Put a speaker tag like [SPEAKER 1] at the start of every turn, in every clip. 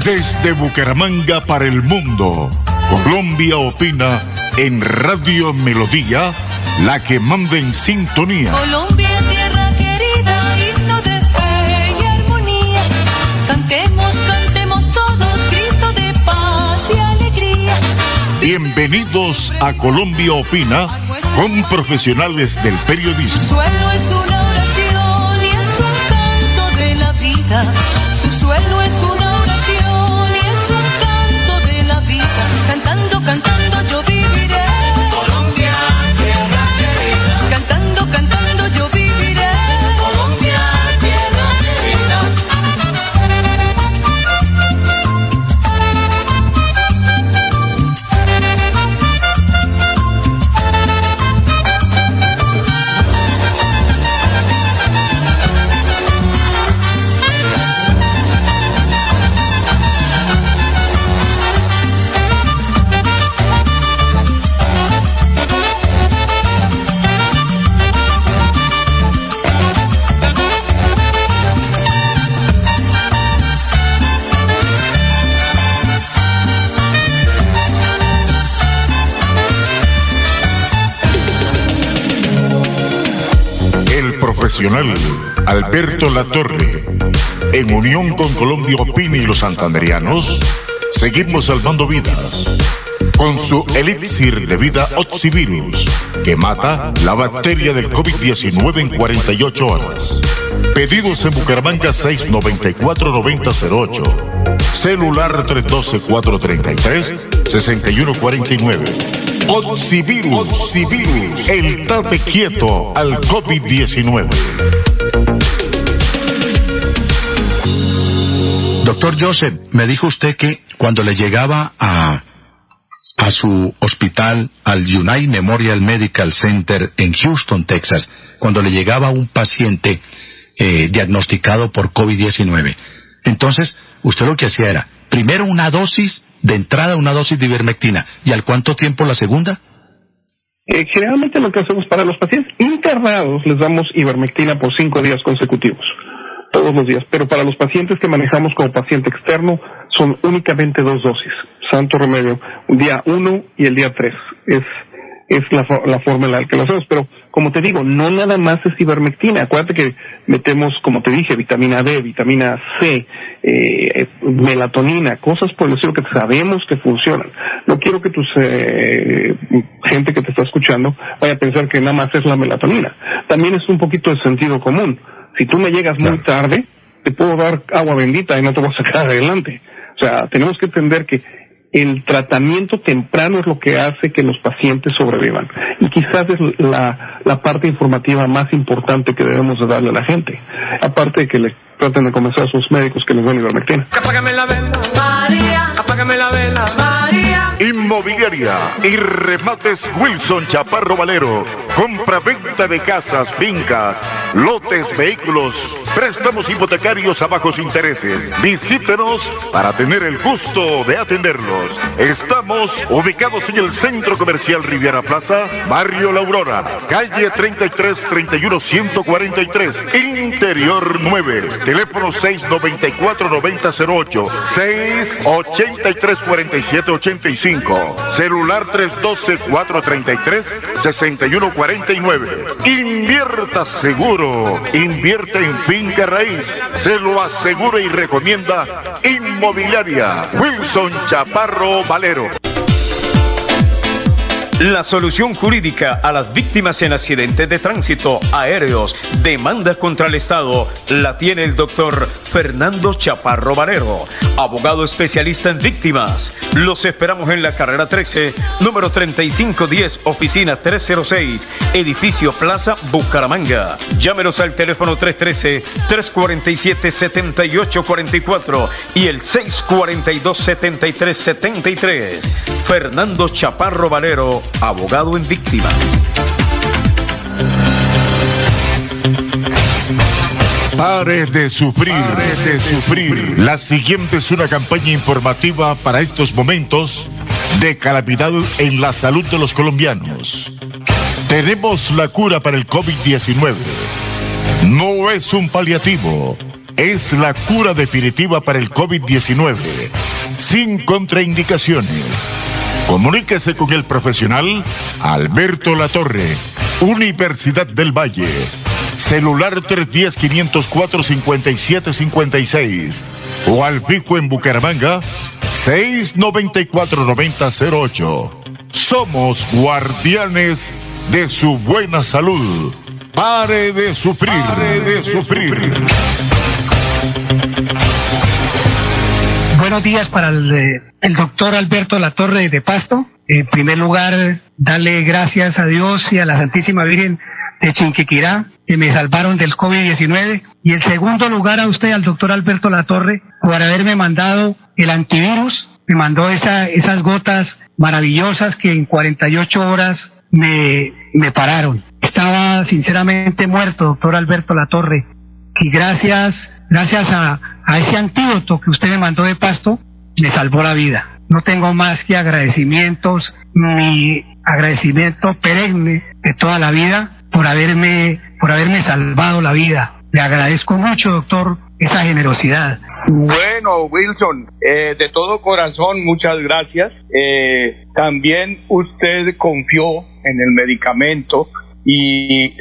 [SPEAKER 1] Desde Bucaramanga para el mundo, Colombia opina en Radio Melodía, la que manda en sintonía.
[SPEAKER 2] Colombia, tierra querida, himno de fe y armonía. Cantemos, cantemos todos, grito de paz y alegría.
[SPEAKER 1] Bienvenidos a Colombia opina con profesionales del periodismo.
[SPEAKER 2] Su suelo es una oración y es un canto de la vida. Su suelo es una oración y es un canto de la vida. Cantando, cantando yo viviré.
[SPEAKER 3] Colombia, tierra querida.
[SPEAKER 2] Cantando, cantando yo viviré.
[SPEAKER 3] Colombia, tierra querida.
[SPEAKER 1] Profesional Alberto Latorre, en unión con Colombia Opina y los santanderianos, seguimos salvando vidas con su elixir de vida Oxivirus, que mata la bacteria del COVID-19 en 48 horas. Pedidos en Bucaramanga 694-9008, celular 312-433-6149. Oxivirus, el tate quieto al COVID-19.
[SPEAKER 4] Doctor Joseph, me dijo usted que cuando le llegaba a su hospital, al United Memorial Medical Center en Houston, Texas, cuando le llegaba un paciente diagnosticado por COVID-19, entonces usted lo que hacía era, primero una dosis de entrada, una dosis de ivermectina, ¿y al cuánto tiempo la segunda?
[SPEAKER 5] Generalmente lo que hacemos para los pacientes internados les damos ivermectina por 5 días consecutivos, todos los días, pero para los pacientes que manejamos como paciente externo son únicamente 2 dosis, santo remedio, un día 1 y el día 3, es la forma en la que lo hacemos, pero como te digo, no nada más es ivermectina, acuérdate que metemos, como te dije, vitamina D, vitamina C, melatonina, cosas por el estilo que sabemos que funcionan. No quiero que tus gente que te está escuchando vaya a pensar que nada más es la melatonina, también es un poquito de sentido común. Si tú me llegas muy tarde, te puedo dar agua bendita y no te voy a sacar adelante. O sea, tenemos que entender que el tratamiento temprano es lo que hace que los pacientes sobrevivan. Y quizás es la parte informativa más importante que debemos de darle a la gente. Aparte de que le traten de convencer a sus médicos que les den ivermectina.
[SPEAKER 3] Apágame la vela, María. Apágame la vela, María.
[SPEAKER 1] Inmobiliaria y remates Wilson Chaparro Valero. Compra-venta de casas, fincas, lotes, vehículos, préstamos hipotecarios a bajos intereses. Visítenos para tener el gusto de atenderlos. Estamos ubicados en el Centro Comercial Riviera Plaza, Barrio La Aurora, calle 33-31-143, Interior 9. Teléfono 694-9008, 683-4785. Celular 312-433-6149. Invierta seguro. Invierta en finca raíz. Se lo asegura y recomienda Inmobiliaria Wilson Chaparro Valero.
[SPEAKER 6] La solución jurídica a las víctimas en accidentes de tránsito, aéreos, demandas contra el Estado, la tiene el doctor Fernando Chaparro Valero, abogado especialista en víctimas. Los esperamos en la carrera 13, número 3510, oficina 306, edificio Plaza Bucaramanga. Llámenos al teléfono 313-347-7844 y el 642-7373. Fernando Chaparro Valero, abogado en víctimas.
[SPEAKER 1] Pare de sufrir, pare de sufrir. La siguiente es una campaña informativa para estos momentos de calamidad en la salud de los colombianos. Tenemos la cura para el COVID-19. No es un paliativo, es la cura definitiva para el COVID-19, sin contraindicaciones. Comuníquese con el profesional Alberto Latorre, Universidad del Valle. Celular 310-504-5756 o al fijo en Bucaramanga 694-9008. Somos guardianes de su buena salud. Pare de sufrir. Pare de sufrir.
[SPEAKER 7] Buenos días para el doctor Alberto Latorre de Pasto. En primer lugar, darle gracias a Dios y a la Santísima Virgen de Chinquiquirá, que me salvaron del COVID-19. Y en segundo lugar, a usted, al doctor Alberto Latorre, por haberme mandado el antivirus. Me mandó esas gotas maravillosas que en 48 horas me pararon. Estaba sinceramente muerto, doctor Alberto Latorre. Y gracias a ese antídoto que usted me mandó de Pasto, me salvó la vida. No tengo más que agradecimientos, mi agradecimiento perenne de toda la vida por haberme salvado la vida. Le agradezco mucho, doctor, esa generosidad.
[SPEAKER 8] Bueno, Wilson, de todo corazón, muchas gracias. También usted confió en el medicamento y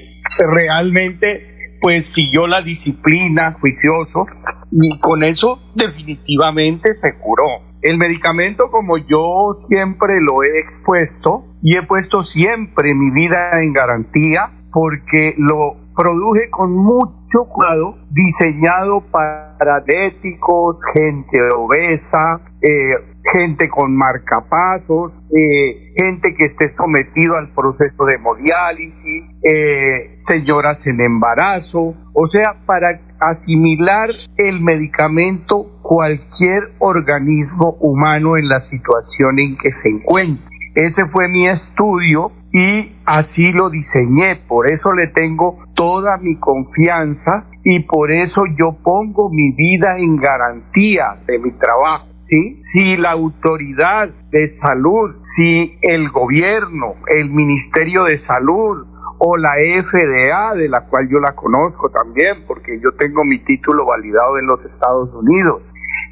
[SPEAKER 8] realmente pues siguió la disciplina, juicioso, y con eso definitivamente se curó. El medicamento, como yo siempre lo he expuesto y he puesto siempre mi vida en garantía, porque lo produje con mucho cuidado, diseñado para diabéticos, gente obesa, gente con marcapasos, gente que esté sometido al proceso de hemodiálisis, señoras en embarazo, o sea, para asimilar el medicamento cualquier organismo humano en la situación en que se encuentre. Ese fue mi estudio y así lo diseñé, por eso le tengo toda mi confianza y por eso yo pongo mi vida en garantía de mi trabajo, ¿sí? Si la autoridad de salud, si el gobierno, el Ministerio de Salud o la FDA, de la cual yo la conozco también, porque yo tengo mi título validado en los Estados Unidos,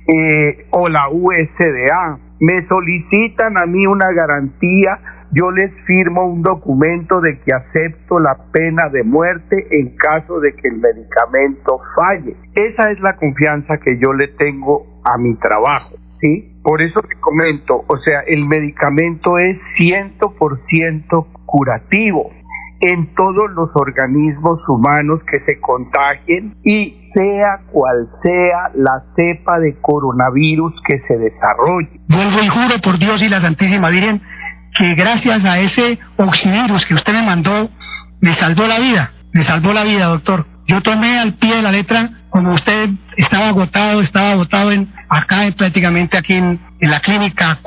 [SPEAKER 8] o la USDA, me solicitan a mí una garantía, yo les firmo un documento de que acepto la pena de muerte en caso de que el medicamento falle. Esa es la confianza que yo le tengo a mi trabajo, ¿sí? Por eso te comento, o sea, el medicamento es 100% curativo en todos los organismos humanos que se contagien y sea cual sea la cepa de coronavirus que se desarrolle.
[SPEAKER 7] Vuelvo y juro por Dios y la Santísima Virgen que gracias a ese oxivirus que usted me mandó, me salvó la vida, doctor. Yo tomé al pie de la letra, como usted estaba agotado prácticamente aquí en la clínica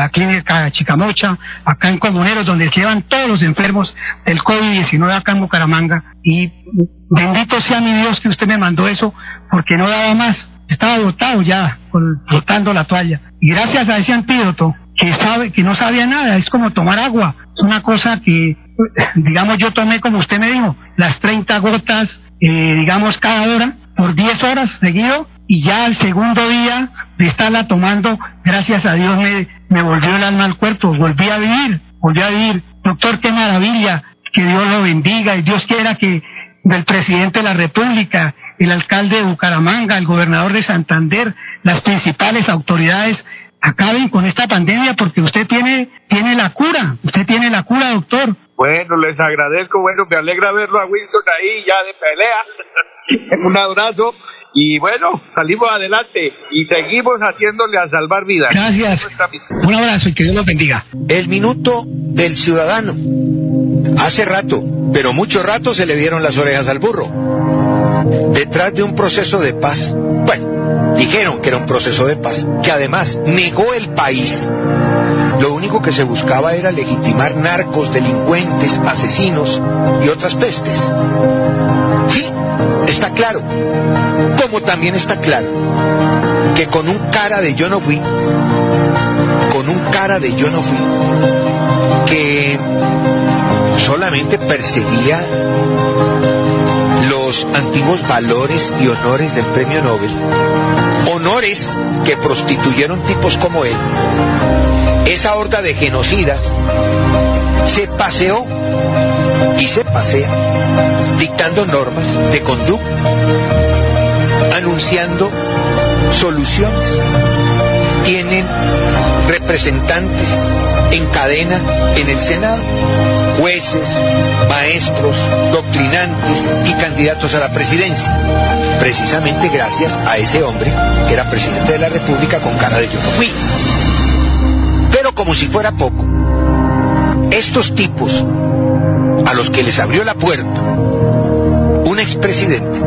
[SPEAKER 7] Chicamocha, acá en Comuneros, donde se llevan todos los enfermos del COVID-19 acá en Bucaramanga, y bendito sea mi Dios que usted me mandó eso, porque no daba más, estaba agotado ya, botando la toalla, y gracias a ese antídoto, que no sabía nada, es como tomar agua, es una cosa que, digamos, yo tomé, como usted me dijo, las 30 gotas, digamos, cada hora, por 10 horas seguido, y ya al segundo día de estarla tomando, gracias a Dios me volvió el alma al cuerpo, volví a vivir. Doctor, qué maravilla, que Dios lo bendiga, y Dios quiera que el presidente de la República, el alcalde de Bucaramanga, el gobernador de Santander, las principales autoridades acaben con esta pandemia, porque usted tiene la cura, doctor.
[SPEAKER 8] Bueno, les agradezco, bueno, me alegra verlo a Wilson ahí ya de pelea. Un abrazo y bueno, salimos adelante y seguimos haciéndole a salvar vidas.
[SPEAKER 7] Gracias, un abrazo y que Dios los bendiga.
[SPEAKER 9] El minuto del ciudadano. Hace rato, pero mucho rato se le dieron las orejas al burro. Detrás de un proceso de paz, bueno, dijeron que era un proceso de paz, que además negó el país. Lo único que se buscaba era legitimar narcos, delincuentes, asesinos y otras pestes. Sí, está claro. Como también está claro que con un cara de yo no fui, que solamente perseguía los los antiguos valores y honores del premio Nobel, honores que prostituyeron tipos como él, esa horda de genocidas se paseó y se pasea dictando normas de conducta, anunciando soluciones. Tienen representantes en cadena en el Senado, jueces, maestros, doctrinantes y candidatos a la presidencia, precisamente gracias a ese hombre que era presidente de la República con cara de yo no fui. Pero como si fuera poco, estos tipos a los que les abrió la puerta un expresidente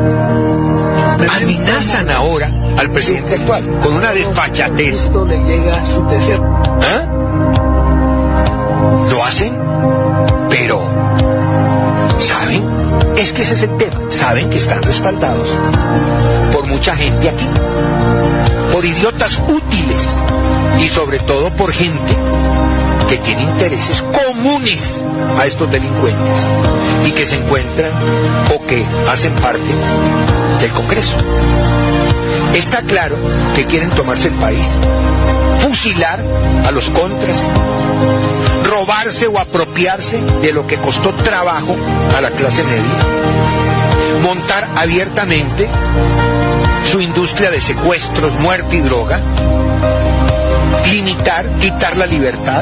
[SPEAKER 9] amenazan ahora al presidente actual con una desfachatez. ¿Ah? Lo hacen, pero ¿saben? Es que ese es el tema. Saben que están respaldados por mucha gente aquí, por idiotas útiles y sobre todo por gente que tiene intereses comunes a estos delincuentes y que se encuentran o que hacen parte del Congreso. Está claro que quieren tomarse el país, fusilar a los contras, robarse o apropiarse de lo que costó trabajo a la clase media, montar abiertamente su industria de secuestros, muerte y droga, limitar, quitar la libertad.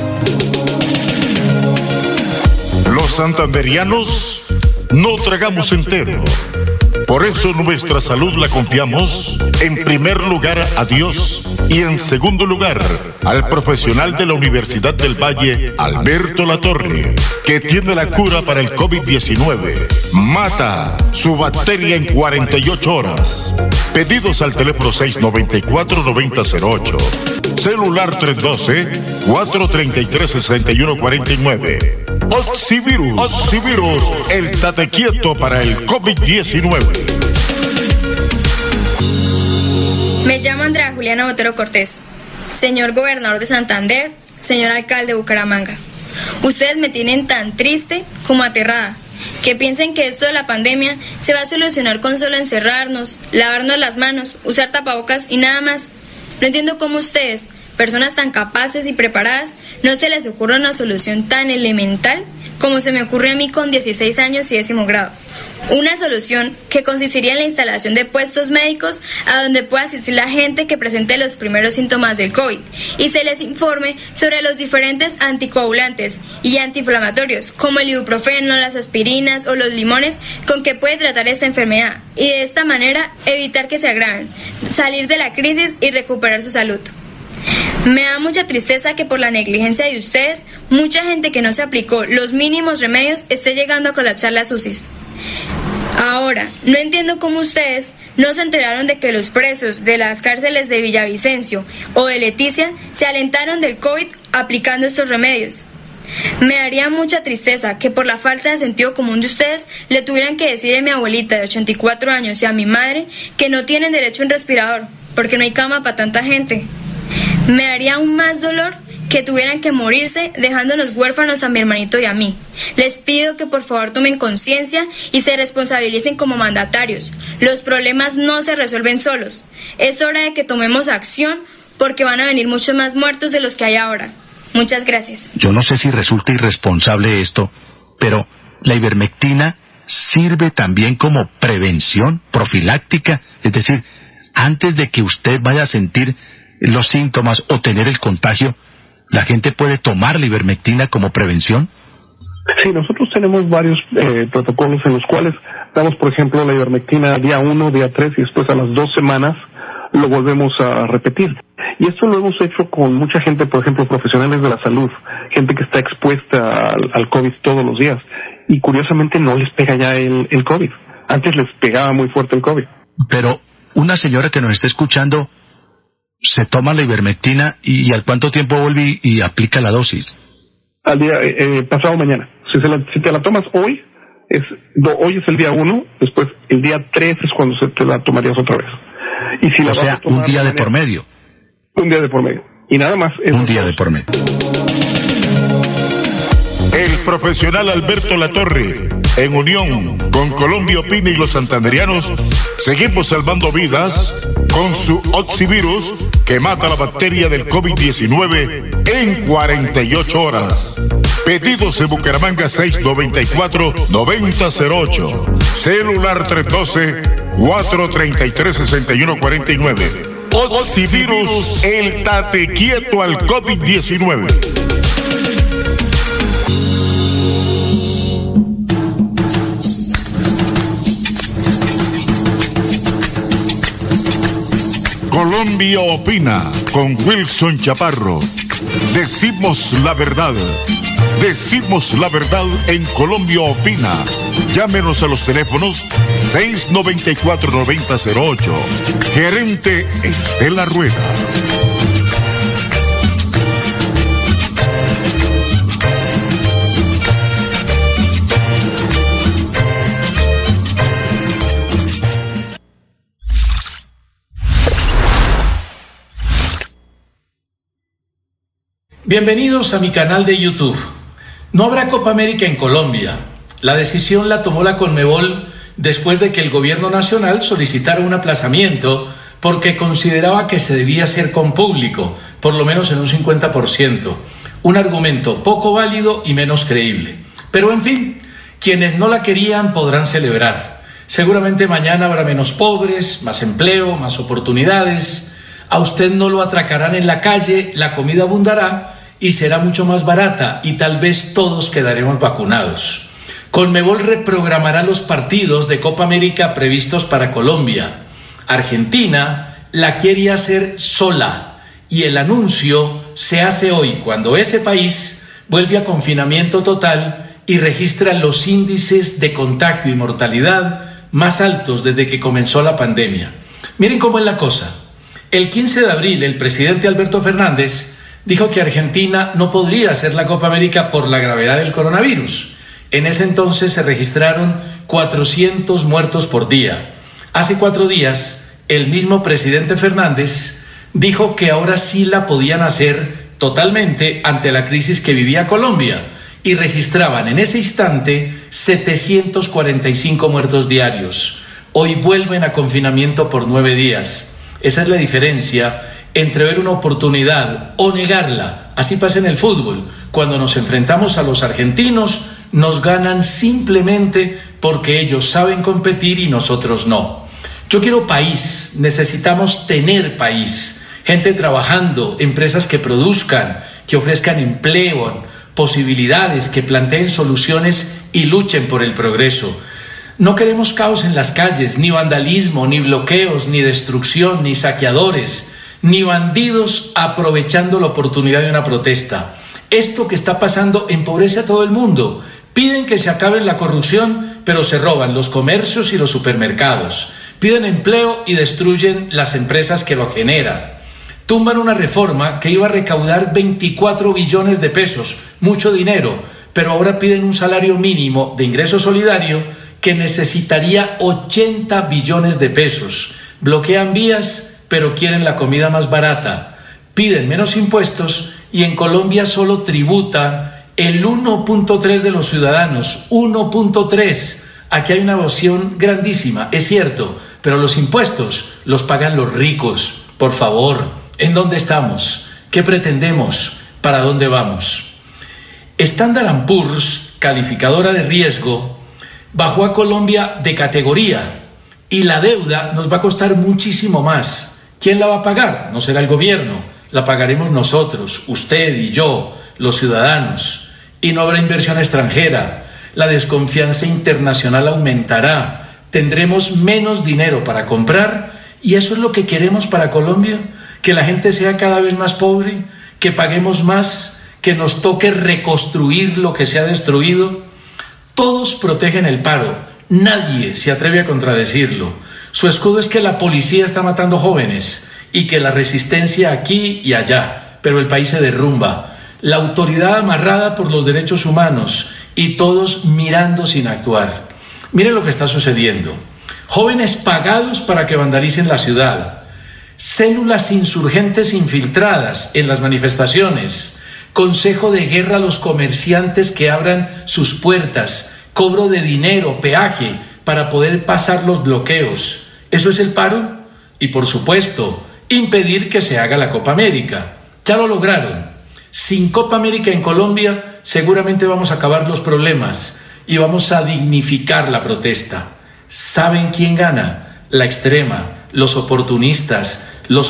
[SPEAKER 1] Los santanderianos no tragamos entero. Por eso nuestra salud la confiamos, en primer lugar, a Dios y en segundo lugar, al profesional de la Universidad del Valle, Alberto Latorre, que tiene la cura para el COVID-19. Mata su bacteria en 48 horas. Pedidos al teléfono 694-9008. Celular 312-433-6149. Oxivirus, el tate quieto para el COVID-19.
[SPEAKER 10] Me llamo Andrea Juliana Botero Cortés. Señor gobernador de Santander, señor alcalde de Bucaramanga, ustedes me tienen tan triste como aterrada, que piensen que esto de la pandemia se va a solucionar con solo encerrarnos, lavarnos las manos, usar tapabocas y nada más. No entiendo cómo ustedes, personas tan capaces y preparadas, no se les ocurre una solución tan elemental como se me ocurrió a mí con 16 años y 10º grado. Una solución que consistiría en la instalación de puestos médicos a donde pueda asistir la gente que presente los primeros síntomas del COVID y se les informe sobre los diferentes anticoagulantes y antiinflamatorios como el ibuprofeno, las aspirinas o los limones con que puede tratar esta enfermedad y de esta manera evitar que se agraven, salir de la crisis y recuperar su salud. Me da mucha tristeza que por la negligencia de ustedes, mucha gente que no se aplicó los mínimos remedios esté llegando a colapsar las UCIs. Ahora, no entiendo cómo ustedes no se enteraron de que los presos de las cárceles de Villavicencio o de Leticia se alentaron del COVID aplicando estos remedios. Me daría mucha tristeza que por la falta de sentido común de ustedes le tuvieran que decir a mi abuelita de 84 años y a mi madre que no tienen derecho a un respirador porque no hay cama para tanta gente. Me daría aún más dolor que tuvieran que morirse dejándonos huérfanos a mi hermanito y a mí. Les pido que por favor tomen conciencia y se responsabilicen como mandatarios. Los problemas no se resuelven solos. Es hora de que tomemos acción porque van a venir muchos más muertos de los que hay ahora. Muchas gracias.
[SPEAKER 4] Yo no sé si resulta irresponsable esto, pero la ivermectina sirve también como prevención profiláctica, es decir, antes de que usted vaya a sentir los síntomas o tener el contagio, ¿la gente puede tomar la ivermectina como prevención?
[SPEAKER 5] Sí, nosotros tenemos varios protocolos en los cuales damos, por ejemplo, la ivermectina día 1, día 3 y después a las 2 semanas lo volvemos a repetir. Y esto lo hemos hecho con mucha gente, por ejemplo, profesionales de la salud, gente que está expuesta al COVID todos los días. Y curiosamente no les pega ya el COVID. Antes les pegaba muy fuerte el COVID.
[SPEAKER 4] Pero una señora que nos está escuchando se toma la ivermectina y ¿al cuánto tiempo vuelve y aplica la dosis?
[SPEAKER 5] Al día, pasado mañana. Si te la tomas hoy, hoy es el día 1, después el día 3 es cuando te la tomarías otra vez. Y si
[SPEAKER 4] o sea, un día de por medio.
[SPEAKER 5] Un día de por medio. Y nada más.
[SPEAKER 4] Un día de por medio.
[SPEAKER 1] El profesional Alberto Latorre, en unión con Colombia Opina y los santanderianos, seguimos salvando vidas con su Oxivirus que mata la bacteria del COVID-19 en 48 horas. Pedidos en Bucaramanga 694-9008. Celular 312-433-6149. Oxivirus, el tate quieto al COVID-19. Colombia Opina con Wilson Chaparro. Decimos la verdad. Decimos la verdad en Colombia Opina. Llámenos a los teléfonos 694-9008. Gerente Estela Rueda.
[SPEAKER 11] Bienvenidos a mi canal de YouTube. No habrá Copa América en Colombia. La decisión la tomó la Conmebol después de que el gobierno nacional solicitara un aplazamiento porque consideraba que se debía hacer con público, por lo menos en un 50%. Un argumento poco válido y menos creíble. Pero en fin, quienes no la querían podrán celebrar. Seguramente mañana habrá menos pobres, más empleo, más oportunidades. A usted no lo atracarán en la calle, la comida abundará y será mucho más barata y tal vez todos quedaremos vacunados. Conmebol reprogramará los partidos de Copa América previstos para Colombia. Argentina la quiere hacer sola y el anuncio se hace hoy cuando ese país vuelve a confinamiento total y registra los índices de contagio y mortalidad más altos desde que comenzó la pandemia. Miren cómo es la cosa. El 15 de abril el presidente Alberto Fernández dijo que Argentina no podría hacer la Copa América por la gravedad del coronavirus. En ese entonces se registraron 400 muertos por día. Hace 4 días, el mismo presidente Fernández dijo que ahora sí la podían hacer totalmente ante la crisis que vivía Colombia y registraban en ese instante 745 muertos diarios. Hoy vuelven a confinamiento por 9 días. Esa es la diferencia entre ver una oportunidad o negarla. Así pasa en el fútbol. Cuando nos enfrentamos a los argentinos, nos ganan simplemente porque ellos saben competir y nosotros no. Yo quiero país, necesitamos tener país. Gente trabajando, empresas que produzcan, que ofrezcan empleo, posibilidades, que planteen soluciones y luchen por el progreso. No queremos caos en las calles, ni vandalismo, ni bloqueos, ni destrucción, ni saqueadores, ni bandidos aprovechando la oportunidad de una protesta. Esto que está pasando empobrece a todo el mundo. Piden que se acabe la corrupción, pero se roban los comercios y los supermercados. Piden empleo y destruyen las empresas que lo generan. Tumban una reforma que iba a recaudar 24 billones de pesos, mucho dinero, pero ahora piden un salario mínimo de ingreso solidario que necesitaría 80 billones de pesos. Bloquean vías, pero quieren la comida más barata. Piden menos impuestos y en Colombia solo tributa el 1.3 de los ciudadanos. 1.3. Aquí hay una evasión grandísima, es cierto, pero los impuestos los pagan los ricos. Por favor, ¿en dónde estamos? ¿Qué pretendemos? ¿Para dónde vamos? Standard & Poor's, calificadora de riesgo, bajó a Colombia de categoría y la deuda nos va a costar muchísimo más. ¿Quién la va a pagar? No será el gobierno, la pagaremos nosotros, usted y yo, los ciudadanos. Y no habrá inversión extranjera, la desconfianza internacional aumentará, tendremos menos dinero para comprar y eso es lo que queremos para Colombia, que la gente sea cada vez más pobre, que paguemos más, que nos toque reconstruir lo que se ha destruido. Todos protegen el paro, nadie se atreve a contradecirlo. Su escudo es que la policía está matando jóvenes y que la resistencia aquí y allá, pero el país se derrumba. La autoridad amarrada por los derechos humanos y todos mirando sin actuar. Miren lo que está sucediendo. Jóvenes pagados para que vandalicen la ciudad. Células insurgentes infiltradas en las manifestaciones. consejo de guerra a los comerciantes que abran sus puertas, cobro de dinero, peaje, para poder pasar los bloqueos. ¿Eso es el paro? Y por supuesto, impedir que se haga la Copa América. Ya lo lograron. Sin Copa América en Colombia, seguramente vamos a acabar los problemas y vamos a dignificar la protesta. ¿Saben quién gana? La extrema, los oportunistas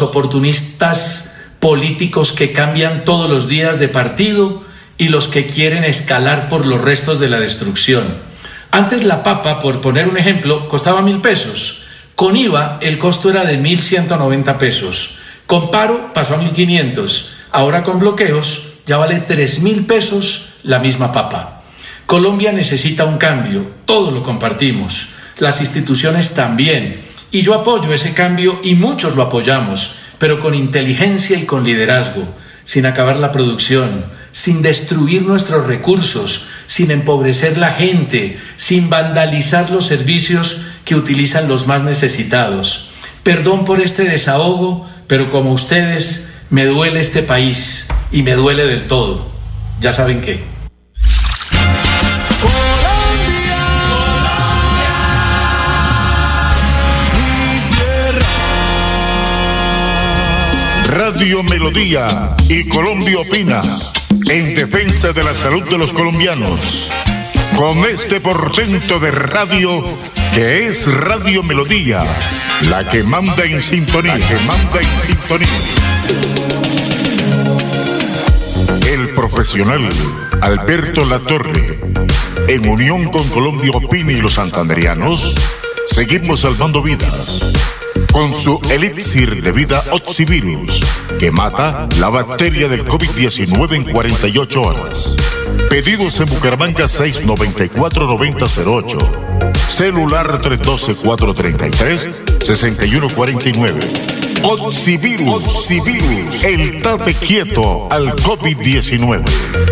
[SPEAKER 11] políticos que cambian todos los días de partido y los que quieren escalar por los restos de la destrucción. Antes la papa, por poner un ejemplo, costaba 1.000 pesos. Con IVA el costo era de 1.190 pesos. Con paro pasó a 1.500. Ahora con bloqueos ya vale 3.000 pesos la misma papa. Colombia necesita un cambio, todo lo compartimos, las instituciones también, y yo apoyo ese cambio y muchos lo apoyamos, pero con inteligencia y con liderazgo, sin acabar la producción, sin destruir nuestros recursos, sin empobrecer la gente, sin vandalizar los servicios que utilizan los más necesitados. Perdón por este desahogo, pero como ustedes, me duele este país y me duele del todo. Ya saben qué.
[SPEAKER 1] Radio Melodía y Colombia Opina, en defensa de la salud de los colombianos, con este portento de radio que es Radio Melodía, la que manda en sintonía, El profesional Alberto Latorre, en unión con Colombia Opina y los santanderianos, seguimos salvando vidas con su elixir de vida Oxivirus, que mata la bacteria del COVID-19 en 48 horas. Pedidos en Bucaramanga 694-9008. Celular 312-433-6149. Oxivirus, el tate quieto al COVID-19.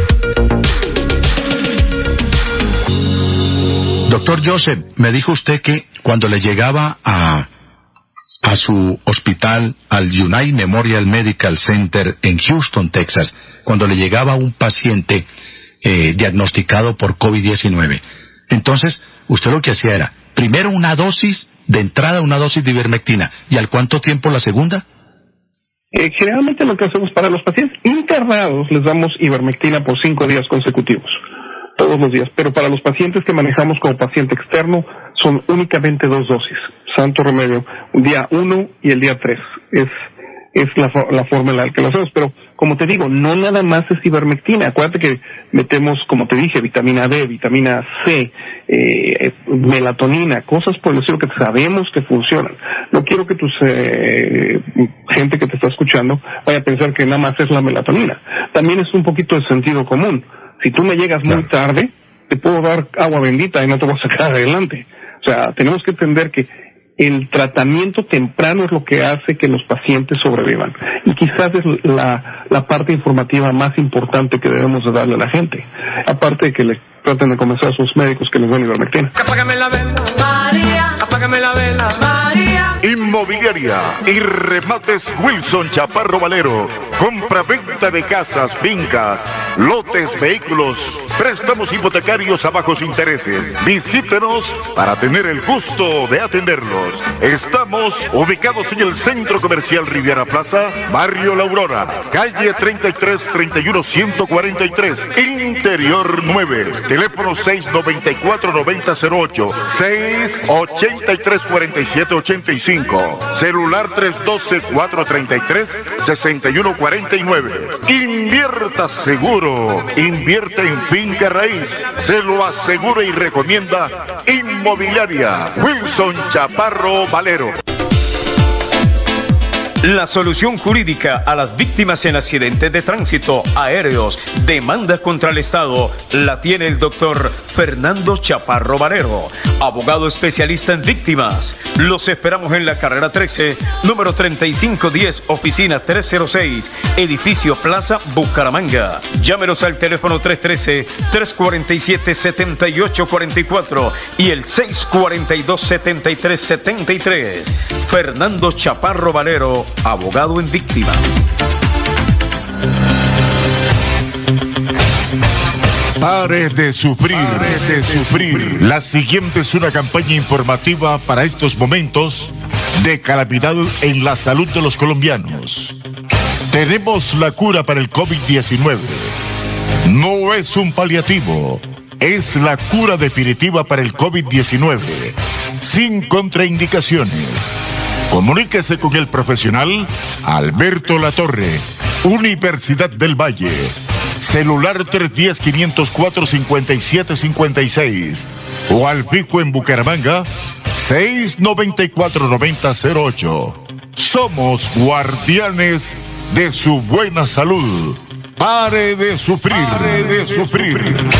[SPEAKER 4] Doctor Joseph, me dijo usted que cuando le llegaba a su hospital, al United Memorial Medical Center en Houston, Texas, cuando le llegaba un paciente diagnosticado por COVID-19, entonces usted lo que hacía era, primero una dosis de entrada, una dosis de ivermectina, ¿y al cuánto tiempo la segunda?
[SPEAKER 5] Generalmente lo que hacemos para los pacientes internados les damos ivermectina por 5 días consecutivos, todos los días, pero para los pacientes que manejamos como paciente externo son únicamente 2 dosis, santo remedio, un día 1 y el día 3, es la forma en la que lo hacemos, pero como te digo, no nada más es ivermectina, acuérdate que metemos, como te dije, vitamina D, vitamina C, melatonina, cosas por el estilo que sabemos que funcionan. No quiero que gente que te está escuchando vaya a pensar que nada más es la melatonina, también es un poquito de sentido común. Si tú me llegas muy tarde, te puedo dar agua bendita y no te voy a sacar adelante. O sea, tenemos que entender que el tratamiento temprano es lo que hace que los pacientes sobrevivan. Y quizás es la parte informativa más importante que debemos de darle a la gente. Aparte de que le traten de convencer a sus médicos que les den ivermectina.
[SPEAKER 3] Apágame la vela, María. Apágame la vela, María.
[SPEAKER 1] Inmobiliaria y remates Wilson Chaparro Valero. Compra-venta de casas, fincas, lotes, vehículos, préstamos hipotecarios a bajos intereses. Visítenos para tener el gusto de atenderlos. Estamos ubicados en el Centro Comercial Riviera Plaza, Barrio La Aurora, calle 33-31-143, Interior 9. Teléfono 694-9008, 683-4785. Celular 312-433-6149. Invierta seguro. Invierte en finca raíz. Se lo asegura y recomienda Inmobiliaria Wilson Chaparro Valero.
[SPEAKER 6] La solución jurídica a las víctimas en accidentes de tránsito, aéreos, demandas contra el Estado, la tiene el doctor Fernando Chaparro Valero, abogado especialista en víctimas. Los esperamos en la carrera 13, número 3510, oficina 306, edificio Plaza Bucaramanga. Llámenos al teléfono 313-347-7844 y el 642-7373. Fernando Chaparro Valero, abogado en víctima.
[SPEAKER 1] Pare de sufrir, pare de sufrir. La siguiente es una campaña informativa para estos momentos de calamidad en la salud de los colombianos. Tenemos la cura para el COVID-19. No es un paliativo, es la cura definitiva para el COVID-19, sin contraindicaciones. Comuníquese con el profesional Alberto Latorre, Universidad del Valle. Celular 310-504-5756 o al fijo en Bucaramanga 694-9008. Somos guardianes de su buena salud. Pare de sufrir, pare de sufrir.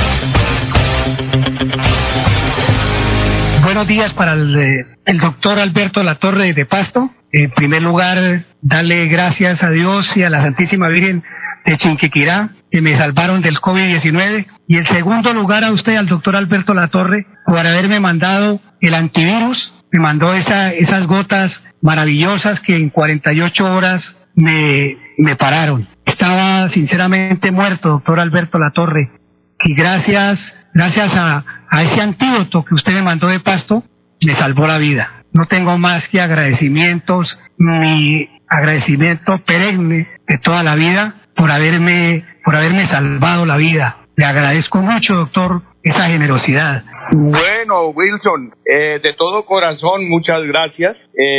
[SPEAKER 7] Buenos días para el doctor Alberto Latorre de Pasto. En primer lugar, darle gracias a Dios y a la Santísima Virgen de Chinquiquirá, que me salvaron del COVID-19. Y en segundo lugar a usted, al doctor Alberto Latorre, por haberme mandado el antivirus. Me mandó esas gotas maravillosas que en 48 horas me pararon. Estaba sinceramente muerto, doctor Alberto Latorre. Y gracias a ese antídoto que usted me mandó de Pasto, me salvó la vida. No tengo más que agradecimientos, mi agradecimiento perenne de toda la vida por haberme salvado la vida. Le agradezco mucho, doctor, esa generosidad.
[SPEAKER 8] Bueno, Wilson, de todo corazón, muchas gracias.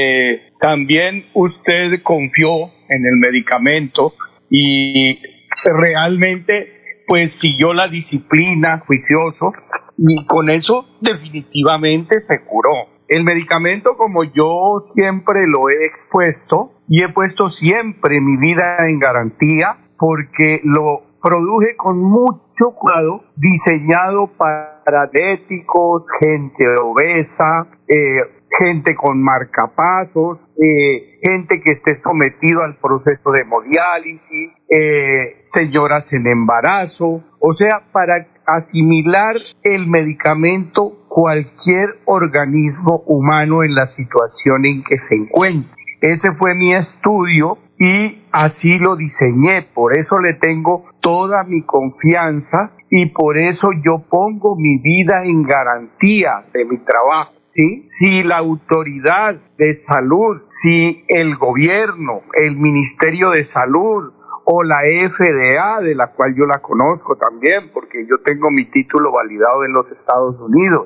[SPEAKER 8] También usted confió en el medicamento y realmente pues siguió la disciplina, juicioso, y con eso definitivamente se curó. El medicamento, como yo siempre lo he expuesto y he puesto siempre mi vida en garantía, porque lo produje con mucho cuidado, diseñado para diabéticos, gente obesa, gente con marcapasos, gente que esté sometido al proceso de hemodiálisis, señoras en embarazo, o sea, para asimilar el medicamento cualquier organismo humano en la situación en que se encuentre. Ese fue mi estudio y así lo diseñé, por eso le tengo toda mi confianza y por eso yo pongo mi vida en garantía de mi trabajo. ¿Sí? Si la autoridad de salud, si el gobierno, el Ministerio de Salud o la FDA, de la cual yo la conozco también, porque yo tengo mi título validado en los Estados Unidos,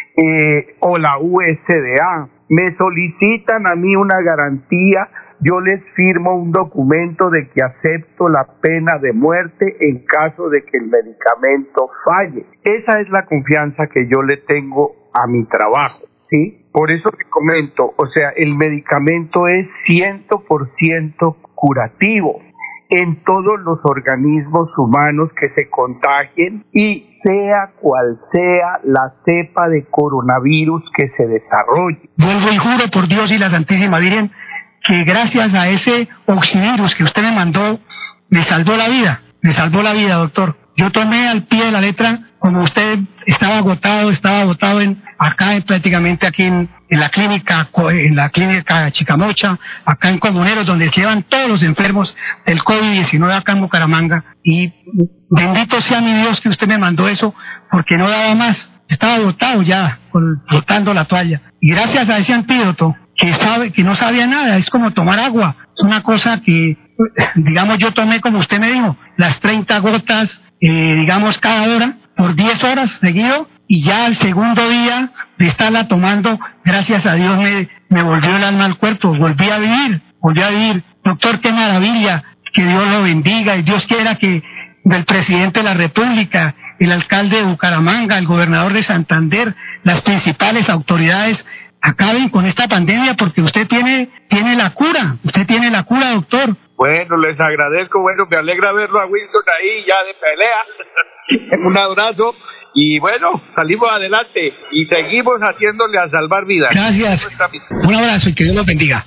[SPEAKER 8] o la USDA, me solicitan a mí una garantía, yo les firmo un documento de que acepto la pena de muerte en caso de que el medicamento falle. Esa es la confianza que yo le tengo a mi trabajo, ¿sí? Por eso te comento, o sea, el medicamento es 100% curativo en todos los organismos humanos que se contagien y sea cual sea la cepa de coronavirus que se desarrolle.
[SPEAKER 7] Vuelvo y juro por Dios y la Santísima Virgen que gracias a ese oxivirus que usted me mandó, me salvó la vida, doctor. Yo tomé al pie de la letra, como usted estaba agotado prácticamente aquí en la clínica Chicamocha, acá en Comuneros, donde se llevan todos los enfermos del COVID-19 acá en Bucaramanga. Y bendito sea mi Dios que usted me mandó eso, porque no daba más. Estaba agotado ya, botando la toalla. Y gracias a ese antídoto, que no sabía nada, es como tomar agua. Es una cosa que, digamos, yo tomé, como usted me dijo, las 30 gotas, digamos, cada hora, por 10 horas seguido, y ya al segundo día de estarla tomando, gracias a Dios me volvió el alma al cuerpo, volví a vivir. Doctor, qué maravilla, que Dios lo bendiga, y Dios quiera que el presidente de la República, el alcalde de Bucaramanga, el gobernador de Santander, las principales autoridades acaben con esta pandemia, porque usted tiene la cura, doctor.
[SPEAKER 8] Bueno, les agradezco, bueno, me alegra verlo a Wilson ahí ya de pelea. Un abrazo y bueno, salimos adelante y seguimos haciéndole a salvar vidas.
[SPEAKER 7] Gracias, un abrazo y que Dios los bendiga.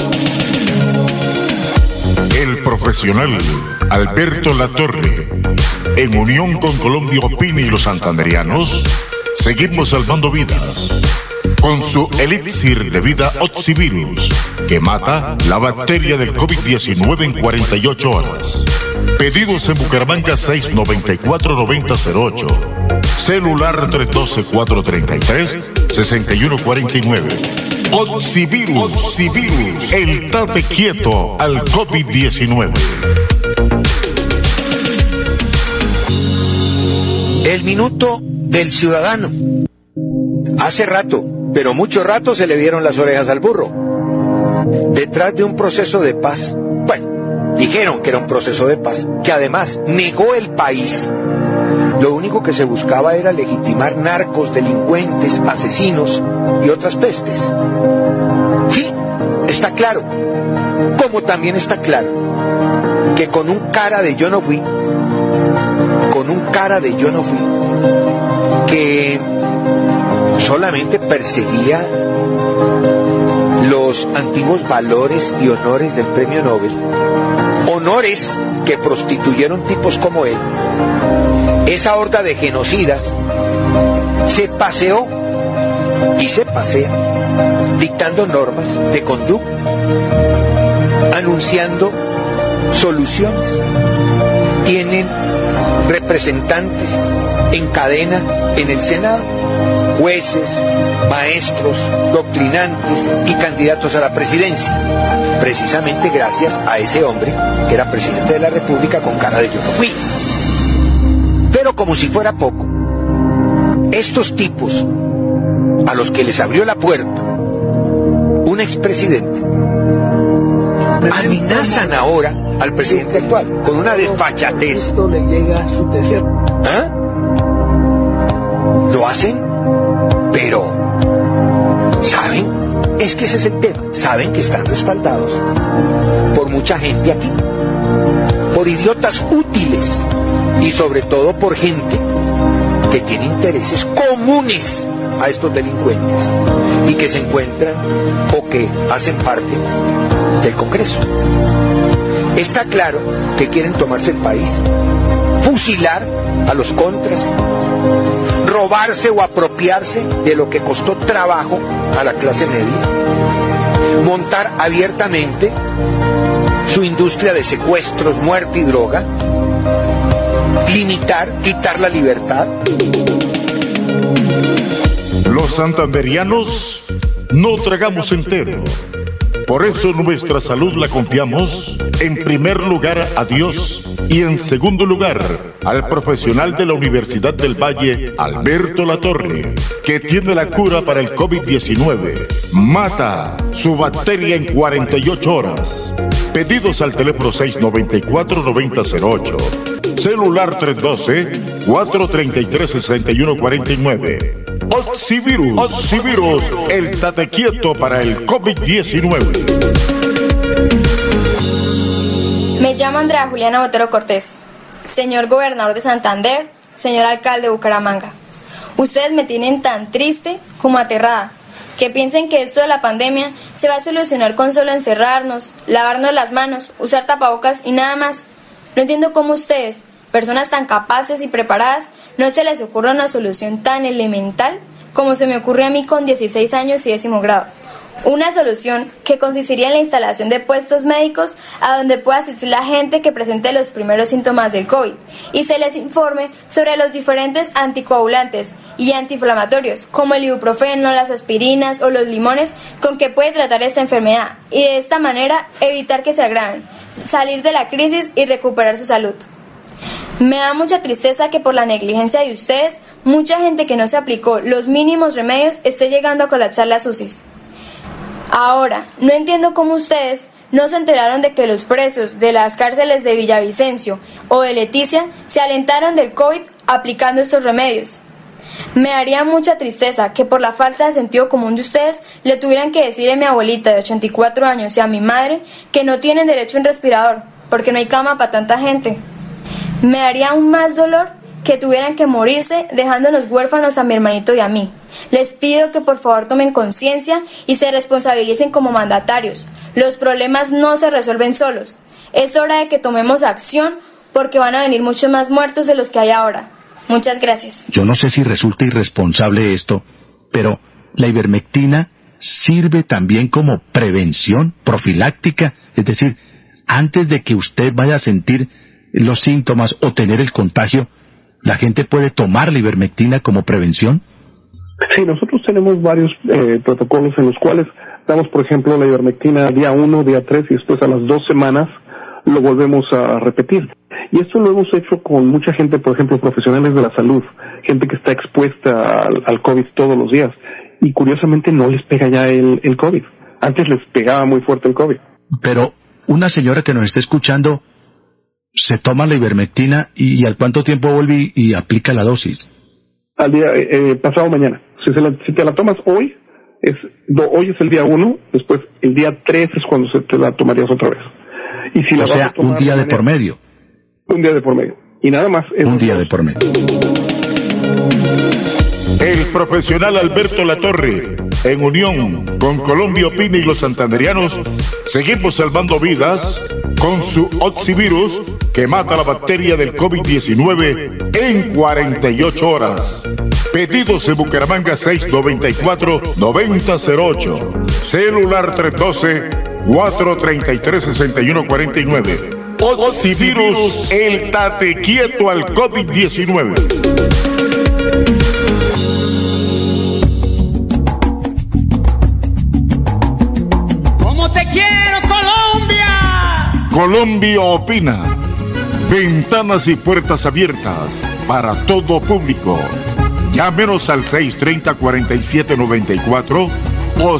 [SPEAKER 1] El profesional Alberto Latorre, en unión con Colombia Opina y los santanderianos, seguimos salvando vidas. con su elixir de vida Oxivirus, que mata la bacteria del COVID-19 en 48 horas. Pedidos en Bucaramanga 694-9008. Celular 312-433-6149. Oxivirus, el tate quieto al COVID-19.
[SPEAKER 9] El minuto del ciudadano. Hace rato, pero mucho rato se le vieron las orejas al burro. Detrás de un proceso de paz, bueno, dijeron que era un proceso de paz, que además negó el país. Lo único que se buscaba era legitimar narcos, delincuentes, asesinos y otras pestes. Sí, está claro. Como también está claro que con un cara de yo no fui, que solamente perseguía los antiguos valores y honores del premio Nobel, honores que prostituyeron tipos como él. Esa horda de genocidas se paseó y se pasea dictando normas de conducta, anunciando soluciones. Tienen representantes en cadena en el Senado, jueces, maestros, doctrinantes y candidatos a la presidencia, precisamente gracias a ese hombre que era presidente de la República con cara de yo no fui. Pero como si fuera poco, estos tipos a los que les abrió la puerta un expresidente amenazan ahora al presidente actual con una desfachatez. ¿Ah? Lo hacen, pero ¿saben? Es que ese es el tema. Saben que están respaldados por mucha gente aquí, por idiotas útiles y sobre todo por gente que tiene intereses comunes a estos delincuentes y que se encuentran o que hacen parte del Congreso. Está claro que quieren tomarse el país, fusilar a los contras, robarse o apropiarse de lo que costó trabajo a la clase media, montar abiertamente su industria de secuestros, muerte y droga, limitar, quitar la libertad.
[SPEAKER 1] Los santanderianos no tragamos entero. Por eso nuestra salud la confiamos en primer lugar a Dios y en segundo lugar al profesional de la Universidad del Valle, Alberto Latorre, que tiene la cura para el COVID-19. Mata su bacteria en 48 horas. Pedidos al teléfono 694-9008. Celular 312-433-6149. Oxivirus, el tate quieto para el COVID-19.
[SPEAKER 10] Me llamo Andrea Juliana Botero Cortés. Señor gobernador de Santander, señor alcalde de Bucaramanga, ustedes me tienen tan triste como aterrada, que piensen que esto de la pandemia se va a solucionar con solo encerrarnos, lavarnos las manos, usar tapabocas y nada más. No entiendo cómo ustedes, personas tan capaces y preparadas, no se les ocurre una solución tan elemental como se me ocurre a mí con 16 años y 10º grado. Una solución que consistiría en la instalación de puestos médicos a donde pueda asistir la gente que presente los primeros síntomas del COVID y se les informe sobre los diferentes anticoagulantes y antiinflamatorios como el ibuprofeno, las aspirinas o los limones con que puede tratar esta enfermedad y de esta manera evitar que se agraven, salir de la crisis y recuperar su salud. Me da mucha tristeza que por la negligencia de ustedes, mucha gente que no se aplicó los mínimos remedios esté llegando a colapsar las UCIs. Ahora, no entiendo cómo ustedes no se enteraron de que los presos de las cárceles de Villavicencio o de Leticia se alentaron del COVID aplicando estos remedios. Me daría mucha tristeza que por la falta de sentido común de ustedes le tuvieran que decir a mi abuelita de 84 años y a mi madre que no tienen derecho a un respirador porque no hay cama para tanta gente. Me daría aún más dolor que tuvieran que morirse dejándonos huérfanos a mi hermanito y a mí. Les pido que por favor tomen conciencia y se responsabilicen como mandatarios. Los problemas no se resuelven solos. Es hora de que tomemos acción porque van a venir muchos más muertos de los que hay ahora. Muchas gracias.
[SPEAKER 4] Yo no sé si resulta irresponsable esto, pero ¿la ivermectina sirve también como prevención profiláctica? Es decir, antes de que usted vaya a sentir los síntomas o tener el contagio, ¿la gente puede tomar la ivermectina como prevención?
[SPEAKER 5] Sí, nosotros tenemos varios protocolos en los cuales damos, por ejemplo, la ivermectina día 1, día 3 y después a las 2 semanas lo volvemos a repetir. Y esto lo hemos hecho con mucha gente, por ejemplo, profesionales de la salud, gente que está expuesta al COVID todos los días. Y curiosamente no les pega ya el COVID. Antes les pegaba muy fuerte el COVID.
[SPEAKER 4] Pero una señora que nos está escuchando se toma la ivermectina y ¿al cuánto tiempo vuelve y aplica la dosis?
[SPEAKER 5] Al día pasado mañana. Si te la tomas hoy, hoy es el día 1, después el día 3 es cuando te la tomarías otra vez. Y si la vas a tomar
[SPEAKER 4] un día de por medio.
[SPEAKER 5] Un día de por medio. Y nada más.
[SPEAKER 4] Un día de por medio.
[SPEAKER 1] El profesional Alberto Latorre, en unión con Colombia Opina y los santanderianos, seguimos salvando vidas con su Oxivirus, que mata la bacteria del COVID-19 en 48 horas. Pedidos en Bucaramanga 694-9008. Celular 312-433-6149. Oxivirus, el tate quieto al COVID-19. Colombia Opina. Ventanas y puertas abiertas para todo público. Llámenos al 630-4794 o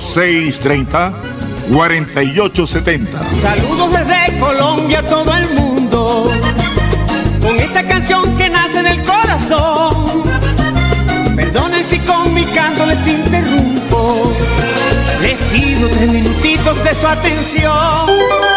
[SPEAKER 1] 630-4870.
[SPEAKER 3] Saludos desde Colombia a todo el mundo, con esta canción que nace del corazón. Perdonen si con mi canto les interrumpo, les pido 3 minutitos de su atención.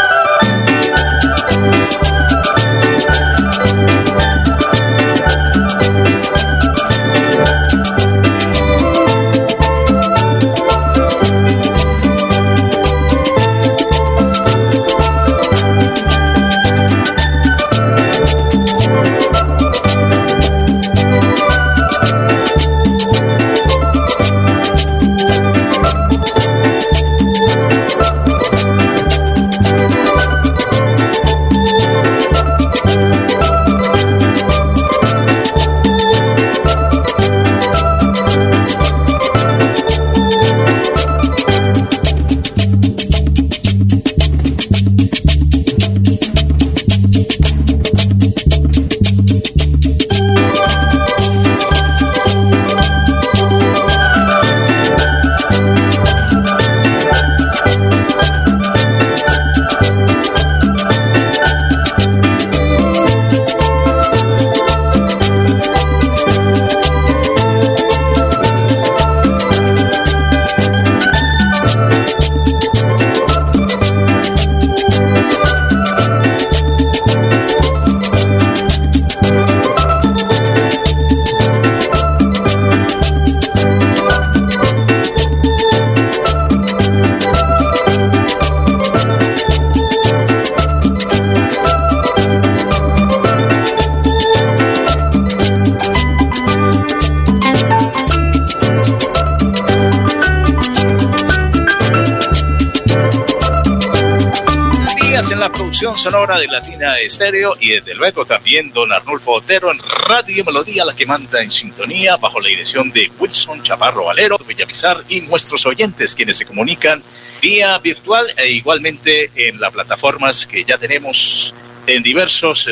[SPEAKER 12] Sonora de Latina Estéreo y desde luego también don Arnulfo Otero en Radio Melodía, la que manda en sintonía bajo la dirección de Wilson Chaparro Valero, Villamizar y nuestros oyentes quienes se comunican vía virtual e igualmente en las plataformas que ya tenemos en diversos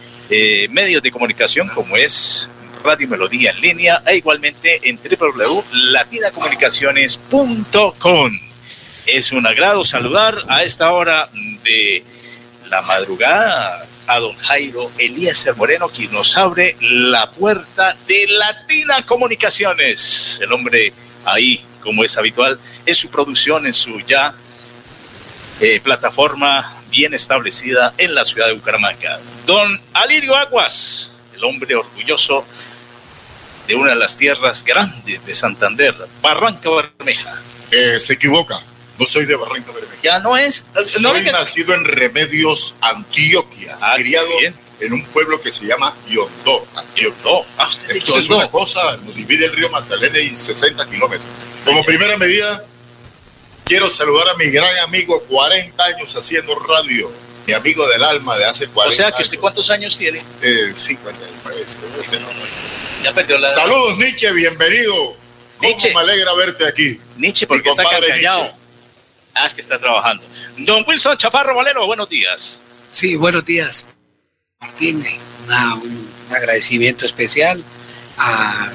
[SPEAKER 12] medios de comunicación como es Radio Melodía en línea e igualmente en www.latinacomunicaciones.com. Es un agrado saludar a esta hora de la madrugada a don Jairo Eliezer Moreno, quien nos abre la puerta de Latina Comunicaciones. El hombre ahí, como es habitual, en su producción, en su ya plataforma bien establecida en la ciudad de Bucaramanga. Don Alirio Aguas, el hombre orgulloso de una de las tierras grandes de Santander, Barranca Bermeja.
[SPEAKER 1] Se equivoca. No soy de Barranca Bermeja.
[SPEAKER 12] Ya no es.
[SPEAKER 1] Soy nacido en Remedios, Antioquia. Criado en un pueblo que se llama Yondó.
[SPEAKER 12] Yondó.
[SPEAKER 1] Entonces una cosa, nos divide el río Magdalena y 60 kilómetros.
[SPEAKER 13] Como primera medida, quiero saludar a mi gran amigo, 40 años haciendo radio, mi amigo del alma de hace 40 años.
[SPEAKER 12] O sea, que usted ¿cuántos años tiene?
[SPEAKER 13] 59.
[SPEAKER 12] Ya perdió la edad.
[SPEAKER 13] Saludos, Nietzsche, bienvenido.
[SPEAKER 12] Nietzsche.
[SPEAKER 13] Me alegra verte aquí.
[SPEAKER 12] Nietzsche, porque está callado. Es que está trabajando. Don Wilson Chaparro Valero, buenos días.
[SPEAKER 14] Sí, buenos días, Martín. Un agradecimiento especial a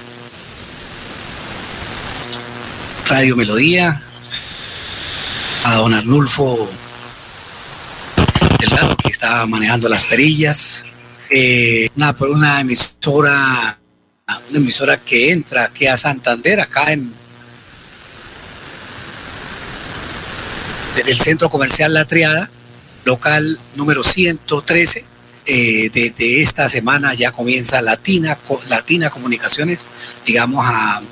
[SPEAKER 14] Radio Melodía, a don Arnulfo Delgado, que está manejando las perillas, una emisora que entra aquí a Santander, acá desde el Centro Comercial La Triada, local número 113. De esta semana ya comienza Latina Comunicaciones, digamos, a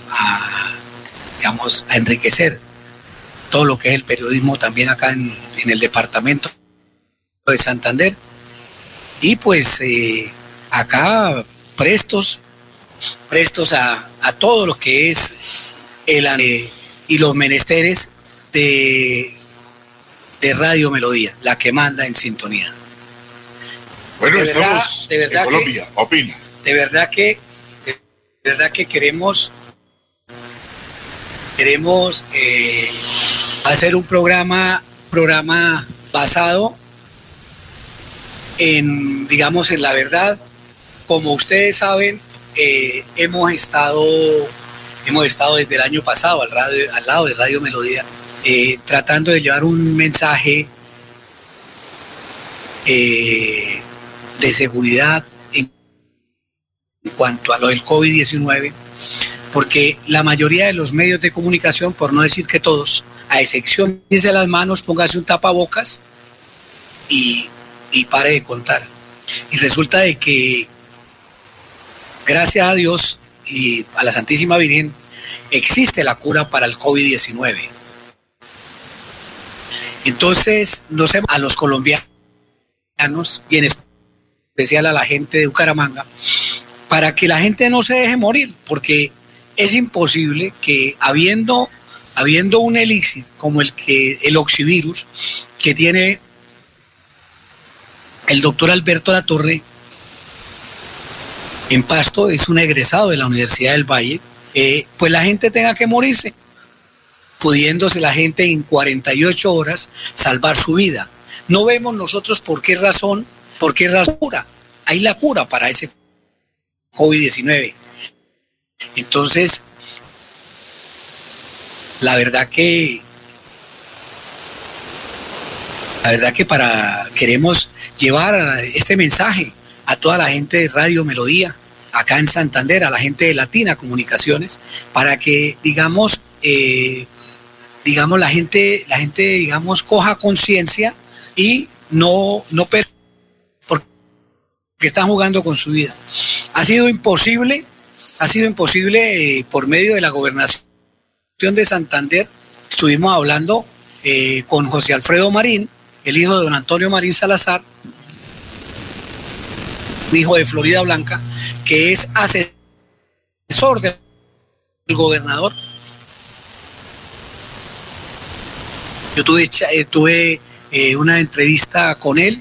[SPEAKER 14] enriquecer todo lo que es el periodismo también acá en el departamento de Santander. Y pues acá prestos a todo lo que es y los menesteres de Radio Melodía, la que manda en sintonía.
[SPEAKER 13] Bueno, estamos en Colombia, opina.
[SPEAKER 14] De verdad que queremos hacer un programa basado en, digamos, en la verdad. Como ustedes saben, hemos estado desde el año pasado al lado de Radio Melodía, tratando de llevar un mensaje de seguridad en cuanto a lo del COVID-19, porque la mayoría de los medios de comunicación, por no decir que todos, a excepción de las manos, póngase un tapabocas y pare de contar. Y resulta de que, gracias a Dios y a la Santísima Virgen, existe la cura para el COVID-19. Entonces, a los colombianos, y en especial a la gente de Bucaramanga, para que la gente no se deje morir, porque es imposible que habiendo un elixir como el oxivirus que tiene el doctor Alberto Latorre en Pasto, es un egresado de la Universidad del Valle, pues la gente tenga que morirse, pudiéndose la gente en 48 horas salvar su vida. No vemos nosotros por qué razón cura. Hay la cura para ese COVID-19. Entonces, la verdad que queremos llevar este mensaje a toda la gente de Radio Melodía, acá en Santander, a la gente de Latina Comunicaciones, para que, digamos, la gente coja conciencia y no porque están jugando con su vida. Ha sido imposible por medio de la gobernación de Santander. Estuvimos hablando con José Alfredo Marín, el hijo de don Antonio Marín Salazar, hijo de Florida Blanca, que es asesor del gobernador. Yo tuve una entrevista con él,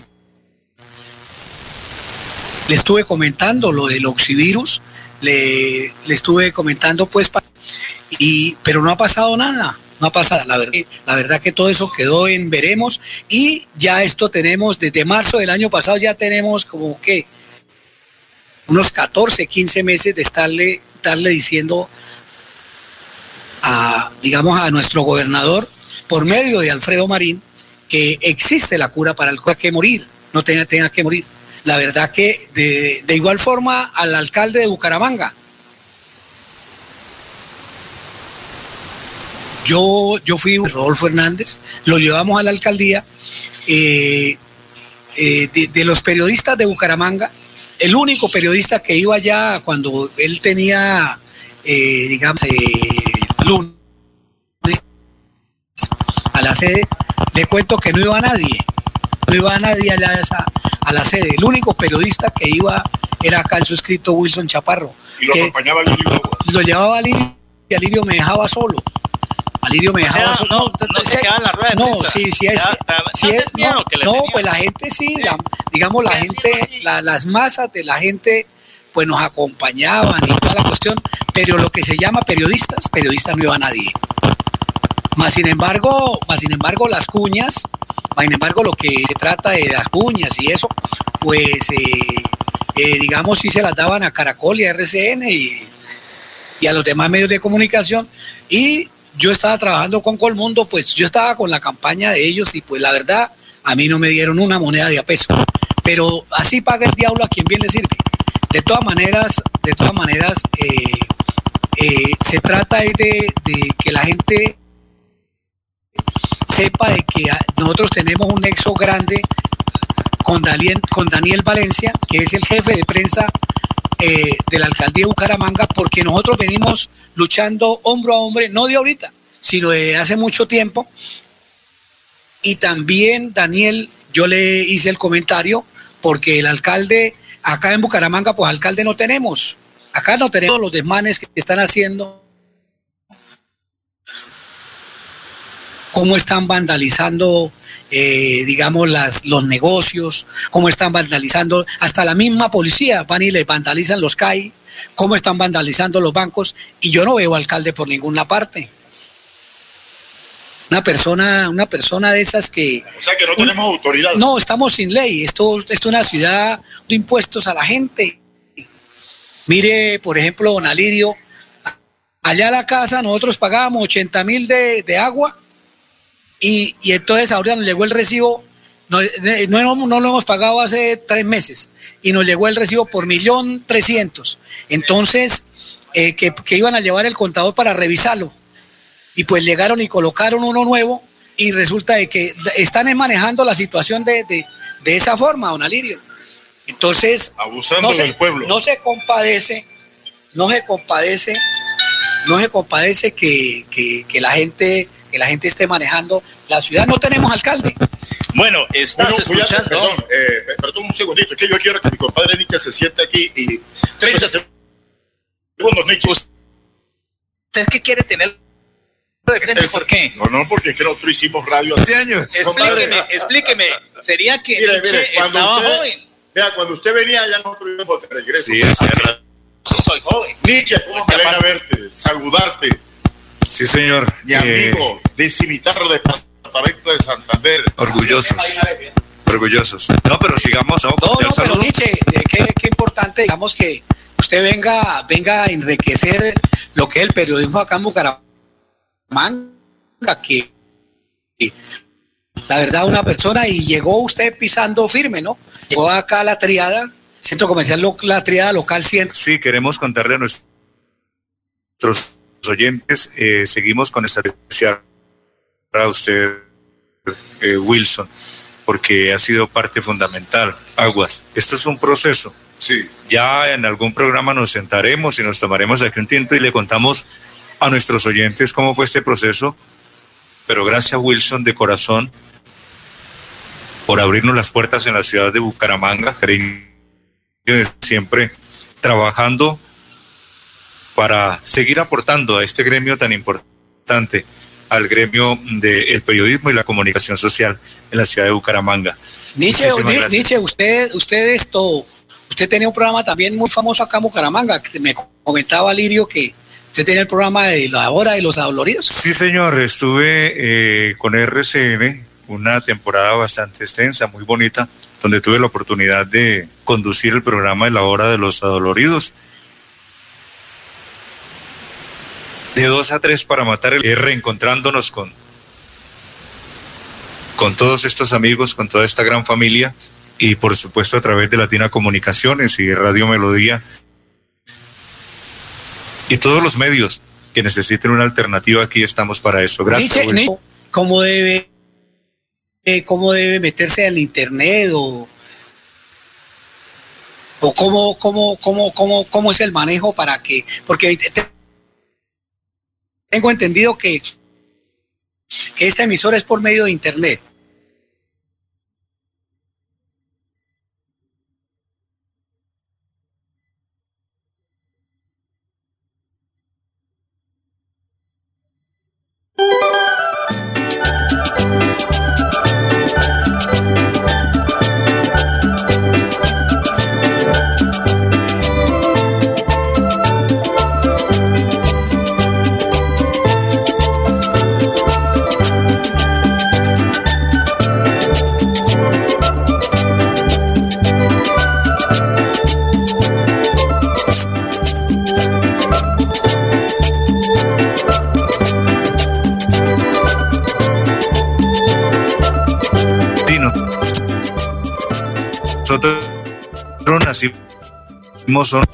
[SPEAKER 14] le estuve comentando lo del oxivirus, le estuve comentando pero no ha pasado nada, la verdad que todo eso quedó en veremos, y ya esto tenemos desde marzo del año pasado, ya tenemos como que unos 14, 15 meses de estarle diciendo a nuestro gobernador, por medio de Alfredo Marín, que existe la cura para el que que morir, no tenga que morir. La verdad que de igual forma al alcalde de Bucaramanga. Yo fui Rodolfo Hernández, lo llevamos a la alcaldía, de los periodistas de Bucaramanga, el único periodista que iba allá cuando él tenía, lunes a la sede, le cuento que no iba nadie allá a la sede. El único periodista que iba era acá el suscrito Wilson Chaparro.
[SPEAKER 13] Y lo acompañaba Lirio.
[SPEAKER 14] Lo llevaba a Lirio y a Lirio me dejaba solo. Alirio me dejaba
[SPEAKER 12] no se queda en la rueda de prensa.
[SPEAKER 14] Pues la gente sí, digamos la gente, las masas de la gente pues nos acompañaban y toda la cuestión, pero lo que se llama periodistas no iba a nadie. Más sin embargo las cuñas, lo que se trata de las cuñas y eso, pues digamos sí se las daban a Caracol y a RCN y a los demás medios de comunicación, y yo estaba trabajando con Colmundo, pues yo estaba con la campaña de ellos y pues la verdad a mí no me dieron una moneda de a peso, pero así paga el diablo a quien bien le sirve. De todas maneras se trata de que la gente sepa de que nosotros tenemos un nexo grande con Daniel Valencia, que es el jefe de prensa de la alcaldía de Bucaramanga, porque nosotros venimos luchando hombro a hombro, no de ahorita, sino de hace mucho tiempo. Y también Daniel, yo le hice el comentario, porque el alcalde, acá en Bucaramanga, pues alcalde no tenemos. Acá no tenemos los desmanes que están haciendo, cómo están vandalizando, digamos, los negocios, cómo están vandalizando, hasta la misma policía van y le vandalizan los CAI, cómo están vandalizando los bancos, y yo no veo alcalde por ninguna parte. Una persona de esas que...
[SPEAKER 13] O sea que no tenemos autoridad.
[SPEAKER 14] No, estamos sin ley. Esto es una ciudad de impuestos a la gente. Mire, por ejemplo, don Alirio, allá a la casa nosotros pagábamos 80,000 de agua y entonces ahora nos llegó el recibo, no lo hemos pagado hace 3 meses y nos llegó el recibo por 1.300.000. Entonces, que iban a llevar el contador para revisarlo. Y pues llegaron y colocaron uno nuevo y resulta de que están manejando la situación de esa forma, don Alirio. Entonces,
[SPEAKER 13] abusando del pueblo.
[SPEAKER 14] No se compadece que la gente esté manejando la ciudad. No tenemos alcalde.
[SPEAKER 12] Bueno, estás escuchando.
[SPEAKER 13] Perdón un segundito, es que yo quiero que mi compadre Nietzsche se siente aquí y 30 segundos, Nietzsche.
[SPEAKER 12] ¿Usted qué quiere tener de frente? ¿Por qué?
[SPEAKER 13] No, porque es que nosotros hicimos radio hace años.
[SPEAKER 12] Explíqueme. Sería que
[SPEAKER 13] mire,
[SPEAKER 12] estaba joven.
[SPEAKER 13] Vea, cuando usted venía ya nosotros íbamos de regreso.
[SPEAKER 12] Sí, soy joven.
[SPEAKER 13] Nietzsche, ¿cómo me alegra verte? Saludarte.
[SPEAKER 15] Sí, señor.
[SPEAKER 13] Mi amigo de Cimitarro, departamento de Santander.
[SPEAKER 15] Orgullosos. No, pero sigamos.
[SPEAKER 14] No, pero Nietzsche, qué importante, digamos, que usted venga a enriquecer lo que es el periodismo acá en Bucaramanga, que la verdad una persona, y llegó usted pisando firme, ¿no? Llegó acá a la Triada, Centro Comercial La Triada Local 100.
[SPEAKER 15] Sí, queremos contarle a nuestros oyentes, seguimos con esta especial para usted, Wilson, porque ha sido parte fundamental. Aguas, esto es un proceso.
[SPEAKER 13] Sí.
[SPEAKER 15] Ya en algún programa nos sentaremos y nos tomaremos aquí un tiempo y le contamos a nuestros oyentes cómo fue este proceso, pero gracias, Wilson, de corazón, por abrirnos las puertas en la ciudad de Bucaramanga, siempre trabajando para seguir aportando a este gremio tan importante, al gremio del periodismo y la comunicación social en la ciudad de Bucaramanga.
[SPEAKER 14] Nietzsche, usted tenía un programa también muy famoso acá en Bucaramanga, que me comentaba Lirio que usted tenía el programa de la hora de los adoloridos.
[SPEAKER 15] Sí, señor, estuve con RCN una temporada bastante extensa, muy bonita, donde tuve la oportunidad de conducir el programa de la hora de los adoloridos. De 2 a 3 para matar reencontrándonos con todos estos amigos, con toda esta gran familia, y por supuesto a través de Latina Comunicaciones y Radio Melodía y todos los medios que necesiten una alternativa, aquí estamos para eso. Gracias.
[SPEAKER 14] ¿Cómo debe meterse al internet o cómo es el manejo para que, porque tengo entendido que esta emisora es por medio de internet?
[SPEAKER 15] Nosotros nacimos son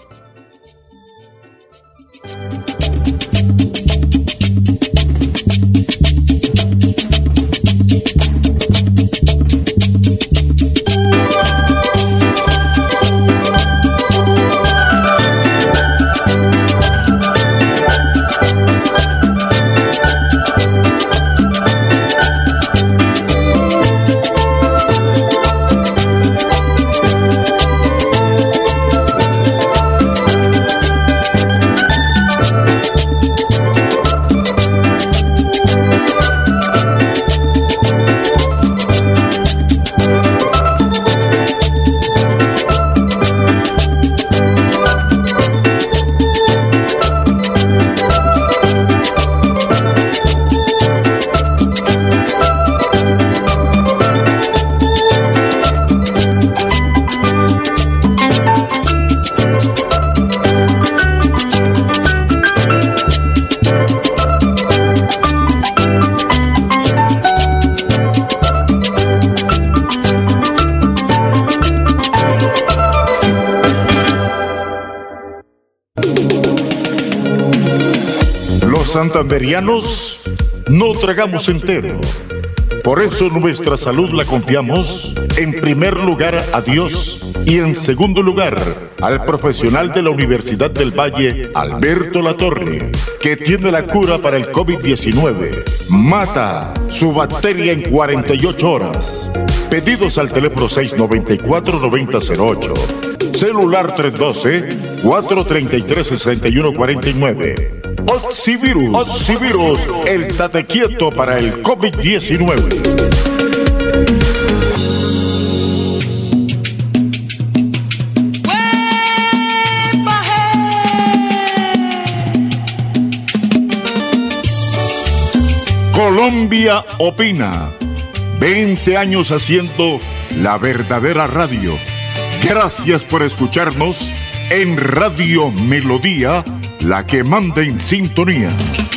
[SPEAKER 1] santanderianos no tragamos entero. Por eso nuestra salud la confiamos en primer lugar a Dios y en segundo lugar al profesional de la Universidad del Valle, Alberto Latorre, que tiene la cura para el COVID-19. Mata su bacteria en 48 horas. Pedidos al teléfono 694-9008. Celular 312-433-6149. Oxivirus, el tate quieto para el COVID-19. Colombia opina. 20 años haciendo la verdadera radio. Gracias por escucharnos en Radio Melodía, la que manda en sintonía.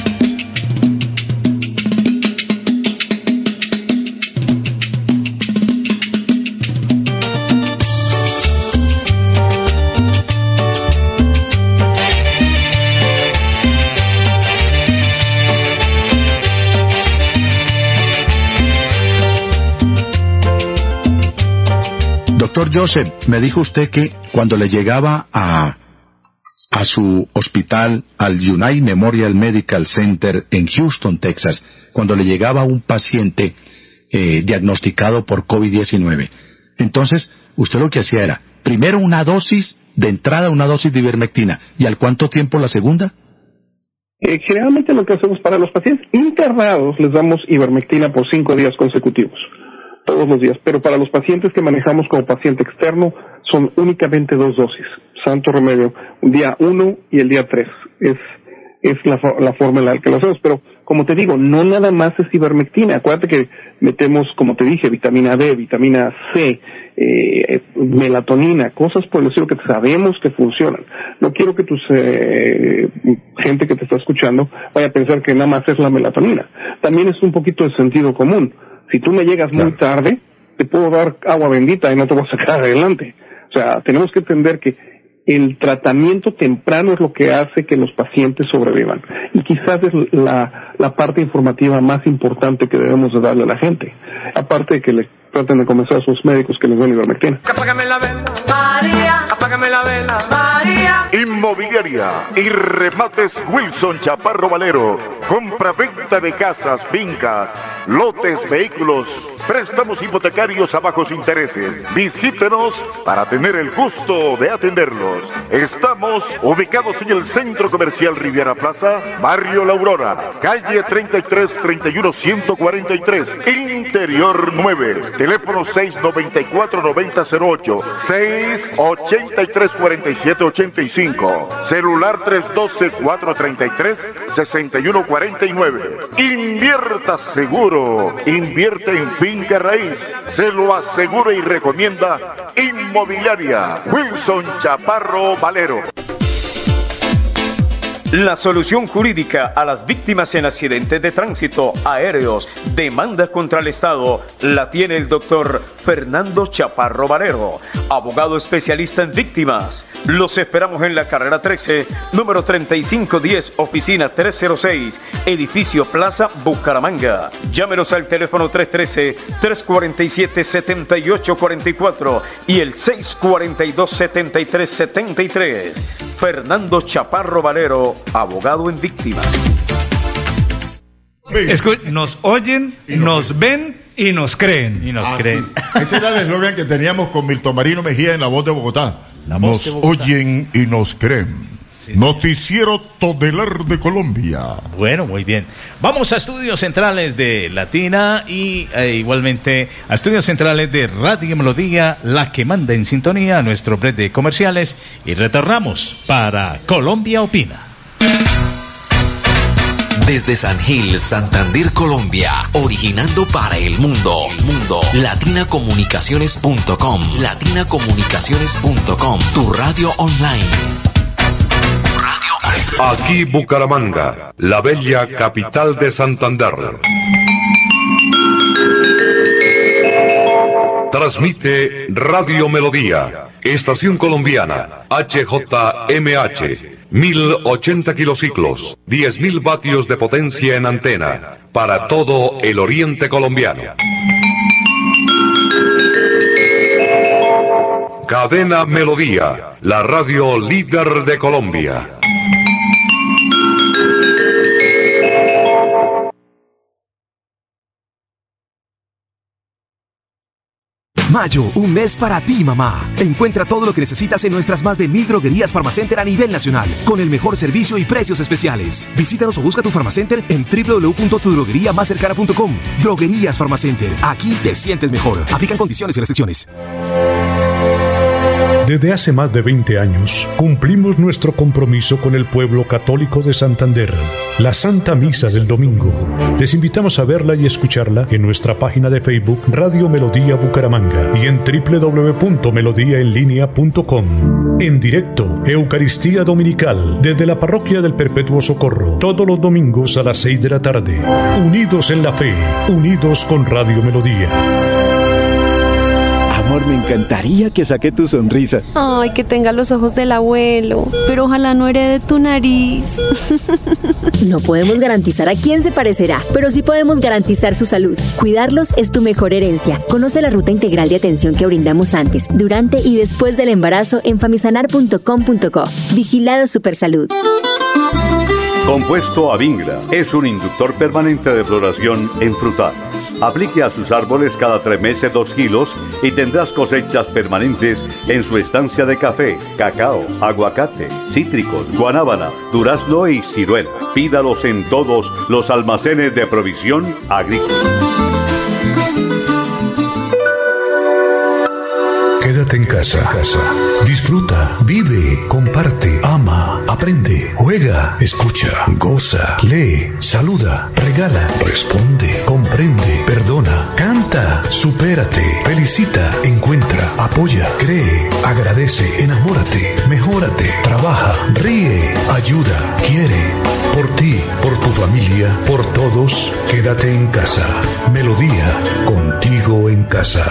[SPEAKER 4] Doctor Joseph, me dijo usted que cuando le llegaba a su hospital, al United Memorial Medical Center en Houston, Texas, cuando le llegaba un paciente diagnosticado por COVID-19, entonces usted lo que hacía era, primero una dosis de entrada, una dosis de ivermectina, ¿y al cuánto tiempo la segunda?
[SPEAKER 5] Generalmente lo que hacemos para los pacientes internados, les damos ivermectina por 5 días consecutivos, todos los días, pero para los pacientes que manejamos como paciente externo son únicamente 2 dosis, santo remedio, día 1 y el día 3, es la forma en la que lo hacemos, pero como te digo, no nada más es ivermectina, acuérdate que metemos, como te dije, vitamina D, vitamina C, melatonina, cosas por el estilo que sabemos que funcionan. No quiero que gente que te está escuchando vaya a pensar que nada más es la melatonina, también es un poquito de sentido común. Si tú me llegas muy tarde, te puedo dar agua bendita y no te voy a sacar adelante. O sea, tenemos que entender que el tratamiento temprano es lo que hace que los pacientes sobrevivan. Y quizás es la parte informativa más importante que debemos de darle a la gente. Aparte de que le traten de convencer a sus médicos que les den ivermectina.
[SPEAKER 3] Apágame la vela, María. Apágame la vela, María.
[SPEAKER 1] Inmobiliaria y remates Wilson Chaparro Valero. Compra-venta de casas, fincas, lotes, vehículos, préstamos hipotecarios a bajos intereses. Visítenos para tener el gusto de atenderlos. Estamos ubicados en el Centro Comercial Riviera Plaza, Barrio La Aurora, calle 33-31-143, Interior 9. Teléfono 694-9008, 683-4785. Celular 312-433-6149. Invierta seguro. Invierte en finca raíz. Se lo asegura y recomienda Inmobiliaria Wilson Chaparro Valero.
[SPEAKER 6] La solución jurídica a las víctimas en accidentes de tránsito, aéreos, demandas contra el Estado, la tiene el doctor Fernando Chaparro Valero, abogado especialista en víctimas. Los esperamos en la carrera 13, número 3510, oficina 306, edificio Plaza Bucaramanga. Llámenos al teléfono 313-347-7844 y el 642-7373. Fernando Chaparro Valero, abogado en víctimas.
[SPEAKER 16] Nos oyen, nos ven y nos creen.
[SPEAKER 1] Sí. Ese era el eslogan que teníamos con Milton Marino Mejía en La Voz de Bogotá. Nos oyen y nos creen. Sí. Noticiero Todelar de Colombia.
[SPEAKER 17] Bueno, muy bien. Vamos a estudios centrales de Latina y igualmente a estudios centrales de Radio Melodía, la que manda en sintonía, nuestro break de comerciales, y retornamos para Colombia Opina.
[SPEAKER 18] Desde San Gil, Santander, Colombia, originando para el mundo. Latinacomunicaciones.com. Latinacomunicaciones.com. Tu radio online.
[SPEAKER 19] Aquí Bucaramanga, la bella capital de Santander. Transmite Radio Melodía, estación colombiana, HJMH. 1080 kilociclos, 10.000 vatios de potencia en antena, para todo el oriente colombiano. Cadena Melodía, la radio líder de Colombia.
[SPEAKER 20] Mayo, un mes para ti, mamá. Encuentra todo lo que necesitas en nuestras más de 1000 droguerías Farmacenter a nivel nacional, con el mejor servicio y precios especiales. Visítanos o busca tu Farmacenter en www.tudrogueriamascercana.com. Droguerías Farmacenter, aquí te sientes mejor. Aplican condiciones y restricciones.
[SPEAKER 21] Desde hace más de 20 años, cumplimos nuestro compromiso con el pueblo católico de Santander. La Santa Misa del Domingo. Les invitamos a verla y escucharla en nuestra página de Facebook Radio Melodía Bucaramanga y en www.melodiaenlinea.com. En directo, Eucaristía Dominical, desde la Parroquia del Perpetuo Socorro, todos los domingos a las 6 de la tarde. Unidos en la fe, unidos con Radio Melodía.
[SPEAKER 22] Amor, me encantaría que saque tu sonrisa.
[SPEAKER 23] Ay, que tenga los ojos del abuelo, pero ojalá no herede tu nariz.
[SPEAKER 24] No podemos garantizar a quién se parecerá, pero sí podemos garantizar su salud. Cuidarlos es tu mejor herencia. Conoce la ruta integral de atención que brindamos antes, durante y después del embarazo en famisanar.com.co. Vigilado Supersalud.
[SPEAKER 25] Compuesto Avingra es un inductor permanente de floración en frutales. Aplique a sus árboles cada 3 meses 2 kilos y tendrás cosechas permanentes en su estancia de café, cacao, aguacate, cítricos, guanábana, durazno y ciruela. Pídalos en todos los almacenes de provisión agrícola.
[SPEAKER 21] Quédate en casa. Disfruta, vive, comparte, ama, aprende, juega, escucha, goza, lee, saluda, regala, responde, comprende, perdona, canta, supérate, felicita, encuentra, apoya, cree, agradece, enamórate, mejórate, trabaja, ríe, ayuda, quiere. Por ti, por tu familia, por todos, quédate en casa. Melodía, contigo en casa.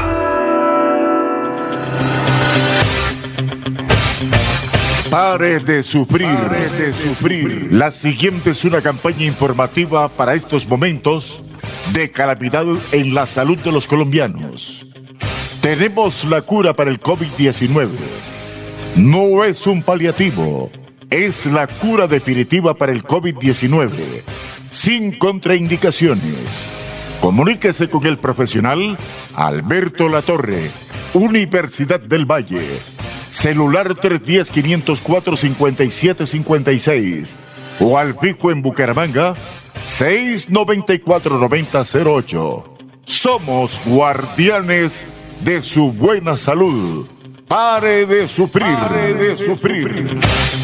[SPEAKER 1] Pare de sufrir, pare de sufrir. La siguiente es una campaña informativa para estos momentos de calamidad en la salud de los colombianos. Tenemos la cura para el COVID-19. No es un paliativo, es la cura definitiva para el COVID-19, sin contraindicaciones. Comuníquese con el profesional Alberto Latorre, Universidad del Valle. Celular 310-504-5756 o al fijo en Bucaramanga 694-9008. Somos guardianes de su buena salud. Pare de sufrir. Pare de sufrir.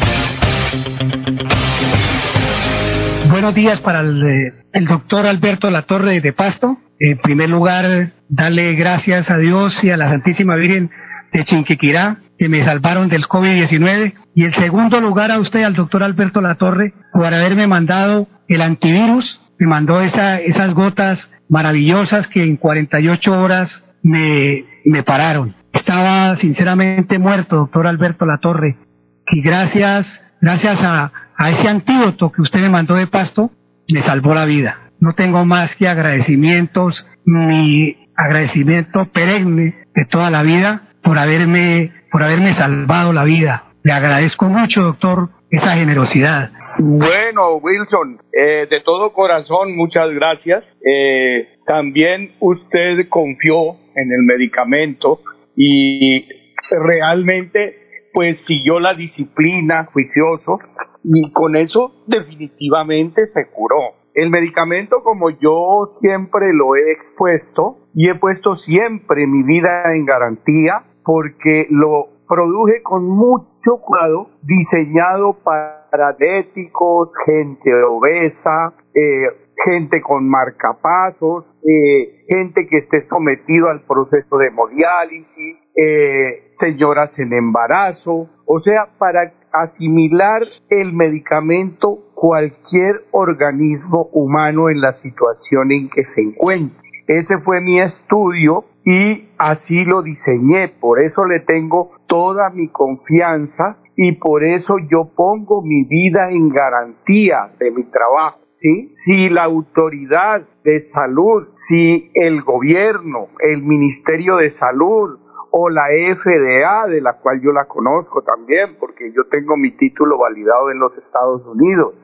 [SPEAKER 7] Buenos días para el doctor Alberto Latorre de Pasto. En primer lugar, darle gracias a Dios y a la Santísima Virgen de Chinquiquirá que me salvaron del COVID-19. Y el segundo lugar a usted, al doctor Alberto Latorre, por haberme mandado el antivirus. Me mandó esas gotas maravillosas que en 48 horas me pararon. Estaba sinceramente muerto, doctor Alberto Latorre. Y gracias a ese antídoto que usted me mandó de Pasto, me salvó la vida. No tengo más que agradecimientos, mi agradecimiento perenne de toda la vida por haberme salvado la vida. Le agradezco mucho, doctor, esa generosidad.
[SPEAKER 2] Bueno, Wilson, de todo corazón, muchas gracias. También usted confió en el medicamento y realmente pues siguió la disciplina, juicioso, y con eso definitivamente se curó. El medicamento, como yo siempre lo he expuesto y he puesto siempre mi vida en garantía, porque lo produje con mucho cuidado, diseñado para diabéticos, gente obesa, gente con marcapasos, gente que esté sometido al proceso de hemodiálisis, señoras en embarazo, o sea, para asimilar el medicamento cualquier organismo humano en la situación en que se encuentre. Ese fue mi estudio y así lo diseñé, por eso le tengo toda mi confianza y por eso yo pongo mi vida en garantía de mi trabajo. ¿Sí? Si la autoridad de salud, si el gobierno, el Ministerio de Salud o la FDA, de la cual yo la conozco también, porque yo tengo mi título validado en los Estados Unidos,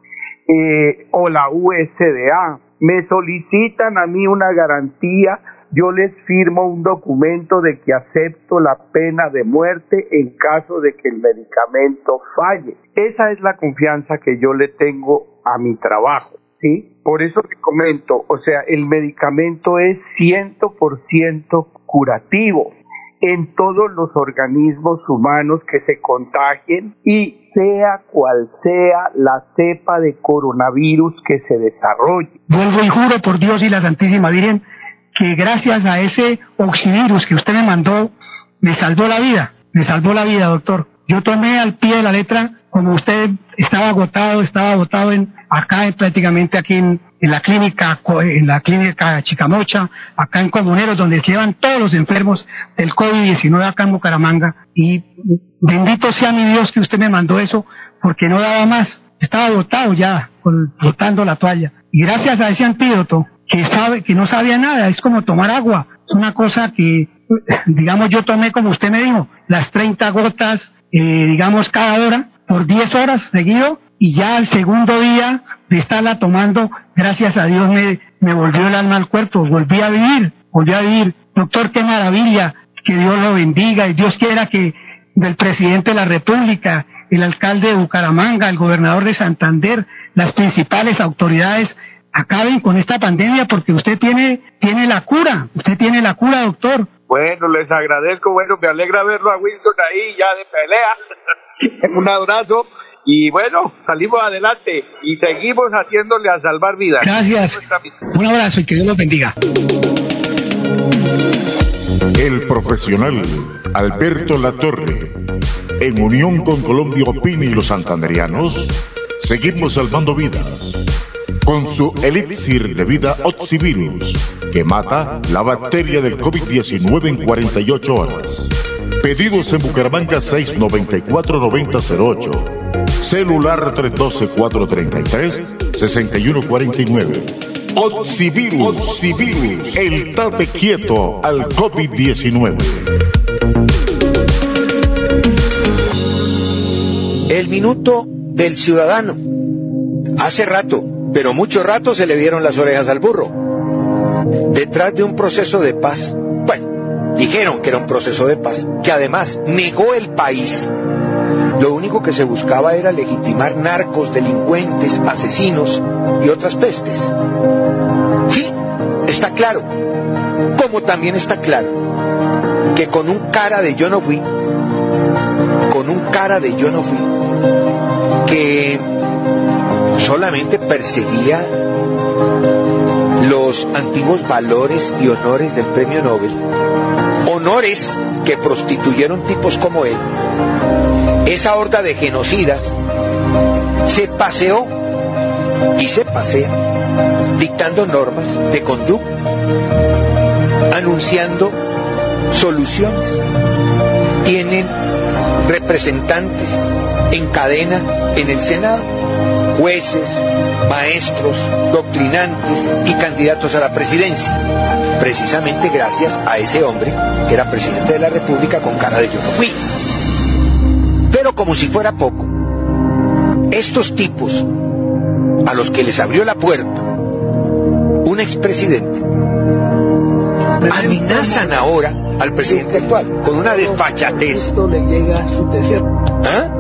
[SPEAKER 2] o la USDA, me solicitan a mí una garantía, yo les firmo un documento de que acepto la pena de muerte en caso de que el medicamento falle. Esa es la confianza que yo le tengo a mi trabajo, ¿sí? Por eso te comento, o sea, el medicamento es 100% curativo en todos los organismos humanos que se contagien y sea cual sea la cepa de coronavirus que se desarrolle.
[SPEAKER 7] Vuelvo y juro por Dios y la Santísima Virgen que gracias a ese oxivirus que usted me mandó, me salvó la vida, doctor. Yo tomé al pie de la letra, como usted estaba agotado prácticamente aquí en la clínica Chicamocha, acá en Comuneros, donde se llevan todos los enfermos del COVID-19 acá en Bucaramanga. Y bendito sea mi Dios que usted me mandó eso, porque no daba más. Estaba agotado ya, botando la toalla. Y gracias a ese antídoto, que no sabía nada, es como tomar agua. Es una cosa que, digamos, yo tomé, como usted me dijo, las 30 gotas, digamos, cada hora, por 10 horas seguido, y ya al segundo día de estarla tomando, gracias a Dios me volvió el alma al cuerpo, volví a vivir. Doctor, qué maravilla, que Dios lo bendiga, y Dios quiera que del presidente de la República, el alcalde de Bucaramanga, el gobernador de Santander, las principales autoridades acaben con esta pandemia, porque usted tiene la cura, doctor.
[SPEAKER 2] Bueno, les agradezco, me alegra verlo a Wilson ahí ya de pelea. Un abrazo y bueno, salimos adelante y seguimos haciéndole a salvar vidas.
[SPEAKER 7] Gracias, un abrazo y que Dios los bendiga.
[SPEAKER 1] El profesional Alberto Latorre, en unión con Colombia Opina y los santanderianos, seguimos salvando vidas con su elixir de vida Oxivirus, que mata la bacteria del COVID-19 en 48 horas. Pedidos en Bucaramanga 694-9008. Celular 312-433-6149. Oxivirus, el tate quieto al COVID-19.
[SPEAKER 8] El minuto del ciudadano. Hace rato, pero mucho rato, se le vieron las orejas al burro. Detrás de un proceso de paz, bueno, dijeron que era un proceso de paz, que además negó el país. Lo único que se buscaba era legitimar narcos, delincuentes, asesinos y otras pestes. Sí, está claro, como también está claro que con un cara de yo no fui, que solamente perseguía los antiguos valores y honores del premio Nobel, honores que prostituyeron tipos como él, esa horda de genocidas se paseó y se pasea dictando normas de conducta, anunciando soluciones. Tienen representantes en cadena en el Senado, jueces, maestros, doctrinantes y candidatos a la presidencia, precisamente gracias a ese hombre que era presidente de la República con cara de yo no fui. Pero como si fuera poco, estos tipos a los que les abrió la puerta un expresidente amenazan ahora al presidente actual con una desfachatez. ¿Ah?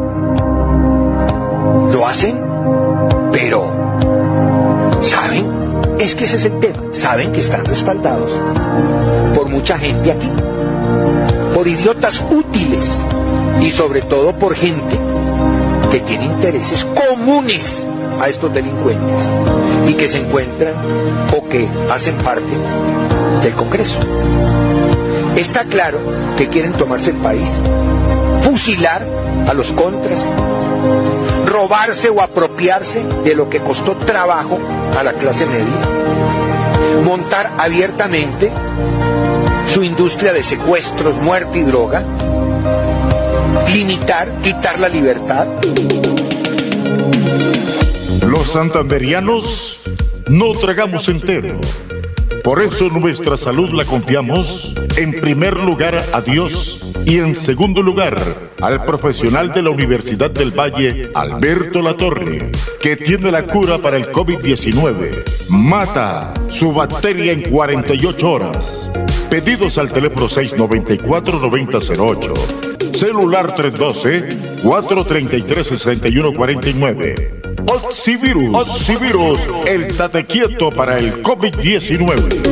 [SPEAKER 8] Lo hacen, pero ¿saben? Es que ese es el tema. Saben que están respaldados por mucha gente aquí, por idiotas útiles y sobre todo por gente que tiene intereses comunes a estos delincuentes y que se encuentran o que hacen parte del Congreso. Está claro que quieren tomarse el país, fusilar a los contras, robarse o apropiarse de lo que costó trabajo a la clase media, montar abiertamente su industria de secuestros, muerte y droga, limitar, quitar la libertad.
[SPEAKER 1] Los santanderianos no tragamos entero. Por eso nuestra salud la confiamos en primer lugar a Dios y en segundo lugar al profesional de la Universidad del Valle, Alberto Latorre, que tiene la cura para el COVID-19. Mata su bacteria en 48 horas. Pedidos al teléfono 694-9008. Celular 312-433-6149. Oxivirus, el tate quieto para el COVID-19.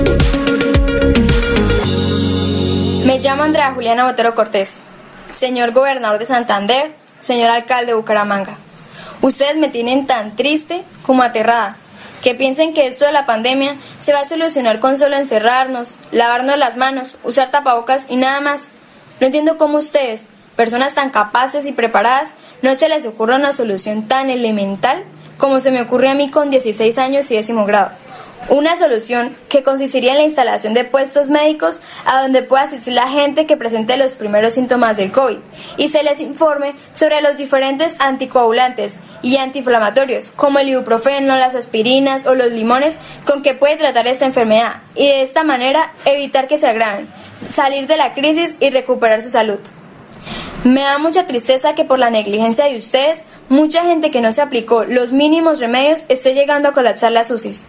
[SPEAKER 9] Me llamo Andrea Juliana Botero Cortés. Señor gobernador de Santander, señor alcalde de Bucaramanga, ustedes me tienen tan triste como aterrada, que piensen que esto de la pandemia se va a solucionar con solo encerrarnos, lavarnos las manos, usar tapabocas y nada más. No entiendo cómo ustedes, personas tan capaces y preparadas, no se les ocurre una solución tan elemental como se me ocurre a mí con 16 años y 10º grado. Una solución que consistiría en la instalación de puestos médicos a donde pueda asistir la gente que presente los primeros síntomas del COVID y se les informe sobre los diferentes anticoagulantes y antiinflamatorios como el ibuprofeno, las aspirinas o los limones con que puede tratar esta enfermedad y de esta manera evitar que se agraven, salir de la crisis y recuperar su salud. Me da mucha tristeza que por la negligencia de ustedes, mucha gente que no se aplicó los mínimos remedios esté llegando a colapsar las UCIs.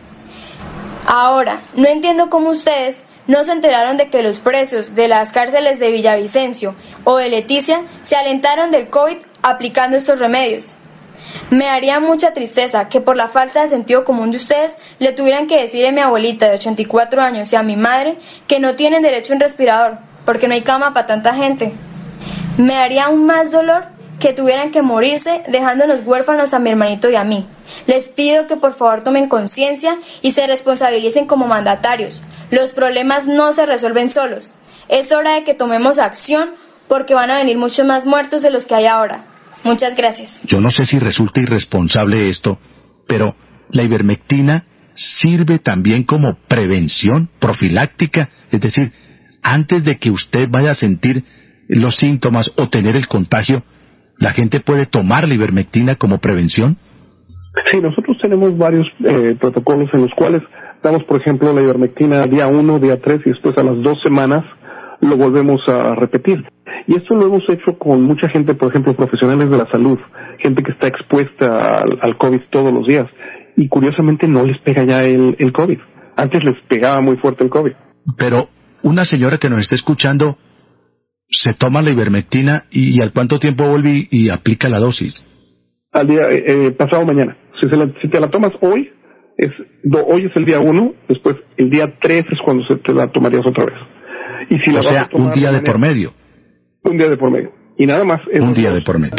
[SPEAKER 9] Ahora, no entiendo cómo ustedes no se enteraron de que los presos de las cárceles de Villavicencio o de Leticia se alentaron del COVID aplicando estos remedios. Me daría mucha tristeza que por la falta de sentido común de ustedes le tuvieran que decir a mi abuelita de 84 años y a mi madre que no tienen derecho a un respirador porque no hay cama para tanta gente. Me daría aún más dolor que tuvieran que morirse dejándonos huérfanos a mi hermanito y a mí. Les pido que por favor tomen conciencia y se responsabilicen como mandatarios. Los problemas no se resuelven solos. Es hora de que tomemos acción porque van a venir muchos más muertos de los que hay ahora. Muchas gracias.
[SPEAKER 4] Yo no sé si resulta irresponsable esto, pero la ivermectina sirve también como prevención profiláctica, es decir, antes de que usted vaya a sentir los síntomas o tener el contagio, ¿la gente puede tomar la ivermectina como prevención?
[SPEAKER 5] Sí, nosotros tenemos varios protocolos en los cuales damos, por ejemplo, la ivermectina día 1, día 3 y después a las 2 semanas lo volvemos a repetir. Y esto lo hemos hecho con mucha gente, por ejemplo, profesionales de la salud, gente que está expuesta al COVID todos los días. Y curiosamente no les pega ya el COVID. Antes les pegaba muy fuerte el COVID.
[SPEAKER 4] Pero una señora que nos está escuchando se toma la ivermectina y ¿al cuánto tiempo vuelve y aplica la dosis?
[SPEAKER 5] Al día pasado mañana. Si te la tomas hoy, hoy es el día 1, después el día 3 es cuando te la tomarías otra vez. Y si
[SPEAKER 4] o sea, un día de por medio.
[SPEAKER 5] Un día de por medio. Y nada más.
[SPEAKER 4] Un día de por medio.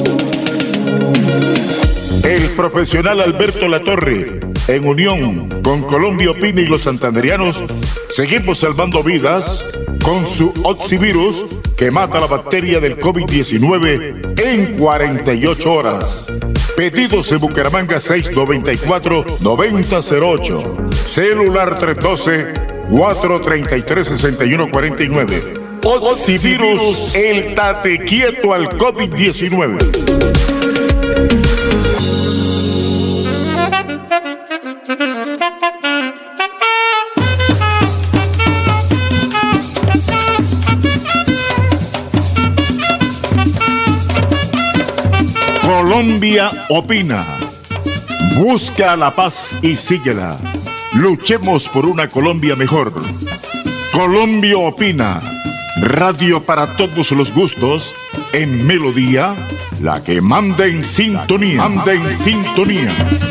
[SPEAKER 1] El profesional Alberto Latorre, en unión con Colombia Opina y los santanderianos, seguimos salvando vidas con su Oxivirus que mata la bacteria del COVID-19 en 48 horas. Pedidos en Bucaramanga 694-9008. Celular 312-433-6149. Oxivirus, el tate quieto al COVID-19. Colombia opina. Busca la paz y síguela. Luchemos por una Colombia mejor. Colombia opina. Radio para todos los gustos. En Melodía, la que manda en sintonía. Manda en sintonía.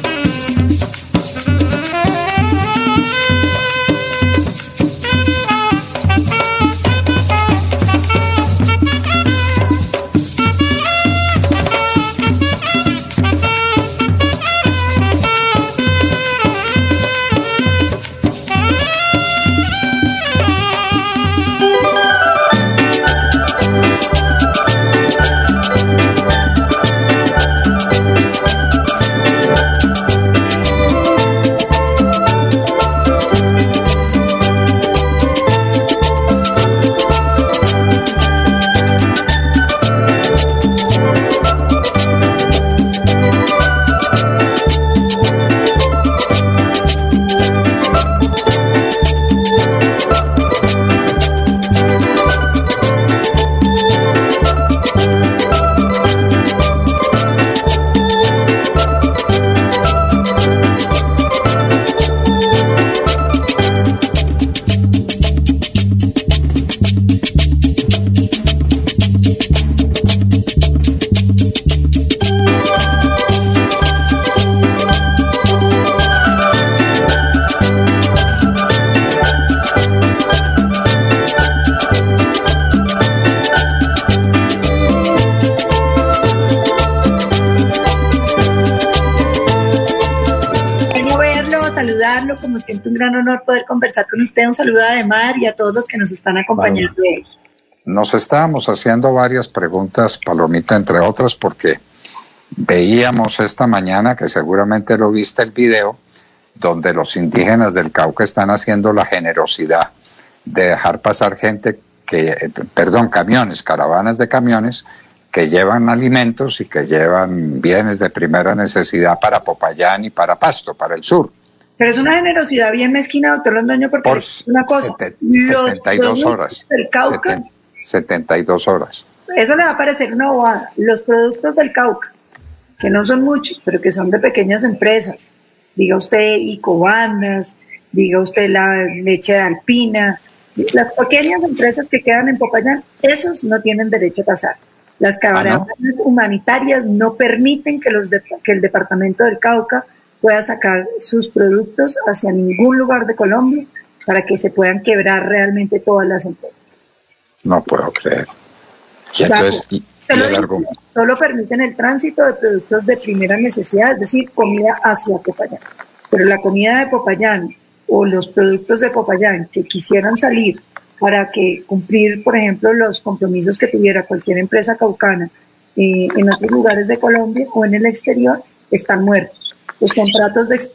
[SPEAKER 10] Como siempre, un gran honor poder conversar con usted. Un saludo a Ademar y a todos los que nos están acompañando hoy.
[SPEAKER 11] Nos estábamos haciendo varias preguntas, Palomita, entre otras, porque veíamos esta mañana, que seguramente lo viste el video, donde los indígenas del Cauca están haciendo la generosidad de dejar pasar camiones, caravanas de camiones que llevan alimentos y que llevan bienes de primera necesidad para Popayán y para Pasto, para el sur.
[SPEAKER 10] Pero es una generosidad bien mezquina, doctor Londoño, porque
[SPEAKER 11] por
[SPEAKER 10] es una cosa.
[SPEAKER 11] 72 horas.
[SPEAKER 10] Del Cauca,
[SPEAKER 11] 72 horas.
[SPEAKER 10] Eso le va a parecer una bobada. Los productos del Cauca, que no son muchos, pero que son de pequeñas empresas, diga usted Icobandas, diga usted la leche de Alpina, las pequeñas empresas que quedan en Popayán, esos no tienen derecho a pasar. Las caravanas humanitarias no permiten que el departamento del Cauca pueda sacar sus productos hacia ningún lugar de Colombia para que se puedan quebrar realmente todas las empresas.
[SPEAKER 11] No puedo creer. Y entonces,
[SPEAKER 10] solo permiten el tránsito de productos de primera necesidad, es decir, comida hacia Popayán. Pero la comida de Popayán o los productos de Popayán que quisieran salir para que cumplir, por ejemplo, los compromisos que tuviera cualquier empresa caucana en otros lugares de Colombia o en el exterior, están muertos. Los contratos de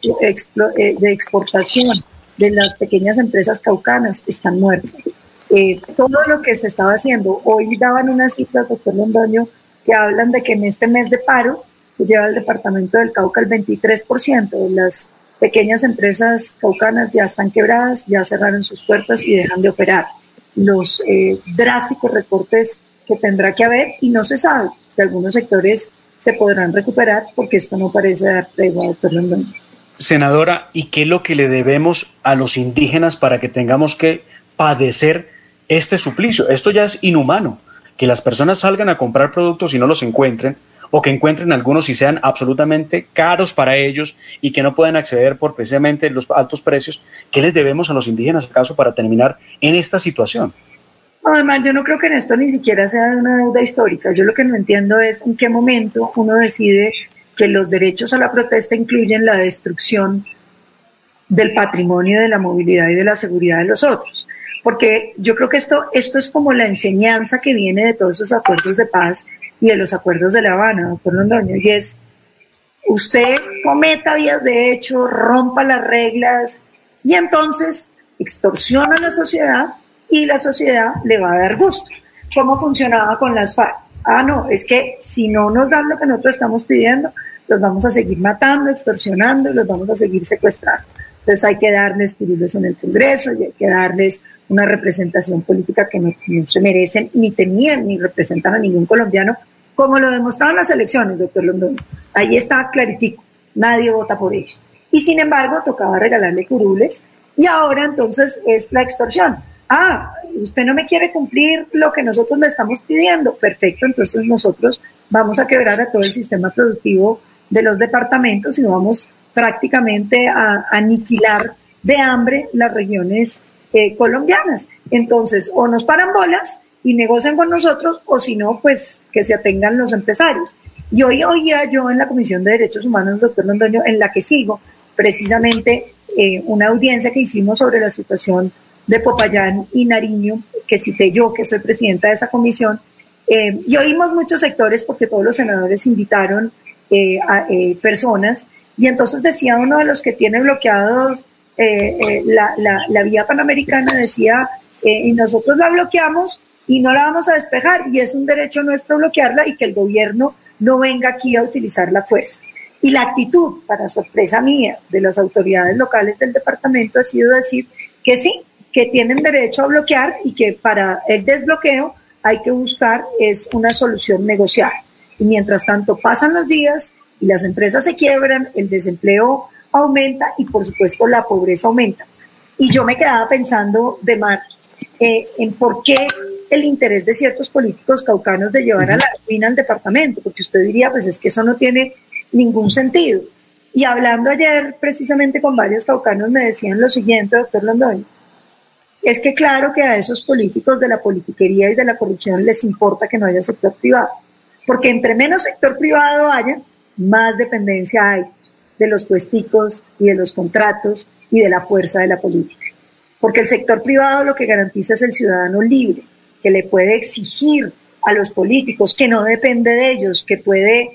[SPEAKER 10] exportación de las pequeñas empresas caucanas están muertos. Todo lo que se estaba haciendo, hoy daban unas cifras, doctor Londoño, que hablan de que en este mes de paro que lleva el departamento del Cauca, el 23% de las pequeñas empresas caucanas ya están quebradas, ya cerraron sus puertas y dejan de operar. Los drásticos recortes que tendrá que haber, y no se sabe si algunos sectores se podrán recuperar, porque esto no parece dar tregua, doctor Londoño.
[SPEAKER 12] Senadora, ¿y qué es lo que le debemos a los indígenas para que tengamos que padecer este suplicio? Esto ya es inhumano, que las personas salgan a comprar productos y no los encuentren, o que encuentren algunos y sean absolutamente caros para ellos y que no puedan acceder por precisamente los altos precios. ¿Qué les debemos a los indígenas acaso para terminar en esta situación?
[SPEAKER 10] Además, yo no creo que en esto ni siquiera sea una deuda histórica. Yo lo que no entiendo es en qué momento uno decide que los derechos a la protesta incluyen la destrucción del patrimonio, de la movilidad y de la seguridad de los otros. porque yo creo que esto es como la enseñanza que viene de todos esos acuerdos de paz y de los acuerdos de La Habana, doctor Londoño, y es, usted cometa vías de hecho, rompa las reglas, y entonces extorsiona a la sociedad y la sociedad le va a dar gusto. ¿Cómo funcionaba con las FARC? No, es que si no nos dan lo que nosotros estamos pidiendo, los vamos a seguir matando, extorsionando y los vamos a seguir secuestrando. Entonces hay que darles curules en el Congreso y hay que darles una representación política que no se merecen, ni tenían, ni representan a ningún colombiano, como lo demostraron las elecciones, doctor Londoño. Ahí está claritico, nadie vota por ellos. Y sin embargo, tocaba regalarle curules y ahora entonces es la extorsión. Usted no me quiere cumplir lo que nosotros le estamos pidiendo. Perfecto, entonces nosotros vamos a quebrar a todo el sistema productivo de los departamentos y vamos prácticamente a aniquilar de hambre las regiones colombianas. Entonces, o nos paran bolas y negocian con nosotros, o si no, pues que se atengan los empresarios. Y hoy oía yo en la Comisión de Derechos Humanos, doctor Londoño, en la que sigo, precisamente una audiencia que hicimos sobre la situación de Popayán y Nariño, que cité yo, que soy presidenta de esa comisión, y oímos muchos sectores porque todos los senadores invitaron a personas, y entonces decía uno de los que tiene bloqueados la vía panamericana, decía, y nosotros la bloqueamos y no la vamos a despejar, y es un derecho nuestro bloquearla y que el gobierno no venga aquí a utilizar la fuerza. Y la actitud, para sorpresa mía, de las autoridades locales del departamento ha sido decir que sí, que tienen derecho a bloquear y que para el desbloqueo hay que buscar es una solución negociada. Y mientras tanto pasan los días y las empresas se quiebran, el desempleo aumenta y por supuesto la pobreza aumenta. Y yo me quedaba pensando, Demar, en por qué el interés de ciertos políticos caucanos de llevar a la ruina al departamento, porque usted diría, pues es que eso no tiene ningún sentido. Y hablando ayer precisamente con varios caucanos me decían lo siguiente, doctor Londoño, es que claro que a esos políticos de la politiquería y de la corrupción les importa que no haya sector privado, porque entre menos sector privado haya, más dependencia hay de los puesticos y de los contratos y de la fuerza de la política. Porque el sector privado lo que garantiza es el ciudadano libre, que le puede exigir a los políticos, que no depende de ellos, que puede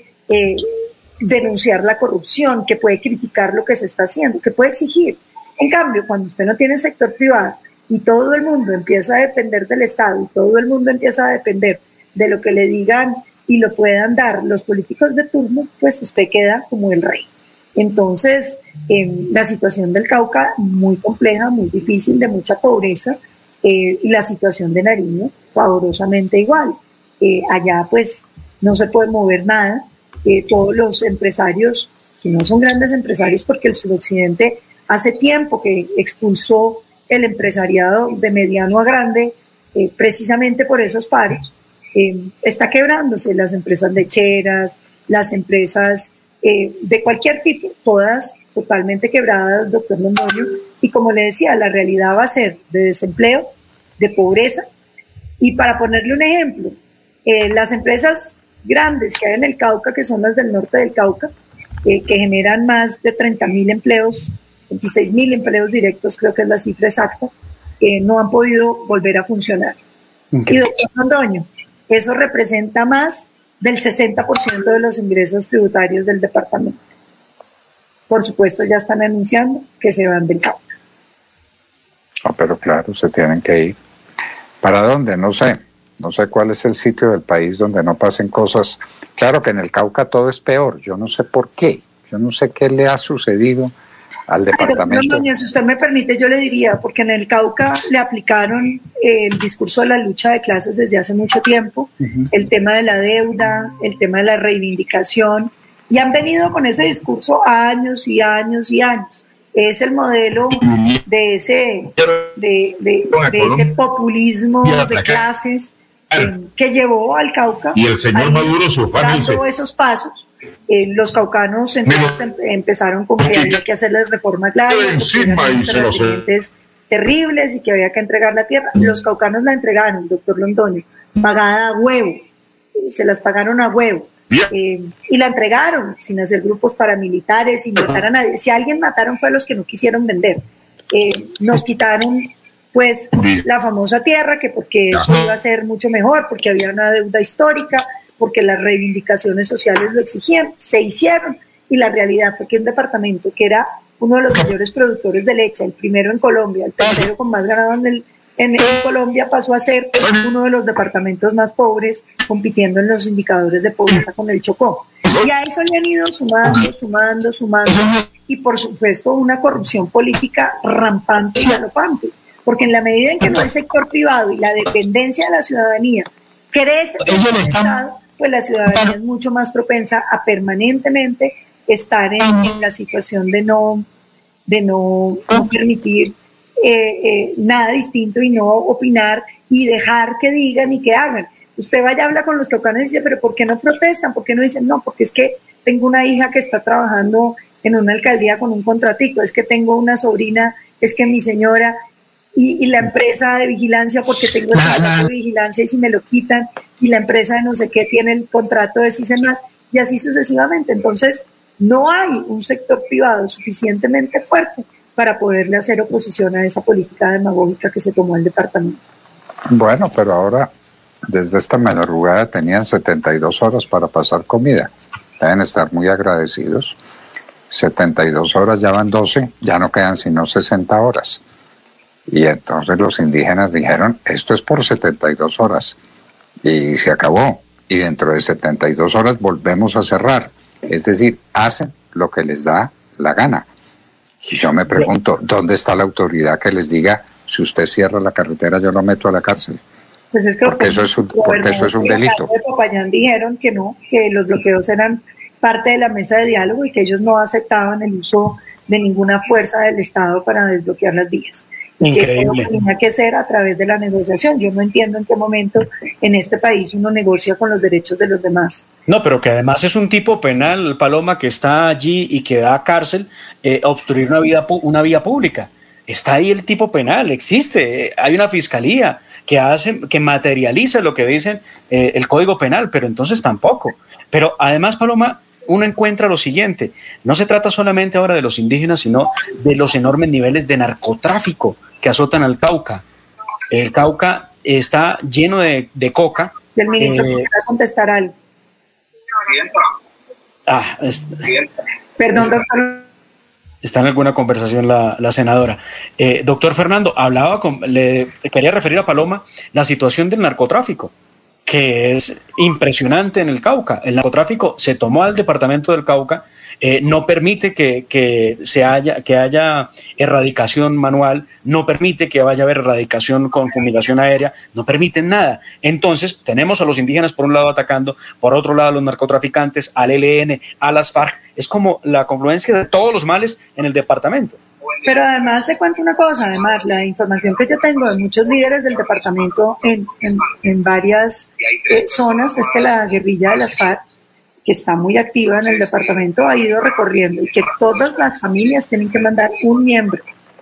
[SPEAKER 10] denunciar la corrupción, que puede criticar lo que se está haciendo, que puede exigir. En cambio, cuando usted no tiene sector privado y todo el mundo empieza a depender del Estado y todo el mundo empieza a depender de lo que le digan y lo puedan dar los políticos de turno, pues usted queda como el rey. Entonces, la situación del Cauca muy compleja, muy difícil, de mucha pobreza, y la situación de Nariño pavorosamente igual. Allá pues no se puede mover nada, todos los empresarios, que no son grandes empresarios porque el suroccidente hace tiempo que expulsó el empresariado de mediano a grande, precisamente por esos paros, está quebrándose las empresas lecheras, las empresas de cualquier tipo, todas totalmente quebradas, doctor Londoño, y como le decía, la realidad va a ser de desempleo, de pobreza, y para ponerle un ejemplo, las empresas grandes que hay en el Cauca, que son las del norte del Cauca, que generan más de 30.000 empleos, 26.000 empleos directos, creo que es la cifra exacta, no han podido volver a funcionar. Y doctor Londoño, eso representa más del 60% de los ingresos tributarios del departamento. Por supuesto, ya están anunciando que se van del Cauca.
[SPEAKER 11] Pero claro, se tienen que ir. ¿Para dónde? No sé. No sé cuál es el sitio del país donde no pasen cosas. Claro que en el Cauca todo es peor. Yo no sé por qué. Yo no sé qué le ha sucedido al departamento.
[SPEAKER 10] Si usted me permite, yo le diría, porque en el Cauca le aplicaron el discurso de la lucha de clases desde hace mucho tiempo, el tema de la deuda, el tema de la reivindicación, y han venido con ese discurso años y años y años. Es el modelo de ese populismo de clases que llevó al Cauca.
[SPEAKER 3] Y el señor Maduro, su
[SPEAKER 10] dando esos pasos. Los caucanos entonces empezaron con que había que hacerles reforma agraria, terribles y que había que entregar la tierra. Los caucanos la entregaron, doctor Londoño, pagada a huevo, se las pagaron a huevo. Y la entregaron sin hacer grupos paramilitares, sin matar a nadie. Si a alguien mataron fue a los que no quisieron vender. Nos quitaron pues la famosa tierra, que porque eso iba a ser mucho mejor, porque había una deuda histórica, porque las reivindicaciones sociales lo exigían, se hicieron, y la realidad fue que un departamento que era uno de los mayores productores de leche, el primero en Colombia, el tercero con más ganado en Colombia, pasó a ser uno de los departamentos más pobres, compitiendo en los indicadores de pobreza con el Chocó. Y a eso le han ido sumando, y por supuesto una corrupción política rampante y galopante, porque en la medida en que no hay sector privado y la dependencia de la ciudadanía crece en el Estado, pues la ciudadanía es mucho más propensa a permanentemente estar en la situación de no permitir nada distinto y no opinar y dejar que digan y que hagan. Usted vaya a hablar con los caucanos y dice, pero ¿por qué no protestan? ¿Por qué no dicen no? Porque es que tengo una hija que está trabajando en una alcaldía con un contratico, es que tengo una sobrina, es que mi señora y la empresa de vigilancia, porque tengo el contrato de vigilancia y si me lo quitan, y la empresa de no sé qué tiene el contrato de más, y así sucesivamente. Entonces, no hay un sector privado suficientemente fuerte para poderle hacer oposición a esa política demagógica que se tomó el departamento.
[SPEAKER 11] Bueno, pero ahora, desde esta madrugada tenían 72 horas para pasar comida. Deben estar muy agradecidos. 72 horas, ya van 12, ya no quedan sino 60 horas. Y entonces los indígenas dijeron, esto es por 72 horas. Y se acabó. Y dentro de 72 horas volvemos a cerrar. Es decir, hacen lo que les da la gana. Y yo me pregunto, ¿dónde está la autoridad que les diga, si usted cierra la carretera, yo lo meto a la cárcel?
[SPEAKER 10] Pues es que
[SPEAKER 11] porque eso es un delito.
[SPEAKER 10] De Popayán dijeron que no, que los bloqueos eran parte de la mesa de diálogo y que ellos no aceptaban el uso de ninguna fuerza del Estado para desbloquear las vías.
[SPEAKER 12] Increíble.
[SPEAKER 10] Que tenía que ser a través de la negociación. Yo no entiendo en qué momento en este país uno negocia con los derechos de los demás.
[SPEAKER 12] No, pero que además es un tipo penal, Paloma, que está allí y que da cárcel, obstruir una vía pública. Está ahí el tipo penal, existe, hay una fiscalía que materializa lo que dice el Código Penal, pero entonces tampoco. Pero además, Paloma, uno encuentra lo siguiente, no se trata solamente ahora de los indígenas, sino de los enormes niveles de narcotráfico que azotan al Cauca. El Cauca está lleno de coca.
[SPEAKER 10] El ministro quiere contestar algo. Perdón, doctor.
[SPEAKER 12] Está en alguna conversación la senadora. Doctor Fernando, le quería referir a Paloma la situación del narcotráfico, que es impresionante en el Cauca. El narcotráfico se tomó al departamento del Cauca, no permite que haya erradicación manual, no permite que vaya a haber erradicación con fumigación aérea, no permiten nada. Entonces tenemos a los indígenas por un lado atacando, por otro lado a los narcotraficantes, al ELN, a las FARC. Es como la confluencia de todos los males en el departamento.
[SPEAKER 10] Pero además te cuento una cosa, además la información que yo tengo de muchos líderes del departamento en varias zonas es que la guerrilla de las FARC, que está muy activa en el departamento, ha ido recorriendo y que todas las familias tienen que mandar un miembro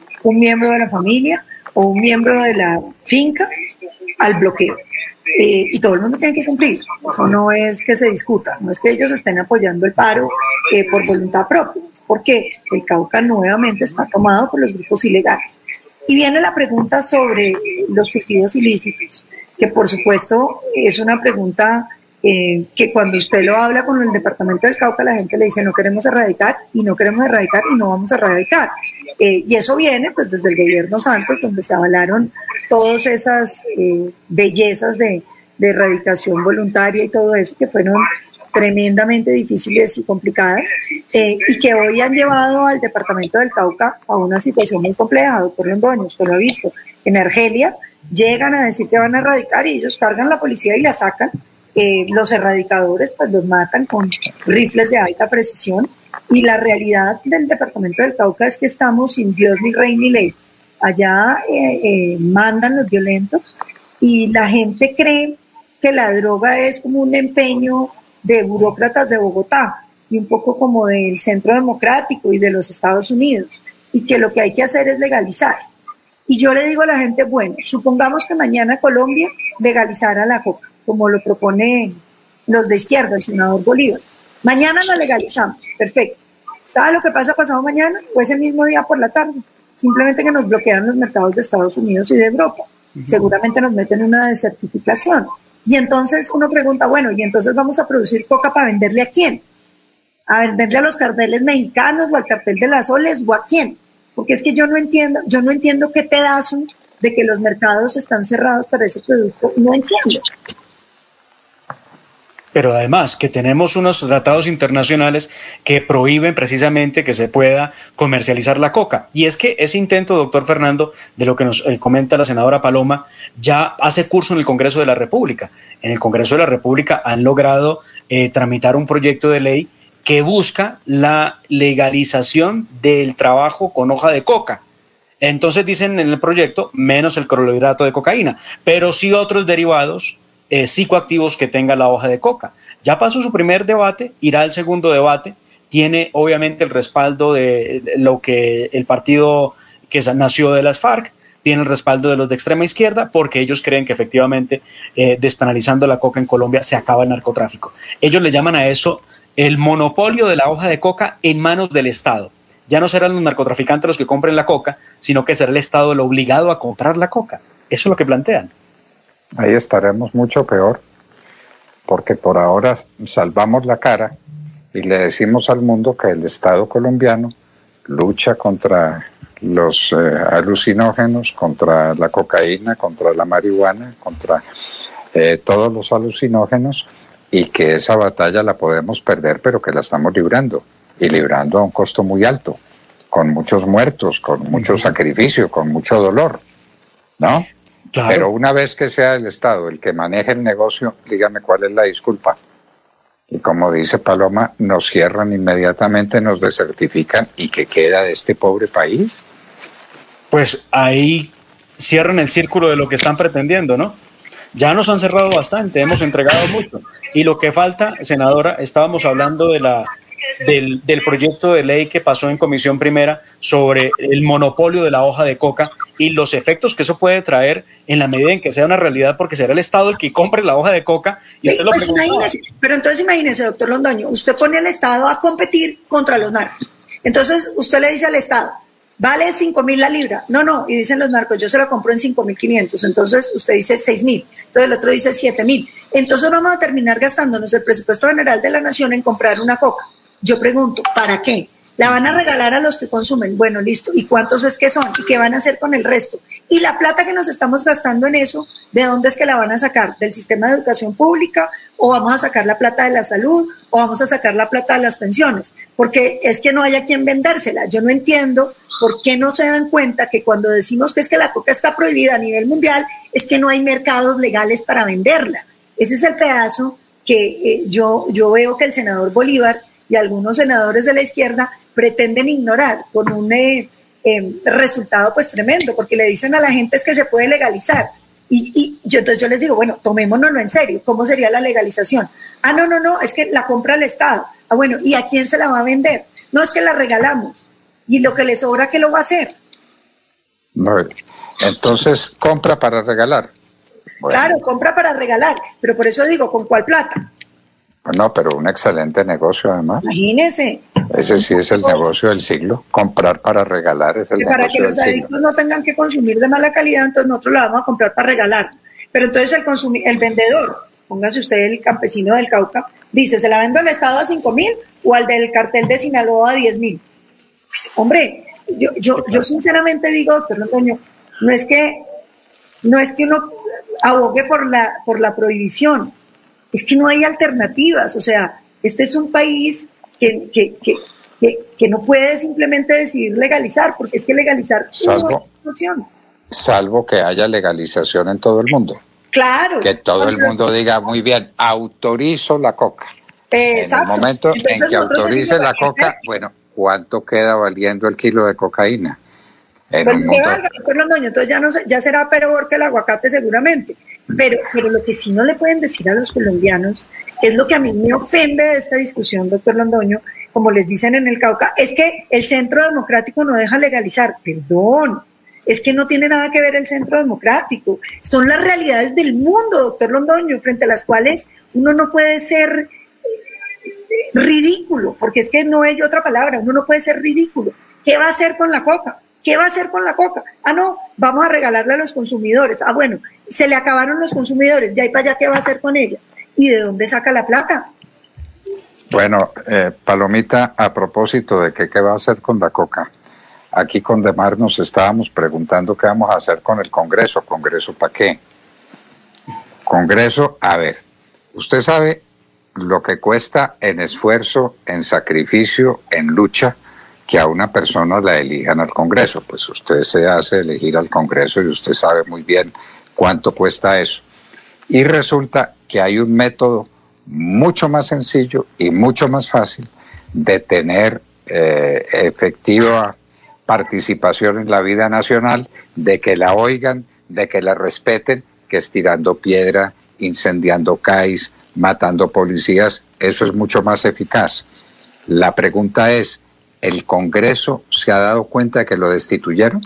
[SPEAKER 10] de la familia o un miembro de la finca al bloqueo. Y todo el mundo tiene que cumplir. Eso no es que se discuta, no es que ellos estén apoyando el paro por voluntad propia, es porque el Cauca nuevamente está tomado por los grupos ilegales. Y viene la pregunta sobre los cultivos ilícitos, que por supuesto es una pregunta que cuando usted lo habla con el departamento del Cauca, la gente le dice no queremos erradicar y no vamos a erradicar. Y eso viene pues desde el gobierno Santos, donde se avalaron todas esas bellezas de erradicación voluntaria y todo eso, que fueron tremendamente difíciles y complicadas, y que hoy han llevado al departamento del Cauca a una situación muy compleja. Doctor Londoño, usted lo ha visto, en Argelia llegan a decir que van a erradicar y ellos cargan la policía y la sacan. Los erradicadores pues los matan con rifles de alta precisión, y la realidad del departamento del Cauca es que estamos sin Dios ni rey ni ley. Allá mandan los violentos y la gente cree que la droga es como un empeño de burócratas de Bogotá y un poco como del Centro Democrático y de los Estados Unidos, y que lo que hay que hacer es legalizar. Y yo le digo a la gente, bueno, supongamos que mañana Colombia legalizara la coca, como lo propone los de izquierda, el senador Bolívar. Mañana la legalizamos, perfecto. ¿Sabe lo que pasa pasado mañana o ese mismo día por la tarde? simplemente que nos bloquean los mercados de Estados Unidos y de Europa. Seguramente nos meten una desertificación. Y entonces uno pregunta, bueno, ¿y entonces vamos a producir coca para venderle a quién? ¿A venderle a los carteles mexicanos o al cartel de las Oles o a quién? Porque es que yo no entiendo qué pedazo de que los mercados están cerrados para ese producto, no entiendo.
[SPEAKER 12] Pero además que tenemos unos tratados internacionales que prohíben precisamente que se pueda comercializar la coca. Y es que ese intento, doctor Fernando, de lo que nos comenta la senadora Paloma, ya hace curso en el Congreso de la República. En el Congreso de la República han logrado tramitar un proyecto de ley que busca la legalización del trabajo con hoja de coca. Entonces dicen en el proyecto, menos el clorhidrato de cocaína, pero sí otros derivados psicoactivos que tenga la hoja de coca. Ya pasó su primer debate, irá al segundo debate, tiene obviamente el respaldo de lo que el partido que nació de las FARC, tiene el respaldo de los de extrema izquierda, porque ellos creen que efectivamente despenalizando la coca en Colombia se acaba el narcotráfico. Ellos le llaman a eso el monopolio de la hoja de coca en manos del Estado. Ya no serán los narcotraficantes los que compren la coca, sino que será el Estado el obligado a comprar la coca. Eso es lo que plantean.
[SPEAKER 11] Ahí estaremos mucho peor, porque por ahora salvamos la cara y le decimos al mundo que el Estado colombiano lucha contra los alucinógenos, contra la cocaína, contra la marihuana, contra todos los alucinógenos, y que esa batalla la podemos perder, pero que la estamos librando, y librando a un costo muy alto, con muchos muertos, con mucho sacrificio, con mucho dolor, ¿no? Claro. Pero una vez que sea el Estado el que maneje el negocio, dígame cuál es la disculpa. Y como dice Paloma, nos cierran inmediatamente, nos desertifican, ¿y qué queda de este pobre país?
[SPEAKER 12] Pues ahí cierran el círculo de lo que están pretendiendo, ¿no? Ya nos han cerrado bastante, hemos entregado mucho. Y lo que falta, senadora, estábamos hablando de del proyecto de ley que pasó en comisión primera sobre el monopolio de la hoja de coca y los efectos que eso puede traer en la medida en que sea una realidad, porque será el Estado el que compre la hoja de coca. Y usted
[SPEAKER 10] pues pero entonces imagínese, doctor Londoño, usted pone al Estado a competir contra los narcos. Entonces usted le dice al Estado, vale 5.000 la libra. No, y dicen los narcos, yo se la compro en 5.500. Entonces usted dice 6.000. Entonces el otro dice 7.000. Entonces vamos a terminar gastándonos el presupuesto general de la nación en comprar una coca. Yo pregunto, ¿para qué? ¿La van a regalar a los que consumen? Bueno, listo. ¿Y cuántos es que son? ¿Y qué van a hacer con el resto? Y la plata que nos estamos gastando en eso, ¿de dónde es que la van a sacar? ¿Del sistema de educación pública? ¿O vamos a sacar la plata de la salud? ¿O vamos a sacar la plata de las pensiones? Porque es que no hay a quien vendérsela. Yo no entiendo por qué no se dan cuenta que cuando decimos que es que la coca está prohibida a nivel mundial, es que no hay mercados legales para venderla. Ese es el pedazo que yo veo que el senador Bolívar y algunos senadores de la izquierda pretenden ignorar con un resultado pues tremendo, porque le dicen a la gente es que se puede legalizar. Entonces yo les digo, bueno, tomémonoslo en serio, ¿cómo sería la legalización? No, es que la compra el Estado. Bueno, ¿y a quién se la va a vender? No, es que la regalamos. ¿Y lo que le sobra, qué lo va a hacer?
[SPEAKER 11] No, entonces, compra para regalar.
[SPEAKER 10] Bueno. Claro, compra para regalar, pero por eso digo, ¿con cuál plata?
[SPEAKER 11] No, pero un excelente negocio además.
[SPEAKER 10] Imagínese.
[SPEAKER 11] Ese sí es el negocio del siglo. Comprar para regalar es el negocio del siglo. Para que los
[SPEAKER 10] adictos no tengan que consumir de mala calidad, entonces nosotros la vamos a comprar para regalar. Pero entonces el vendedor, póngase usted el campesino del Cauca, dice, ¿se la vendo al Estado a 5.000 o al del cartel de Sinaloa a 10.000? Pues, hombre, yo sinceramente digo, doctor Londoño, no es que uno abogue por la prohibición, es que no hay alternativas. O sea, este es un país que no puede simplemente decidir legalizar, porque es que legalizar no es opción.
[SPEAKER 11] Salvo que haya legalización en todo el mundo.
[SPEAKER 10] Claro.
[SPEAKER 11] Que todo el mundo diga, muy bien, autorizo la coca.
[SPEAKER 10] Exacto.
[SPEAKER 11] En el momento entonces, en que autorice la coca, bueno, ¿cuánto queda valiendo el kilo de cocaína?
[SPEAKER 10] Pues que valga, doctor Londoño, entonces ya será peor que el aguacate seguramente. Pero lo que sí no le pueden decir a los colombianos es lo que a mí me ofende de esta discusión, doctor Londoño, como les dicen en el Cauca, es que el Centro Democrático no deja legalizar. Perdón, es que no tiene nada que ver el Centro Democrático. Son las realidades del mundo, doctor Londoño, frente a las cuales uno no puede ser ridículo, porque es que no hay otra palabra, uno no puede ser ridículo. ¿Qué va a hacer con la coca? ¿Qué va a hacer con la coca? Ah, no, vamos a regalarla a los consumidores. Ah, bueno, se le acabaron los consumidores, de ahí para allá, ¿qué va a hacer con ella? ¿Y de dónde saca la plata?
[SPEAKER 11] Bueno, Palomita, a propósito de que qué va a hacer con la coca, aquí con Demar nos estábamos preguntando qué vamos a hacer con el Congreso. ¿Congreso para qué? Congreso, a ver, usted sabe lo que cuesta en esfuerzo, en sacrificio, en lucha, que a una persona la elijan al Congreso. Pues usted se hace elegir al Congreso y usted sabe muy bien cuánto cuesta eso. Y resulta que hay un método mucho más sencillo y mucho más fácil de tener efectiva participación en la vida nacional, de que la oigan, de que la respeten, que es tirando piedra, incendiando CAIs, matando policías. Eso es mucho más eficaz. La pregunta es, ¿el Congreso se ha dado cuenta de que lo destituyeron?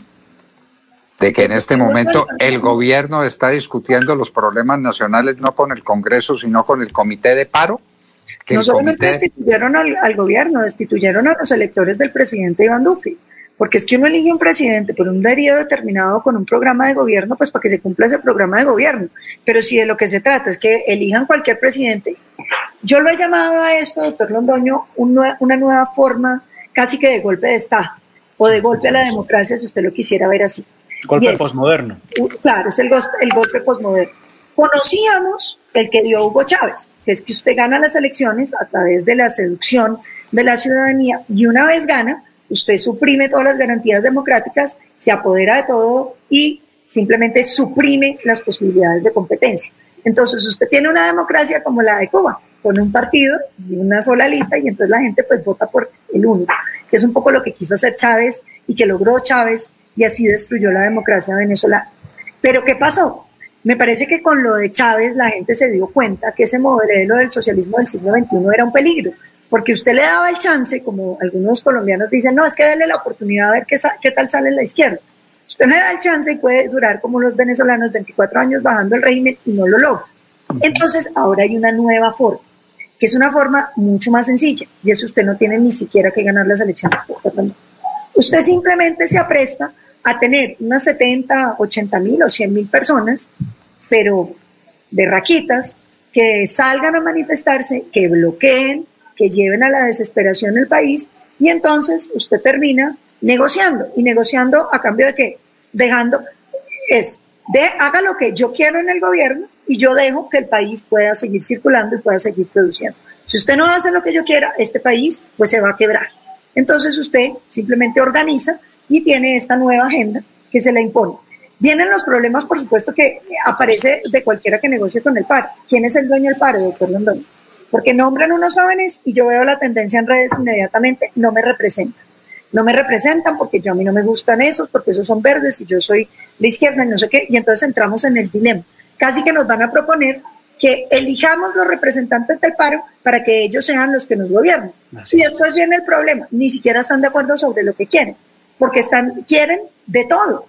[SPEAKER 11] De que en este momento el gobierno está discutiendo los problemas nacionales no con el Congreso, sino con el Comité de Paro. Que
[SPEAKER 10] no solamente destituyeron al gobierno, destituyeron a los electores del presidente Iván Duque. Porque es que uno elige un presidente por un periodo determinado con un programa de gobierno, pues para que se cumpla ese programa de gobierno. Pero si de lo que se trata es que elijan cualquier presidente, yo lo he llamado a esto, doctor Londoño, una nueva forma casi que de golpe de Estado o de golpe a la democracia, si usted lo quisiera ver así.
[SPEAKER 12] Golpe posmoderno.
[SPEAKER 10] Claro, es el golpe posmoderno. Conocíamos el que dio Hugo Chávez, que es que usted gana las elecciones a través de la seducción de la ciudadanía y una vez gana, usted suprime todas las garantías democráticas, se apodera de todo y simplemente suprime las posibilidades de competencia. Entonces usted tiene una democracia como la de Cuba, con un partido y una sola lista y entonces la gente pues vota por el único, que es un poco lo que quiso hacer Chávez y que logró Chávez y así destruyó la democracia venezolana. Pero ¿qué pasó? Me parece que con lo de Chávez la gente se dio cuenta que ese modelo del socialismo del siglo XXI era un peligro, porque usted le daba el chance, como algunos colombianos dicen, no, es que dale la oportunidad a ver qué tal sale la izquierda. Usted le da el chance y puede durar como los venezolanos 24 años bajando el régimen y no lo logra. Entonces ahora hay una nueva forma, que es una forma mucho más sencilla, y eso usted no tiene ni siquiera que ganar las elecciones. Usted simplemente se apresta a tener unas 70, 80 mil o 100 mil personas, pero berraquitas, que salgan a manifestarse, que bloqueen, que lleven a la desesperación el país, y entonces usted termina negociando, y negociando a cambio de que haga lo que yo quiero en el gobierno y yo dejo que el país pueda seguir circulando y pueda seguir produciendo. Si usted no hace lo que yo quiera, este país pues se va a quebrar. Entonces usted simplemente organiza y tiene esta nueva agenda que se le impone. Vienen los problemas, por supuesto, que aparece de cualquiera que negocie con el paro. ¿Quién es el dueño del paro, doctor Londoño? Porque nombran unos jóvenes y yo veo la tendencia en redes inmediatamente, no me representan. No me representan porque a mí no me gustan esos, porque esos son verdes y yo soy de izquierda y no sé qué, y entonces entramos en el dilema. Casi que nos van a proponer que elijamos los representantes del paro para que ellos sean los que nos gobiernen. Y después viene el problema, ni siquiera están de acuerdo sobre lo que quieren, porque quieren de todo.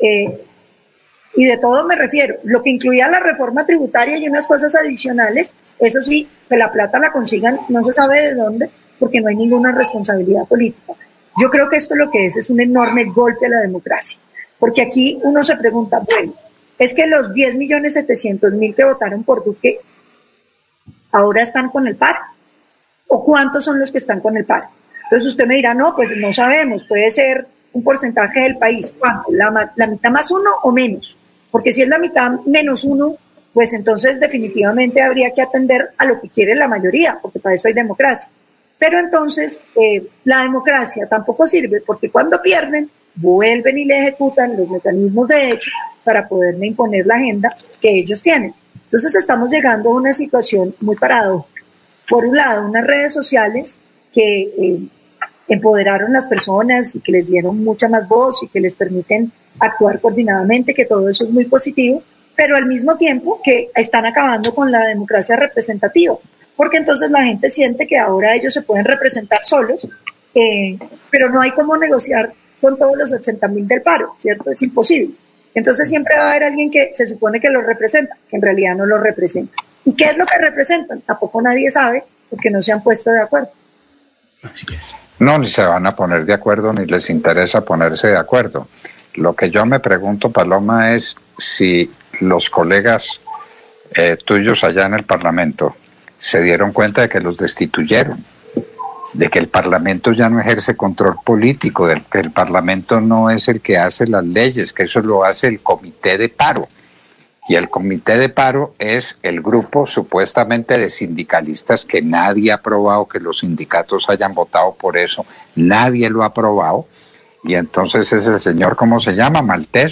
[SPEAKER 10] Y de todo me refiero, lo que incluía la reforma tributaria y unas cosas adicionales, eso sí, que la plata la consigan, no se sabe de dónde, porque no hay ninguna responsabilidad política. Yo creo que esto lo que es un enorme golpe a la democracia, porque aquí uno se pregunta, bueno, es que los 10.700.000 que votaron por Duque ahora están con el paro, ¿o cuántos son los que están con el paro? Entonces usted me dirá, no, pues no sabemos, puede ser un porcentaje del país, ¿cuánto? ¿La mitad más uno o menos? Porque si es la mitad menos uno, pues entonces definitivamente habría que atender a lo que quiere la mayoría, porque para eso hay democracia. Pero entonces la democracia tampoco sirve, porque cuando pierden, vuelven y le ejecutan los mecanismos de hecho para poderle imponer la agenda que ellos tienen. Entonces estamos llegando a una situación muy paradójica. Por un lado, unas redes sociales que empoderaron a las personas y que les dieron mucha más voz y que les permiten actuar coordinadamente, que todo eso es muy positivo, pero al mismo tiempo que están acabando con la democracia representativa, porque entonces la gente siente que ahora ellos se pueden representar solos, pero no hay cómo negociar con todos los 80.000 del paro, ¿cierto? Es imposible. Entonces siempre va a haber alguien que se supone que los representa, que en realidad no los representa. ¿Y qué es lo que representan? Tampoco nadie sabe, porque no se han puesto de acuerdo.
[SPEAKER 12] Así es.
[SPEAKER 11] No, ni se van a poner de acuerdo, ni les interesa ponerse de acuerdo. Lo que yo me pregunto, Paloma, es si los colegas tuyos allá en el Parlamento se dieron cuenta de que los destituyeron, de que el Parlamento ya no ejerce control político, de que el Parlamento no es el que hace las leyes, que eso lo hace el Comité de Paro. Y el Comité de Paro es el grupo supuestamente de sindicalistas que nadie ha aprobado, que los sindicatos hayan votado por eso, nadie lo ha aprobado. Y entonces es el señor, ¿cómo se llama? Maltes,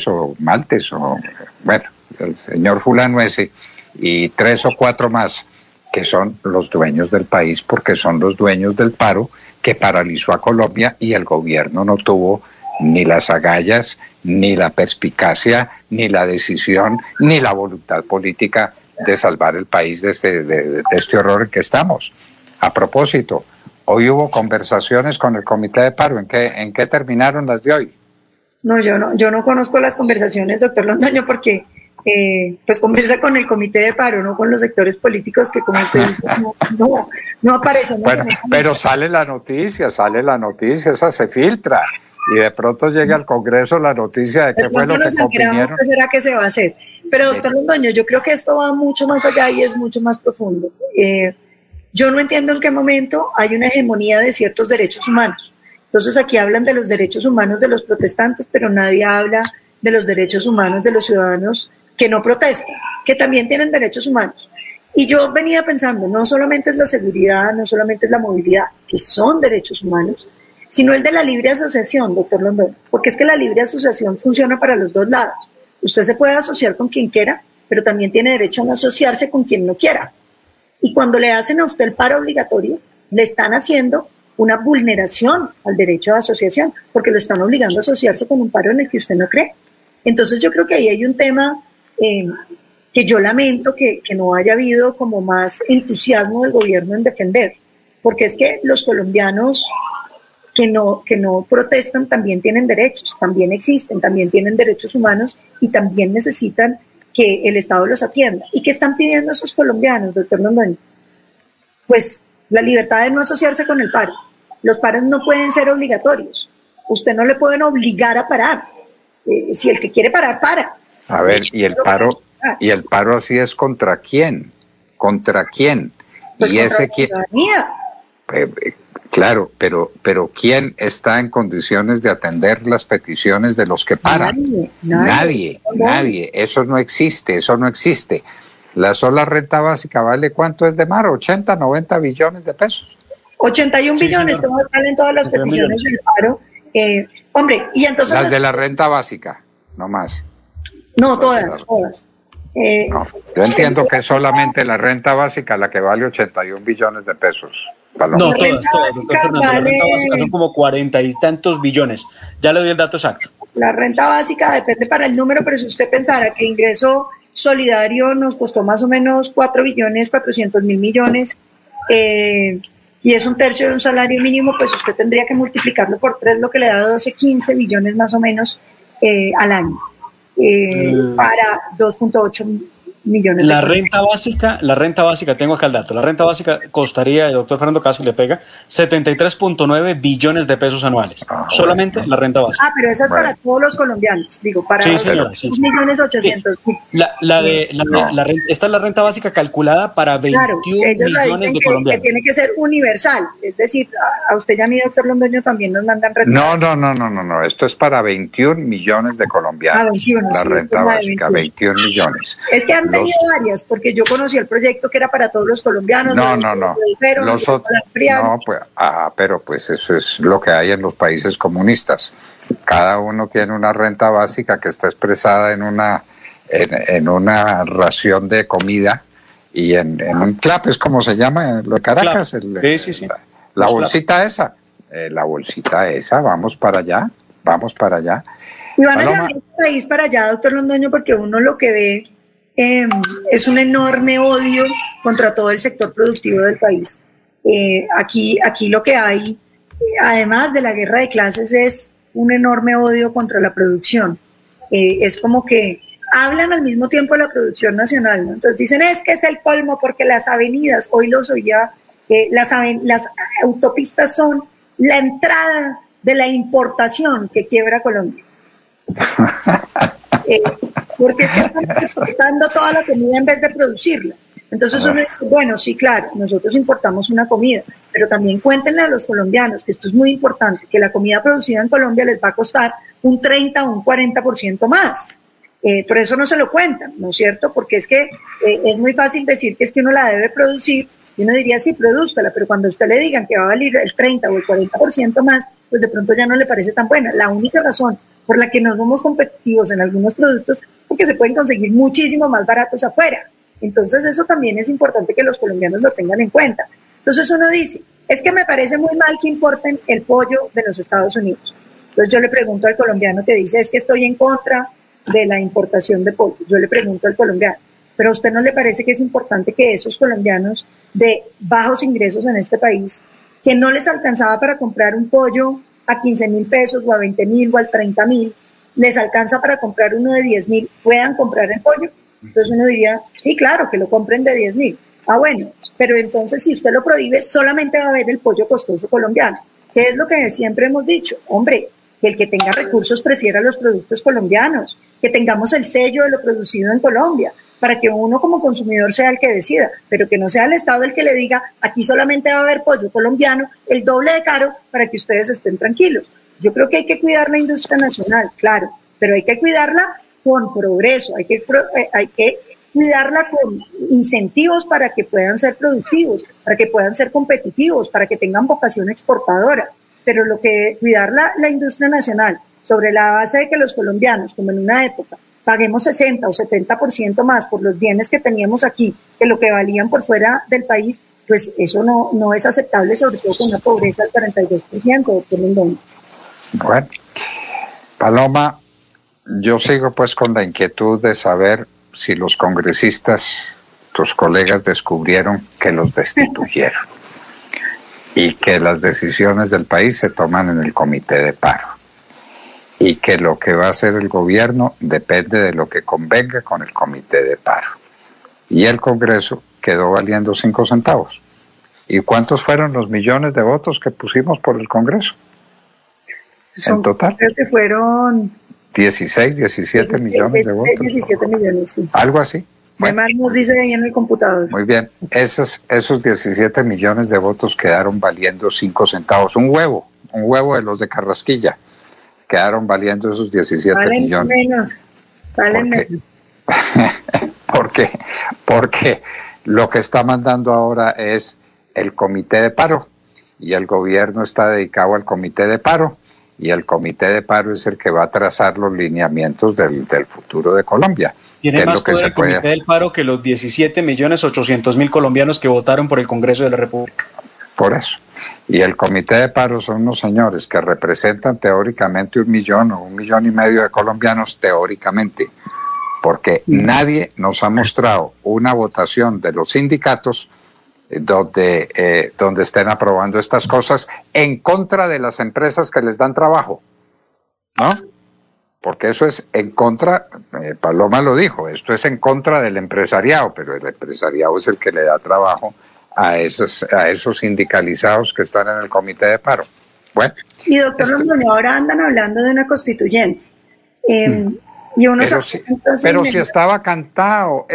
[SPEAKER 11] bueno, el señor fulano ese, y 3 o 4 más, que son los dueños del país, porque son los dueños del paro que paralizó a Colombia, y el gobierno no tuvo ni las agallas, ni la perspicacia, ni la decisión, ni la voluntad política de salvar el país de este horror en que estamos. A propósito, hoy hubo conversaciones con el Comité de Paro. ¿En qué terminaron las de hoy?
[SPEAKER 10] No, yo no conozco las conversaciones, doctor Londoño, porque pues conversa con el Comité de Paro, no con los sectores políticos que, como usted dice, no aparecen.
[SPEAKER 11] Bueno, pero sale la noticia, esa se filtra. Y de pronto llega al Congreso la noticia de qué fue lo que convinieron.
[SPEAKER 10] ¿Qué será que se va a hacer? Pero, doctor Londoño, yo creo que esto va mucho más allá y es mucho más profundo. Yo no entiendo en qué momento hay una hegemonía de ciertos derechos humanos. Entonces aquí hablan de los derechos humanos de los protestantes, pero nadie habla de los derechos humanos de los ciudadanos que no protestan, que también tienen derechos humanos. Y yo venía pensando, no solamente es la seguridad, no solamente es la movilidad, que son derechos humanos, sino el de la libre asociación, doctor Londoño, porque es que la libre asociación funciona para los dos lados. Usted se puede asociar con quien quiera, pero también tiene derecho a no asociarse con quien no quiera. Y cuando le hacen a usted el paro obligatorio, le están haciendo una vulneración al derecho de asociación, porque lo están obligando a asociarse con un paro en el que usted no cree. Entonces yo creo que ahí hay un tema que yo lamento que no haya habido como más entusiasmo del gobierno en defender, porque es que los colombianos que no protestan también tienen derechos, también existen, también tienen derechos humanos y también necesitan que el Estado los atienda. ¿Y qué están pidiendo esos colombianos, doctor Londoño? Pues la libertad de no asociarse con el paro. Los paros no pueden ser obligatorios. Usted no le pueden obligar a parar. Si el que quiere parar, para.
[SPEAKER 11] A ver, ¿y el paro así es contra quién? ¿Contra quién?
[SPEAKER 10] Pues
[SPEAKER 11] y
[SPEAKER 10] contra
[SPEAKER 11] ese quién. Claro, pero ¿quién está en condiciones de atender las peticiones de los que paran? Nadie. Eso no existe. La sola renta básica vale, ¿cuánto es de mar? 80, 90 billones de pesos.
[SPEAKER 10] 81 billones, valen todas las peticiones del paro. Hombre, y entonces...
[SPEAKER 11] Las de la renta básica, no más.
[SPEAKER 10] No, todas.
[SPEAKER 11] No, yo entiendo que es solamente la renta básica la que vale 81 billones de pesos. Paloma.
[SPEAKER 12] No, todas, doctor Fernando. La renta básica son como 40 y tantos billones. Ya le doy el dato exacto.
[SPEAKER 10] La renta básica depende para el número, pero si usted pensara que ingreso solidario nos costó más o menos 4.400.000.000.000, y es 1/3 de un salario mínimo, pues usted tendría que multiplicarlo por 3, lo que le da 15 billones más o menos al año, para 2.8 millones.
[SPEAKER 12] La renta básica, tengo acá el dato, la renta básica costaría, el doctor Fernando casi le pega, 73.9 billones de pesos anuales. Solamente la renta básica.
[SPEAKER 10] Pero esa es para todos los colombianos, digo, para 2.800.000.
[SPEAKER 12] Esta es la renta básica calculada para 21 millones de colombianos.
[SPEAKER 10] Que tiene que ser universal, es decir, a usted y a mí, doctor Londoño, también nos mandan renta.
[SPEAKER 11] No, esto es para 21 millones de colombianos.
[SPEAKER 10] 21,
[SPEAKER 11] la renta básica, 21 millones.
[SPEAKER 10] Es que han tenido varias, porque yo conocí el proyecto que era para todos los colombianos.
[SPEAKER 11] Pero pues eso es lo que hay en los países comunistas. Cada uno tiene una renta básica que está expresada en una ración de comida y en un clap, es como se llama en lo de Caracas. La bolsita esa. Vamos para allá.
[SPEAKER 10] Y van a llevar el país para allá, doctor Londoño, porque uno lo que ve es un enorme odio contra todo el sector productivo del país. Aquí lo que hay, además de la guerra de clases, es un enorme odio contra la producción. Es como que hablan al mismo tiempo de la producción nacional, ¿no? Entonces dicen, es que es el colmo porque las avenidas, hoy los oía, las autopistas son la entrada de la importación que quiebra Colombia. Porque es que estamos exportando toda la comida en vez de producirla. Entonces uno dice, bueno, sí, claro, nosotros importamos una comida, pero también cuéntenle a los colombianos, que esto es muy importante, que la comida producida en Colombia les va a costar un 30 o un 40% más. Por eso no se lo cuentan, ¿no es cierto? Porque es que es muy fácil decir que es que uno la debe producir, y uno diría, sí, produzcala, pero cuando usted le digan que va a valer el 30 o el 40% más, pues de pronto ya no le parece tan buena. La única razón por la que no somos competitivos en algunos productos es porque se pueden conseguir muchísimo más baratos afuera. Entonces eso también es importante que los colombianos lo tengan en cuenta. Entonces uno dice, es que me parece muy mal que importen el pollo de los Estados Unidos. Entonces yo le pregunto al colombiano que dice, es que estoy en contra de la importación de pollo. Yo le pregunto al colombiano, ¿pero a usted no le parece que es importante que esos colombianos de bajos ingresos en este país, que no les alcanzaba para comprar un pollo a 15,000 pesos o a 20,000 o a 30,000, les alcanza para comprar uno de 10,000, puedan comprar el pollo? Entonces uno diría, sí, claro, que lo compren de 10,000. Ah, bueno, pero entonces si usted lo prohíbe, solamente va a haber el pollo costoso colombiano. ¿Qué es lo que siempre hemos dicho? Hombre, que el que tenga recursos prefiera los productos colombianos, que tengamos el sello de lo producido en Colombia, para que uno como consumidor sea el que decida, pero que no sea el Estado el que le diga, aquí solamente va a haber pollo colombiano, el doble de caro, para que ustedes estén tranquilos. Yo creo que hay que cuidar la industria nacional, claro, pero hay que cuidarla con progreso, hay que cuidarla con incentivos para que puedan ser productivos, para que puedan ser competitivos, para que tengan vocación exportadora. Pero cuidar la industria nacional sobre la base de que los colombianos, como en una época, paguemos 60 o 70% más por los bienes que teníamos aquí que lo que valían por fuera del país, pues eso no es aceptable, sobre todo con una pobreza del 42%, doctor Londoño.
[SPEAKER 11] Bueno, Paloma, yo sigo pues con la inquietud de saber si los congresistas, tus colegas, descubrieron que los destituyeron y que las decisiones del país se toman en el comité de paro y que lo que va a hacer el gobierno depende de lo que convenga con el comité de paro. Y el Congreso quedó valiendo 5 centavos. ¿Y cuántos fueron los millones de votos que pusimos por el Congreso? En total.
[SPEAKER 10] Creo que fueron
[SPEAKER 11] 17 millones de votos.
[SPEAKER 10] 17 millones, sí.
[SPEAKER 11] Algo así.
[SPEAKER 10] Bueno, además nos dice ahí en el computador.
[SPEAKER 11] Muy bien. Esos 17 millones de votos quedaron valiendo 5 centavos. Un huevo de los de Carrasquilla. Quedaron valiendo esos 17 millones.
[SPEAKER 10] Valen menos.
[SPEAKER 11] Porque lo que está mandando ahora es el comité de paro y el gobierno está dedicado al comité de paro y el comité de paro es el que va a trazar los lineamientos del futuro de Colombia.
[SPEAKER 12] Tiene más poder el comité del paro que los 17.800.000 colombianos que votaron por el Congreso de la República.
[SPEAKER 11] Por eso. Y el comité de paro son unos señores que representan teóricamente 1 millón o 1,5 millones de colombianos teóricamente, porque nadie nos ha mostrado una votación de los sindicatos donde estén aprobando estas cosas en contra de las empresas que les dan trabajo, ¿no? Porque eso es en contra, Paloma lo dijo, esto es en contra del empresariado, pero el empresariado es el que le da trabajo a esos sindicalizados que están en el comité de paro. Bueno.
[SPEAKER 10] Y doctor Londoño, ahora andan hablando de una constituyente. Y uno
[SPEAKER 11] pero si estaba cantado,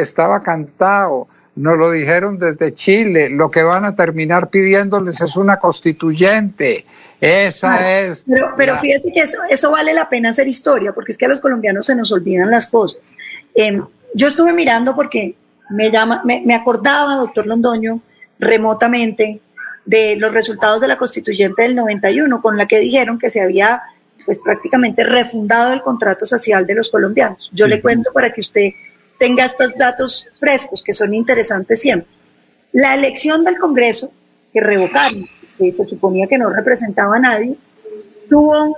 [SPEAKER 11] nos lo dijeron desde Chile, lo que van a terminar pidiéndoles es una constituyente. Esa es.
[SPEAKER 10] Pero fíjese que eso vale la pena hacer historia, porque es que a los colombianos se nos olvidan las cosas. Yo estuve mirando porque me acordaba, doctor Londoño, remotamente de los resultados de la constituyente del 91, con la que dijeron que se había pues prácticamente refundado el contrato social de los colombianos. Yo le cuento para que usted tenga estos datos frescos que son interesantes siempre. La elección del Congreso, que revocaron, que se suponía que no representaba a nadie, tuvo un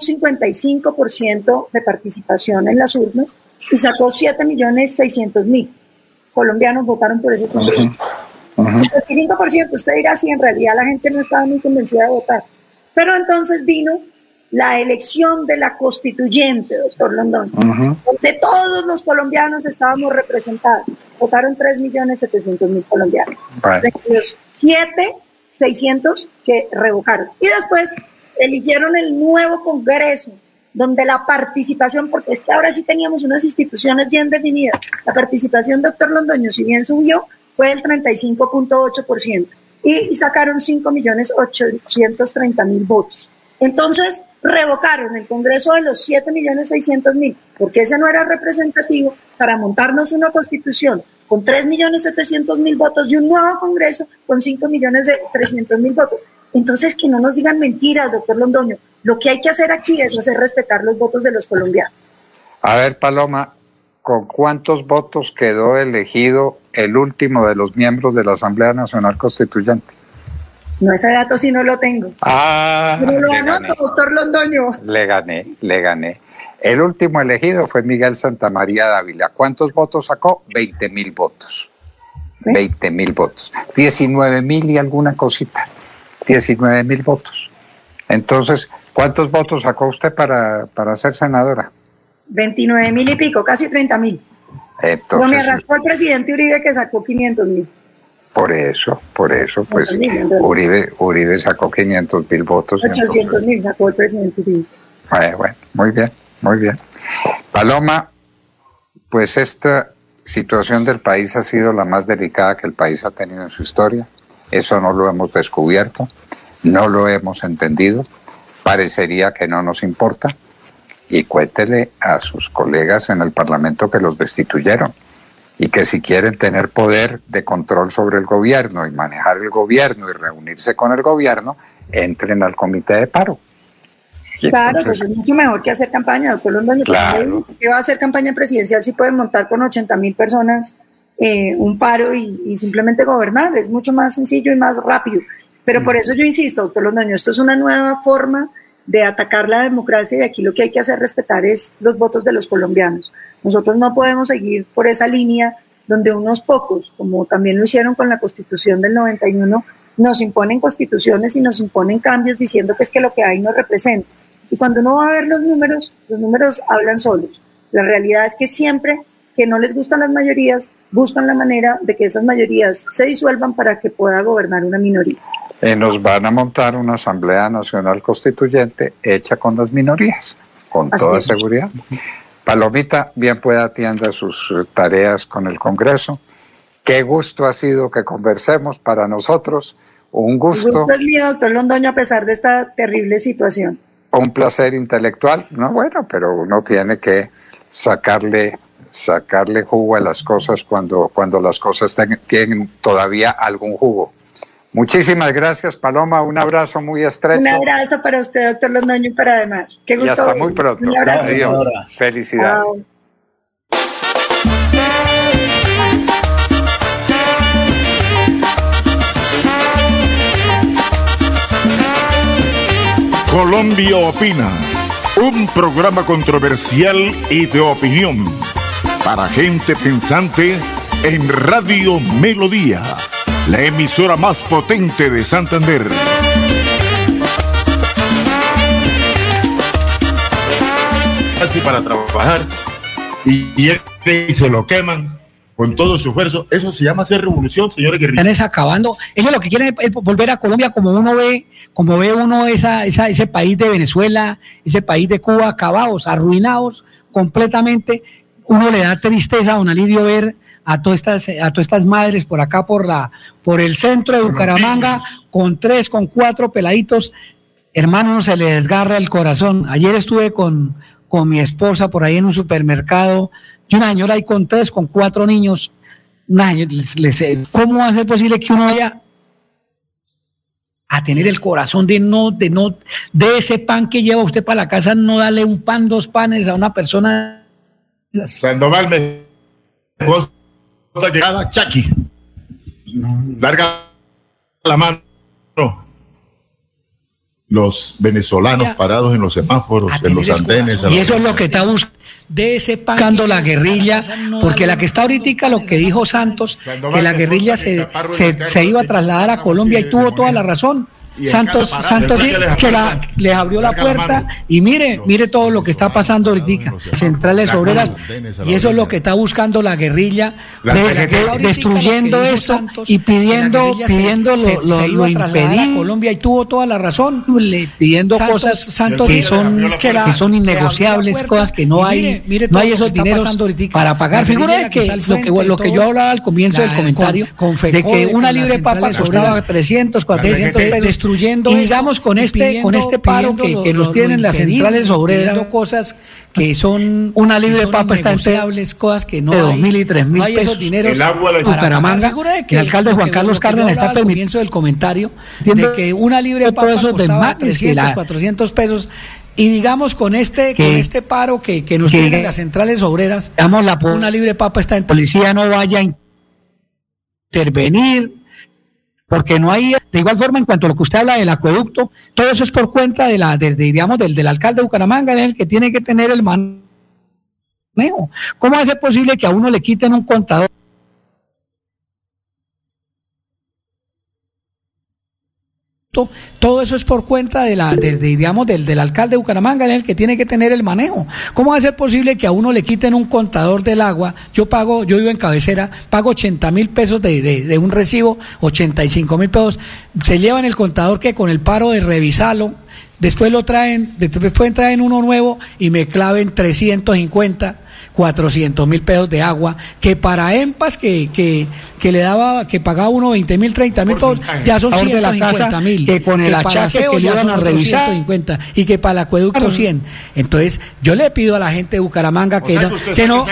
[SPEAKER 10] 55% de participación en las urnas y sacó 7.600.000 colombianos votaron por ese Congreso. 55%, usted dirá si en realidad la gente no estaba muy convencida de votar. Pero entonces vino la elección de la constituyente, doctor Londoño, donde todos los colombianos estábamos representados. Votaron 3.700.000 colombianos. De los 7.600.000 que revocaron. Y después eligieron el nuevo Congreso, donde la participación, porque es que ahora sí teníamos unas instituciones bien definidas, la participación, doctor Londoño, si bien subió, fue del 35.8%, y sacaron 5.830.000 votos. Entonces, revocaron el Congreso de los 7.600.000, porque ese no era representativo, para montarnos una constitución con 3.700.000 votos y un nuevo Congreso con 5.300.000 votos. Entonces, que no nos digan mentiras, doctor Londoño. Lo que hay que hacer aquí es hacer respetar los votos de los colombianos.
[SPEAKER 11] A ver, Paloma, ¿con cuántos votos quedó elegido el último de los miembros de la Asamblea Nacional Constituyente?
[SPEAKER 10] No, ese dato sí no lo tengo. Pero lo anoto, doctor Londoño.
[SPEAKER 11] Le gané. El último elegido fue Miguel Santamaría Dávila. ¿Cuántos votos sacó? 20.000 votos. 20.000 votos. 19.000 y alguna cosita. 19.000 votos. Entonces, ¿cuántos votos sacó usted para ser senadora?
[SPEAKER 10] 29.000 y pico, casi 30.000. Entonces, me arrastró el presidente Uribe, que sacó 500.000.
[SPEAKER 11] Por eso, pues Uribe sacó 500.000 votos.
[SPEAKER 10] 800.000 sacó el presidente Uribe.
[SPEAKER 11] Bueno, muy bien. Paloma, pues esta situación del país ha sido la más delicada que el país ha tenido en su historia. Eso no lo hemos descubierto, no lo hemos entendido, parecería que no nos importa. Y cuéntele a sus colegas en el Parlamento que los destituyeron y que si quieren tener poder de control sobre el gobierno y manejar el gobierno y reunirse con el gobierno, entren al comité de paro.
[SPEAKER 10] Claro, entonces, pues es mucho mejor que hacer campaña, doctor Londoño.
[SPEAKER 11] Claro.
[SPEAKER 10] ¿Qué va a hacer campaña presidencial si pueden montar con 80.000 personas un paro y simplemente gobernar? Es mucho más sencillo y más rápido. Pero por eso yo insisto, doctor Londoño, esto es una nueva forma de atacar la democracia y aquí lo que hay que hacer respetar es los votos de los colombianos. Nosotros no podemos seguir por esa línea donde unos pocos, como también lo hicieron con la Constitución del 91, nos imponen constituciones y nos imponen cambios diciendo que es que lo que hay no representa. Y cuando uno va a ver los números hablan solos. La realidad es que siempre que no les gustan las mayorías, buscan la manera de que esas mayorías se disuelvan para que pueda gobernar una minoría.
[SPEAKER 11] Nos van a montar una Asamblea Nacional Constituyente hecha con las minorías, con toda seguridad. Palomita, bien pueda atienda sus tareas con el Congreso. Qué gusto ha sido que conversemos para nosotros. Un gusto. El gusto
[SPEAKER 10] es mío, doctor Londoño, a pesar de esta terrible situación.
[SPEAKER 11] Un placer intelectual, no bueno, pero uno tiene que sacarle jugo a las cosas cuando las cosas tienen todavía algún jugo. Muchísimas gracias, Paloma, un abrazo muy estrecho.
[SPEAKER 10] Un abrazo para usted, doctor Londoño, y para además. Qué gusto.
[SPEAKER 11] Y hasta muy pronto.
[SPEAKER 10] Un abrazo.
[SPEAKER 11] Adiós. Felicidades.
[SPEAKER 10] Chao.
[SPEAKER 1] Colombia Opina, un programa controversial y de opinión para gente pensante en Radio Melodía, la emisora más potente de Santander. Así para trabajar y se lo queman con todo su esfuerzo. Eso se llama hacer revolución, señores guerrilleros.
[SPEAKER 7] Están acabando. Ellos lo que quieren es volver a Colombia como ve uno ese país de Venezuela, ese país de Cuba, acabados, arruinados completamente. Uno le da tristeza, don Alidio, ver a todas estas madres por acá, por el centro de Bucaramanga, con 3, con 4 peladitos. Hermano, se le desgarra el corazón. Ayer estuve con mi esposa por ahí en un supermercado, y una señora ahí con 3, con 4 niños. ¿Cómo va a ser posible que uno vaya a tener el corazón de ese pan que lleva usted para la casa, no darle un pan, 2 panes a una persona?
[SPEAKER 1] Sandoval me llegada Chaki, larga la mano. Los venezolanos parados en los semáforos, en los andenes.
[SPEAKER 7] Y eso es lo que está buscando la guerrilla, porque la que está ahorita, lo que dijo Santos, que la guerrilla se iba a trasladar a Colombia, y tuvo toda la razón.
[SPEAKER 3] Santos que les abrió la puerta y mire todo lo que está pasando ahorita, centrales obreras, y eso es lo que está buscando la guerrilla, destruyendo esto y pidiendo lo impedido. Colombia, y tuvo toda la razón, pidiendo cosas que son innegociables, cosas que no hay esos dineros para pagar. Figura que lo que yo hablaba al comienzo del comentario, de que una libre papa costaba 300, 400 pesos, y digamos con este paro que nos tienen las centrales obreras, cosas que son una libre papa está entre cosas que no hay, 2.000 y 3.000 pesos dineros. El agua la Bucaramanga, el alcalde Juan Carlos Cárdenas está permitiendo, comienzo del comentario, de que una libre papa costaba 300, 400 pesos. Y digamos con este paro que nos tienen las centrales obreras, una libre papa está en policía no vaya a intervenir, porque no hay, de igual forma, en cuanto a lo que usted habla del acueducto, todo eso es por cuenta del alcalde de Bucaramanga, es el que tiene que tener el manejo. ¿Cómo va a ser posible que a uno le quiten un contador? Todo eso es por cuenta del alcalde de Bucaramanga, es el que tiene que tener el manejo. ¿Cómo va a ser posible que a uno le quiten un contador del agua? Yo vivo en Cabecera, pago 80.000 pesos de un recibo, 85.000 pesos. Se llevan el contador que con el paro de revisarlo, después traen uno nuevo y me claven 350. 400.000 pesos de agua, que para EMPAS que pagaba uno 20.000, 30.000 pesos, ya son 150.000, que con el achaque que le iban a revisar 150, y que para el acueducto 100. Entonces yo le pido a la gente de Bucaramanga que no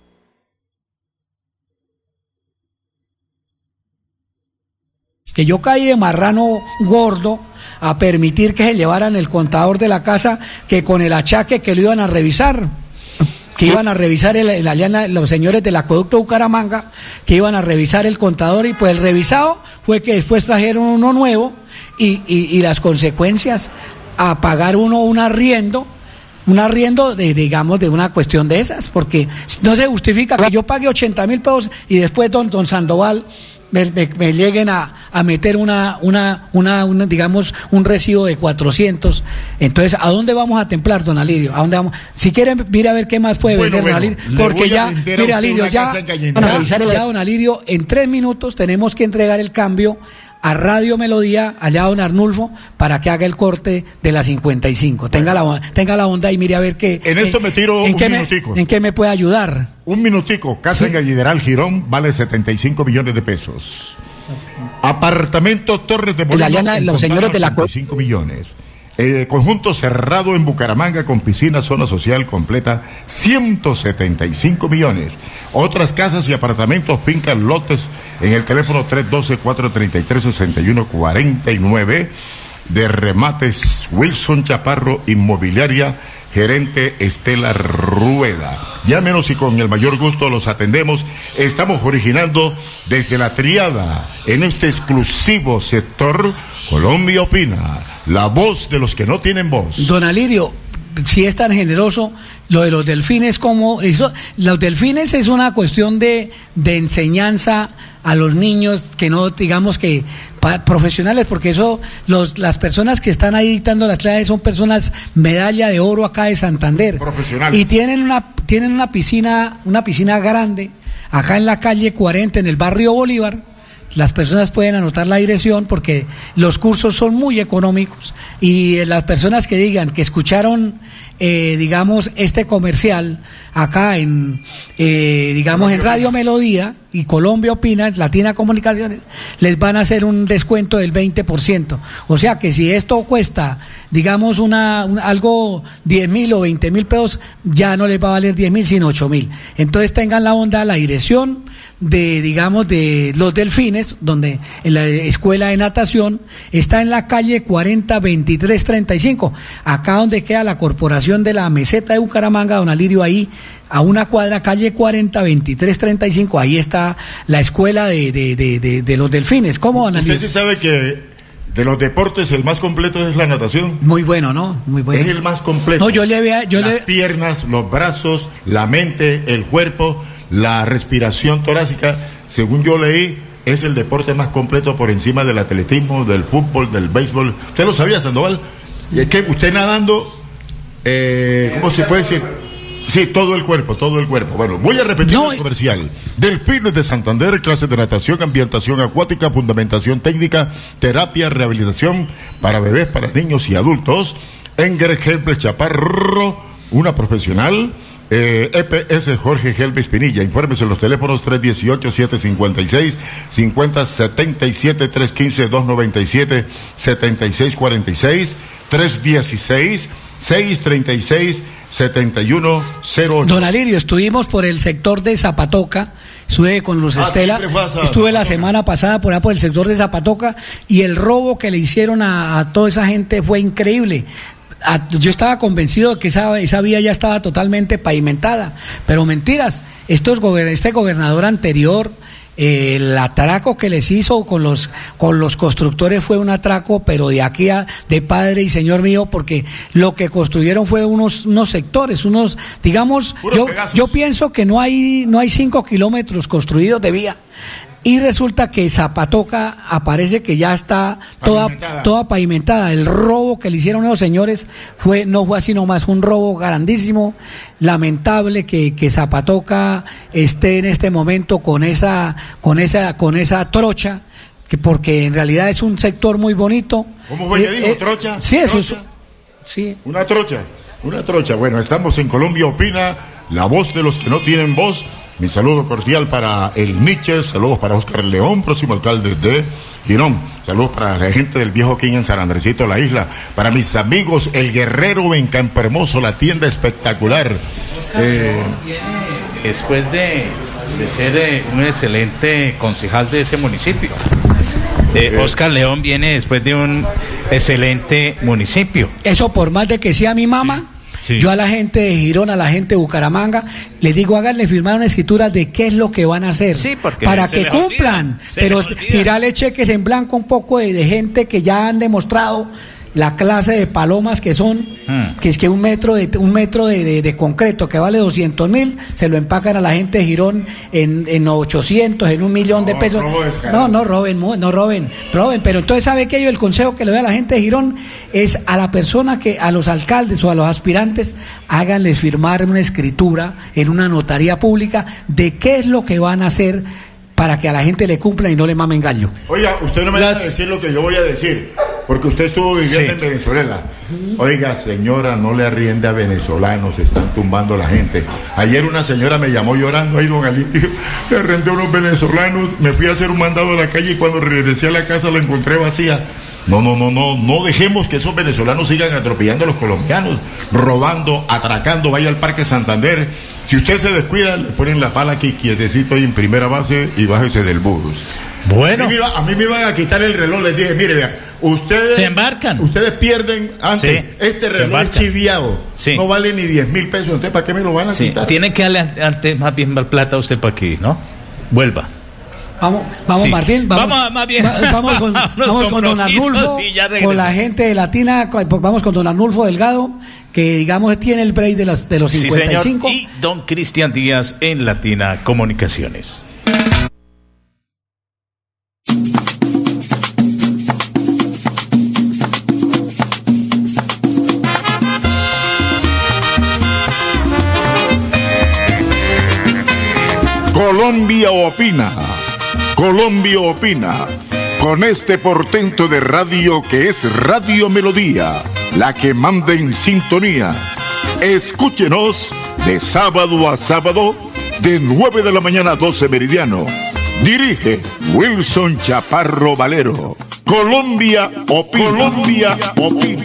[SPEAKER 3] que yo caí de marrano gordo a permitir que se llevaran el contador de la casa, que con el achaque que lo iban a revisar, que iban a revisar los señores del acueducto de Bucaramanga, que iban a revisar el contador, y pues el revisado fue que después trajeron uno nuevo, y las consecuencias, a pagar un arriendo de una cuestión de esas, porque no se justifica que yo pague 80.000 pesos y después don Sandoval me lleguen a meter digamos un recibo de 400. Entonces, ¿a dónde vamos a templar, don Alirio? ¿A dónde vamos? Si quieren, mira a ver qué más puede vender, don Alirio, porque ya, mire, Alirio, ya don Alirio, en 3 minutos tenemos que entregar el cambio a Radio Melodía, allá don Arnulfo, para que haga el corte de las 55. Tenga la onda y mire a ver qué.
[SPEAKER 1] En esto me tiro un minutico.
[SPEAKER 3] ¿En qué me puede ayudar?
[SPEAKER 1] Un minutico. Casa en Gallideral Girón vale 75 millones de pesos. Apartamento Torres de Molino,
[SPEAKER 3] los señores de la
[SPEAKER 1] 75 millones. Conjunto cerrado en Bucaramanga con piscina, zona social completa, 175 millones. Otras casas y apartamentos, fincas, lotes en el teléfono 312-433-6149 de Remates Wilson Chaparro Inmobiliaria, gerente Estela Rueda. Llámenos y con el mayor gusto los atendemos. Estamos originando desde la Triada en este exclusivo sector Colombia Opina, la voz de los que no tienen voz.
[SPEAKER 3] Don Alirio, si es tan generoso, lo de los delfines, los delfines es una cuestión de enseñanza a los niños, que no digamos que profesionales, porque las personas que están ahí dictando las clases son personas medalla de oro acá de Santander, profesionales, y tienen una piscina grande acá en la calle 40 en el barrio Bolívar. Las personas pueden anotar la dirección porque los cursos son muy económicos, y las personas que digan que escucharon digamos este comercial acá en Radio Melodía y Colombia Opina, Latina Comunicaciones, les van a hacer un descuento del 20%. O sea que si esto cuesta, digamos, algo 10.000 o 20.000 pesos, ya no les va a valer 10.000 sino 8.000. Entonces tengan la onda, la dirección de los delfines, donde en la escuela de natación está en la calle 40-23-35, acá donde queda la corporación de la meseta de Bucaramanga, don Alirio, ahí a una cuadra, calle 40-23-35, ahí está la escuela de los delfines. ¿Cómo, don Alirio?
[SPEAKER 1] Usted sí sabe que de los deportes el más completo es la natación.
[SPEAKER 3] Muy bueno, ¿no? Muy bueno.
[SPEAKER 1] Es el más completo.
[SPEAKER 3] No,
[SPEAKER 1] las piernas, los brazos, la mente, el cuerpo, la respiración torácica. Según yo leí,
[SPEAKER 6] es el deporte más completo por encima del atletismo, del fútbol, del béisbol. ¿Usted lo sabía, Sandoval? Y es que usted nadando, ¿cómo se puede decir? Sí, todo el cuerpo. Bueno, voy a repetir el comercial. Delfines de Santander, clases de natación, ambientación acuática, fundamentación técnica, terapia, rehabilitación para bebés, para niños y adultos. Enger Helves Chaparro, una profesional. EPS Jorge Helves Pinilla. Infórmese en los teléfonos 318-756-5077, 315-297-7646, 316-636-7108.
[SPEAKER 3] Don Alirio, estuvimos por el sector de Zapatoca, estuve con Luz Estela, estuve la semana pasada por allá por el sector de Zapatoca, y el robo que le hicieron a toda esa gente fue increíble. Yo estaba convencido de que esa vía ya estaba totalmente pavimentada, pero mentiras. Este gobernador anterior, el atraco que les hizo con los constructores fue un atraco, pero de padre y señor mío, porque lo que construyeron fue unos sectores, digamos, yo pienso que no hay 5 kilómetros construidos de vía. Y resulta que Zapatoca aparece que ya está toda pavimentada. El robo que le hicieron a los señores no fue así nomás, un robo grandísimo. Lamentable que Zapatoca esté en este momento con esa trocha, porque en realidad es un sector muy bonito.
[SPEAKER 6] ¿Cómo fue que dijo? ¿Trocha?
[SPEAKER 3] Sí, eso es. Sí.
[SPEAKER 6] Una trocha. Bueno, estamos en Colombia Opina, la voz de los que no tienen voz. Mi saludo cordial para el Nietzsche, saludos para Oscar León, próximo alcalde de Girón, saludos para la gente del Viejo King en San Andresito, la isla, para mis amigos, el Guerrero en Campo Hermoso, la tienda espectacular.
[SPEAKER 17] Después de ser un excelente concejal de ese municipio. Oscar León viene después de un excelente municipio.
[SPEAKER 3] Eso por más de que sea mi mamá. Sí. Yo a la gente de Girón, a la gente de Bucaramanga, les digo, háganle firmar una escritura de qué es lo que van a hacer, para que cumplan, pero tirarle cheques en blanco un poco de gente que ya han demostrado la clase de palomas que son, que es que un metro de concreto que vale 200.000, se lo empacan a la gente de Girón en 800, en 1.000.000 de pesos. No roben, pero entonces ¿sabe qué? Yo el consejo que le doy a la gente de Girón es a la persona a los alcaldes o a los aspirantes, háganles firmar una escritura en una notaría pública de qué es lo que van a hacer para que a la gente le cumplan y no le mamen gallo.
[SPEAKER 6] Oiga, usted no me deja decir lo que yo voy a decir, porque usted estuvo viviendo en Venezuela. Oiga, señora, no le arriende a venezolanos, están tumbando a la gente. Ayer una señora me llamó llorando, ay, don Alirio, le arrendé a unos venezolanos, me fui a hacer un mandado a la calle y cuando regresé a la casa la encontré vacía. No dejemos que esos venezolanos sigan atropellando a los colombianos, robando, atracando. Vaya al Parque Santander. Si usted se descuida, le ponen la pala aquí quietecito ahí en primera base y bájese del bus. Bueno. A mí me iban a quitar el reloj, les dije, mire, vean, ustedes...
[SPEAKER 17] Se embarcan.
[SPEAKER 6] Ustedes pierden antes. Sí, este reloj es chiviado. Sí. No vale ni 10.000 pesos. Entonces, ¿para qué me lo van a quitar?
[SPEAKER 17] Tienen que darle antes más bien plata a usted para que, ¿no? Vuelva.
[SPEAKER 3] Vamos, sí. Martín, vamos con don Arnulfo, con la gente de Latina, vamos con don Arnulfo Delgado, que digamos tiene el break de los 55. Sí, señor.
[SPEAKER 17] Y don Cristian Díaz en Latina Comunicaciones.
[SPEAKER 1] Colombia Opina. Colombia Opina, con este portento de radio que es Radio Melodía, la que manda en sintonía. Escúchenos de sábado a sábado, de 9 de la mañana a 12 meridiano. Dirige Wilson Chaparro Valero. Colombia Opina. Colombia Opina.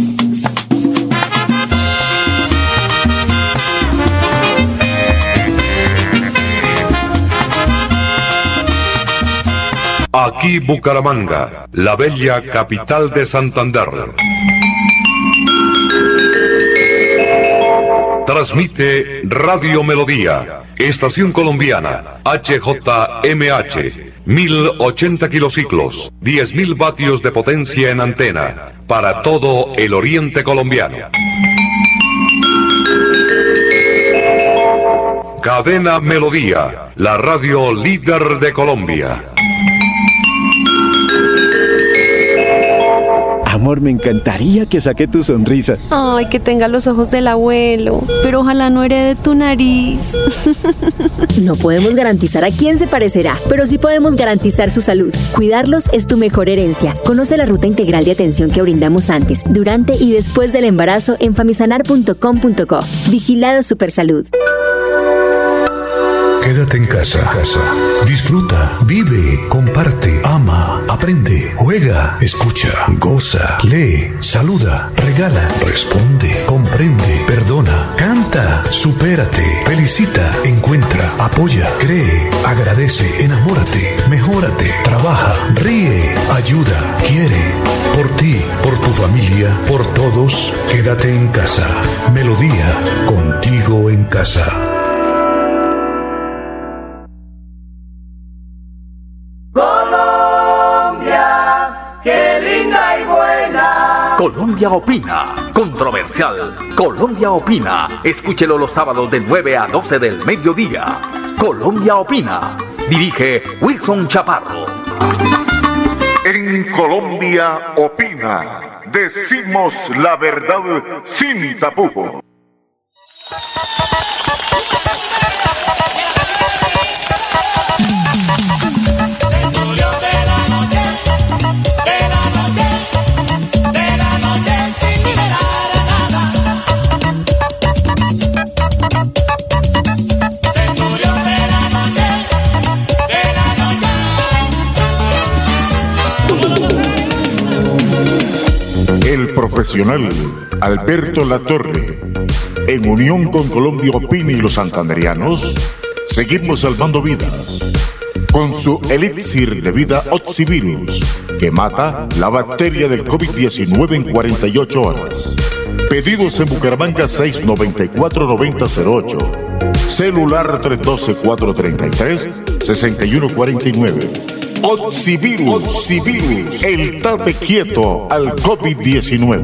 [SPEAKER 19] Aquí Bucaramanga, la bella capital de Santander. Transmite Radio Melodía, estación colombiana, HJMH, 1080 kilociclos, 10.000 vatios de potencia en antena, para todo el oriente colombiano. Cadena Melodía, la radio líder de Colombia.
[SPEAKER 22] amor, me encantaría que saque tu sonrisa.
[SPEAKER 23] Ay, que tenga los ojos del abuelo, pero ojalá no herede tu nariz.
[SPEAKER 24] No podemos garantizar a quién se parecerá, pero sí podemos garantizar su salud. Cuidarlos es tu mejor herencia. Conoce la ruta integral de atención que brindamos antes, durante y después del embarazo en famisanar.com.co. Vigilado Supersalud.
[SPEAKER 21] Quédate en casa. Disfruta, vive, comparte, ama, aprende, juega, escucha, goza, lee, saluda, regala, responde, comprende, perdona, canta, supérate, felicita, encuentra, apoya, cree, agradece, enamórate, mejórate, trabaja, ríe, ayuda, quiere. Por ti, por tu familia, por todos, quédate en casa. Melodía, contigo en casa.
[SPEAKER 13] Colombia Opina, controversial. Colombia Opina, escúchelo los sábados de 9 a 12 del mediodía. Colombia Opina, dirige Wilson Chaparro.
[SPEAKER 1] En Colombia Opina, decimos la verdad sin tapujos. El profesional Alberto Latorre, en unión con Colombia Opina y los santanderianos, seguimos salvando vidas con su elixir de vida Oxivirus, que mata la bacteria del COVID-19 en 48 horas. Pedidos en Bucaramanga 694-9008, celular 312-433-6149. Oxivirus, el tate quieto al COVID-19.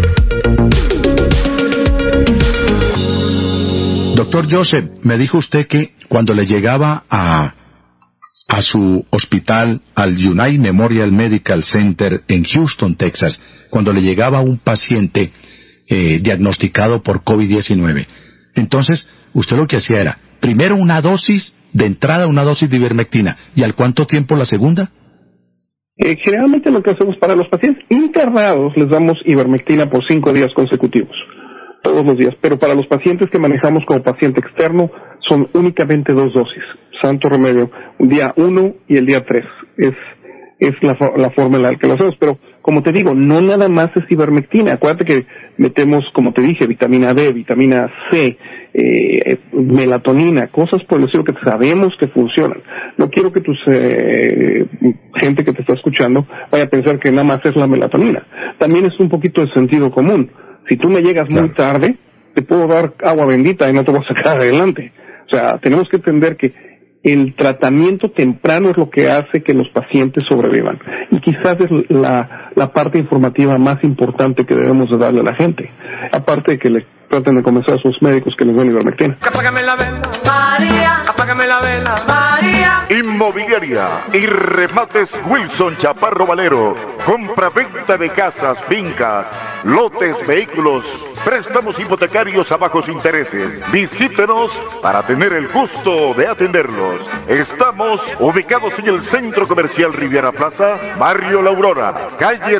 [SPEAKER 4] Doctor Joseph, me dijo usted que cuando le llegaba a su hospital, al United Memorial Medical Center en Houston, Texas, cuando le llegaba un paciente diagnosticado por COVID-19, entonces usted lo que hacía era, primero una dosis de entrada, una dosis de ivermectina, ¿y al cuánto tiempo la segunda?
[SPEAKER 5] Generalmente lo que hacemos para los pacientes internados les damos ivermectina por 5 días consecutivos, todos los días, pero para los pacientes que manejamos como paciente externo son únicamente 2 dosis, santo remedio, un día 1 y el día 3, es la forma en la que lo hacemos, pero como te digo, no nada más es ivermectina, acuérdate que metemos, como te dije, vitamina D, vitamina C, melatonina, cosas por el estilo que sabemos que funcionan. No quiero que gente que te está escuchando vaya a pensar que nada más es la melatonina. También es un poquito de sentido común. Si tú me llegas muy tarde, te puedo dar agua bendita y no te voy a sacar adelante. O sea, tenemos que entender que el tratamiento temprano es lo que hace que los pacientes sobrevivan. Y quizás es la parte informativa más importante que debemos de darle a la gente. Aparte de que le traten de convencer a sus médicos que les den ivermectina.
[SPEAKER 14] Apágame la vela, María. Apágame la vela, María.
[SPEAKER 1] Inmobiliaria y remates Wilson Chaparro Valero. Compra-venta de casas, fincas, lotes, vehículos, préstamos hipotecarios a bajos intereses. Visítenos para tener el gusto de atenderlos. Estamos ubicados en el Centro Comercial Riviera Plaza, Barrio La Aurora, calle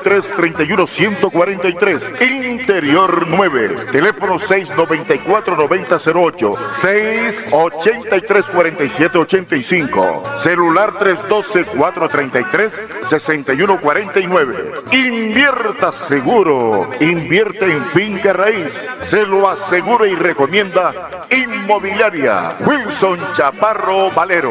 [SPEAKER 1] 33-31-143, Interior 9. Teléfono 694-9008, 683-4785. Celular 312-433-6149. Invierta seguro. Invierte en finca raíz. Se lo asegura y recomienda Inmobiliaria Wilson Chaparro Valero.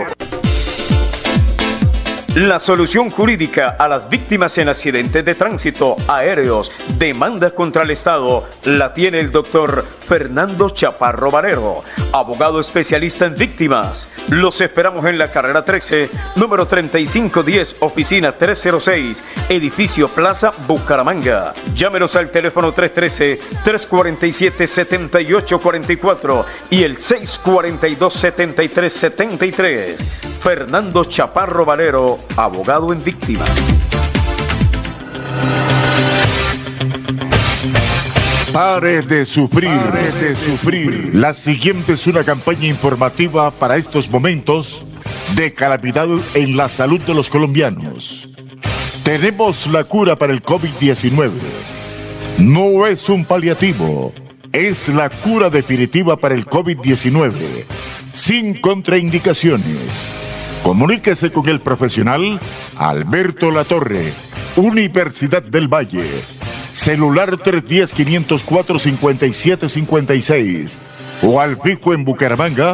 [SPEAKER 15] La solución jurídica a las víctimas en accidentes de tránsito, aéreos, demandas contra el Estado, la tiene el doctor Fernando Chaparro Valero, abogado especialista en víctimas. Los esperamos en la carrera 13, número 3510, oficina 306, edificio Plaza Bucaramanga. Llámenos al teléfono 313-347-7844 y el 642-7373. Fernando Chaparro Valero, abogado en víctimas.
[SPEAKER 1] Pare de sufrir, pare de sufrir. La siguiente es una campaña informativa para estos momentos de calamidad en la salud de los colombianos. Tenemos la cura para el COVID-19. No es un paliativo, es la cura definitiva para el COVID-19, sin contraindicaciones. Comuníquese con el profesional Alberto Latorre, Universidad del Valle. Celular 310-504-5756 o al fijo en Bucaramanga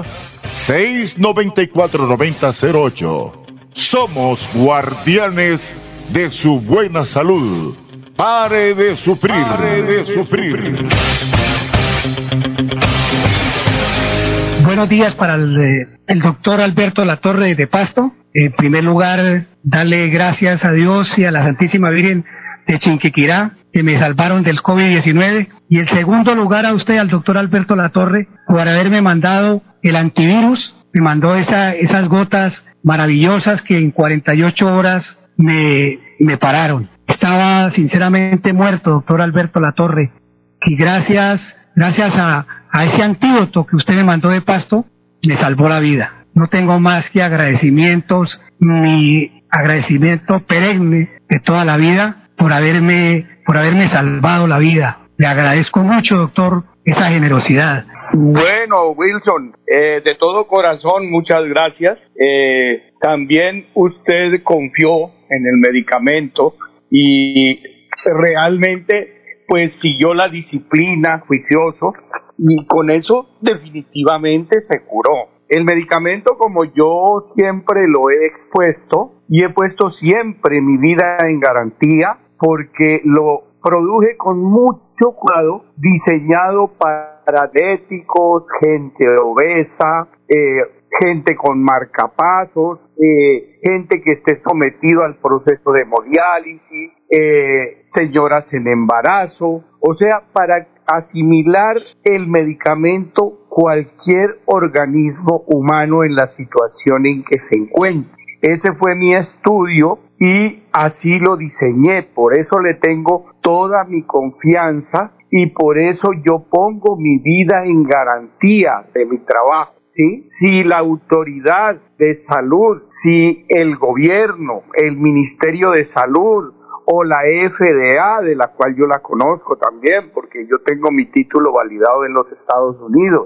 [SPEAKER 1] 694-9008. Somos guardianes de su buena salud. Pare de sufrir, pare de sufrir.
[SPEAKER 7] Buenos días para el doctor Alberto Latorre de Pasto. En primer lugar, darle gracias a Dios y a la Santísima Virgen de Chinquiquirá, que me salvaron del COVID-19. Y en segundo lugar a usted, al doctor Alberto Latorre, por haberme mandado el antivirus. Me mandó esas gotas maravillosas que en 48 horas me pararon. Estaba sinceramente muerto, doctor Alberto Latorre. Y gracias a ese antídoto que usted me mandó de Pasto, me salvó la vida. No tengo más que agradecimientos, mi agradecimiento perenne de toda la vida por haberme salvado la vida. Le agradezco mucho, doctor, esa generosidad.
[SPEAKER 2] Bueno, Wilson, de todo corazón, muchas gracias. También usted confió en el medicamento y realmente pues siguió la disciplina, juicioso, y con eso definitivamente se curó. El medicamento, como yo siempre lo he expuesto y he puesto siempre mi vida en garantía, porque lo produje con mucho cuidado, diseñado para diabéticos, gente obesa, gente con marcapasos, gente que esté sometido al proceso de hemodiálisis, señoras en embarazo, o sea, para asimilar el medicamento cualquier organismo humano en la situación en que se encuentre. Ese fue mi estudio y así lo diseñé, por eso le tengo toda mi confianza y por eso yo pongo mi vida en garantía de mi trabajo. ¿Sí? Si la autoridad de salud, si el gobierno, el Ministerio de Salud o la FDA, de la cual yo la conozco también, porque yo tengo mi título validado en los Estados Unidos,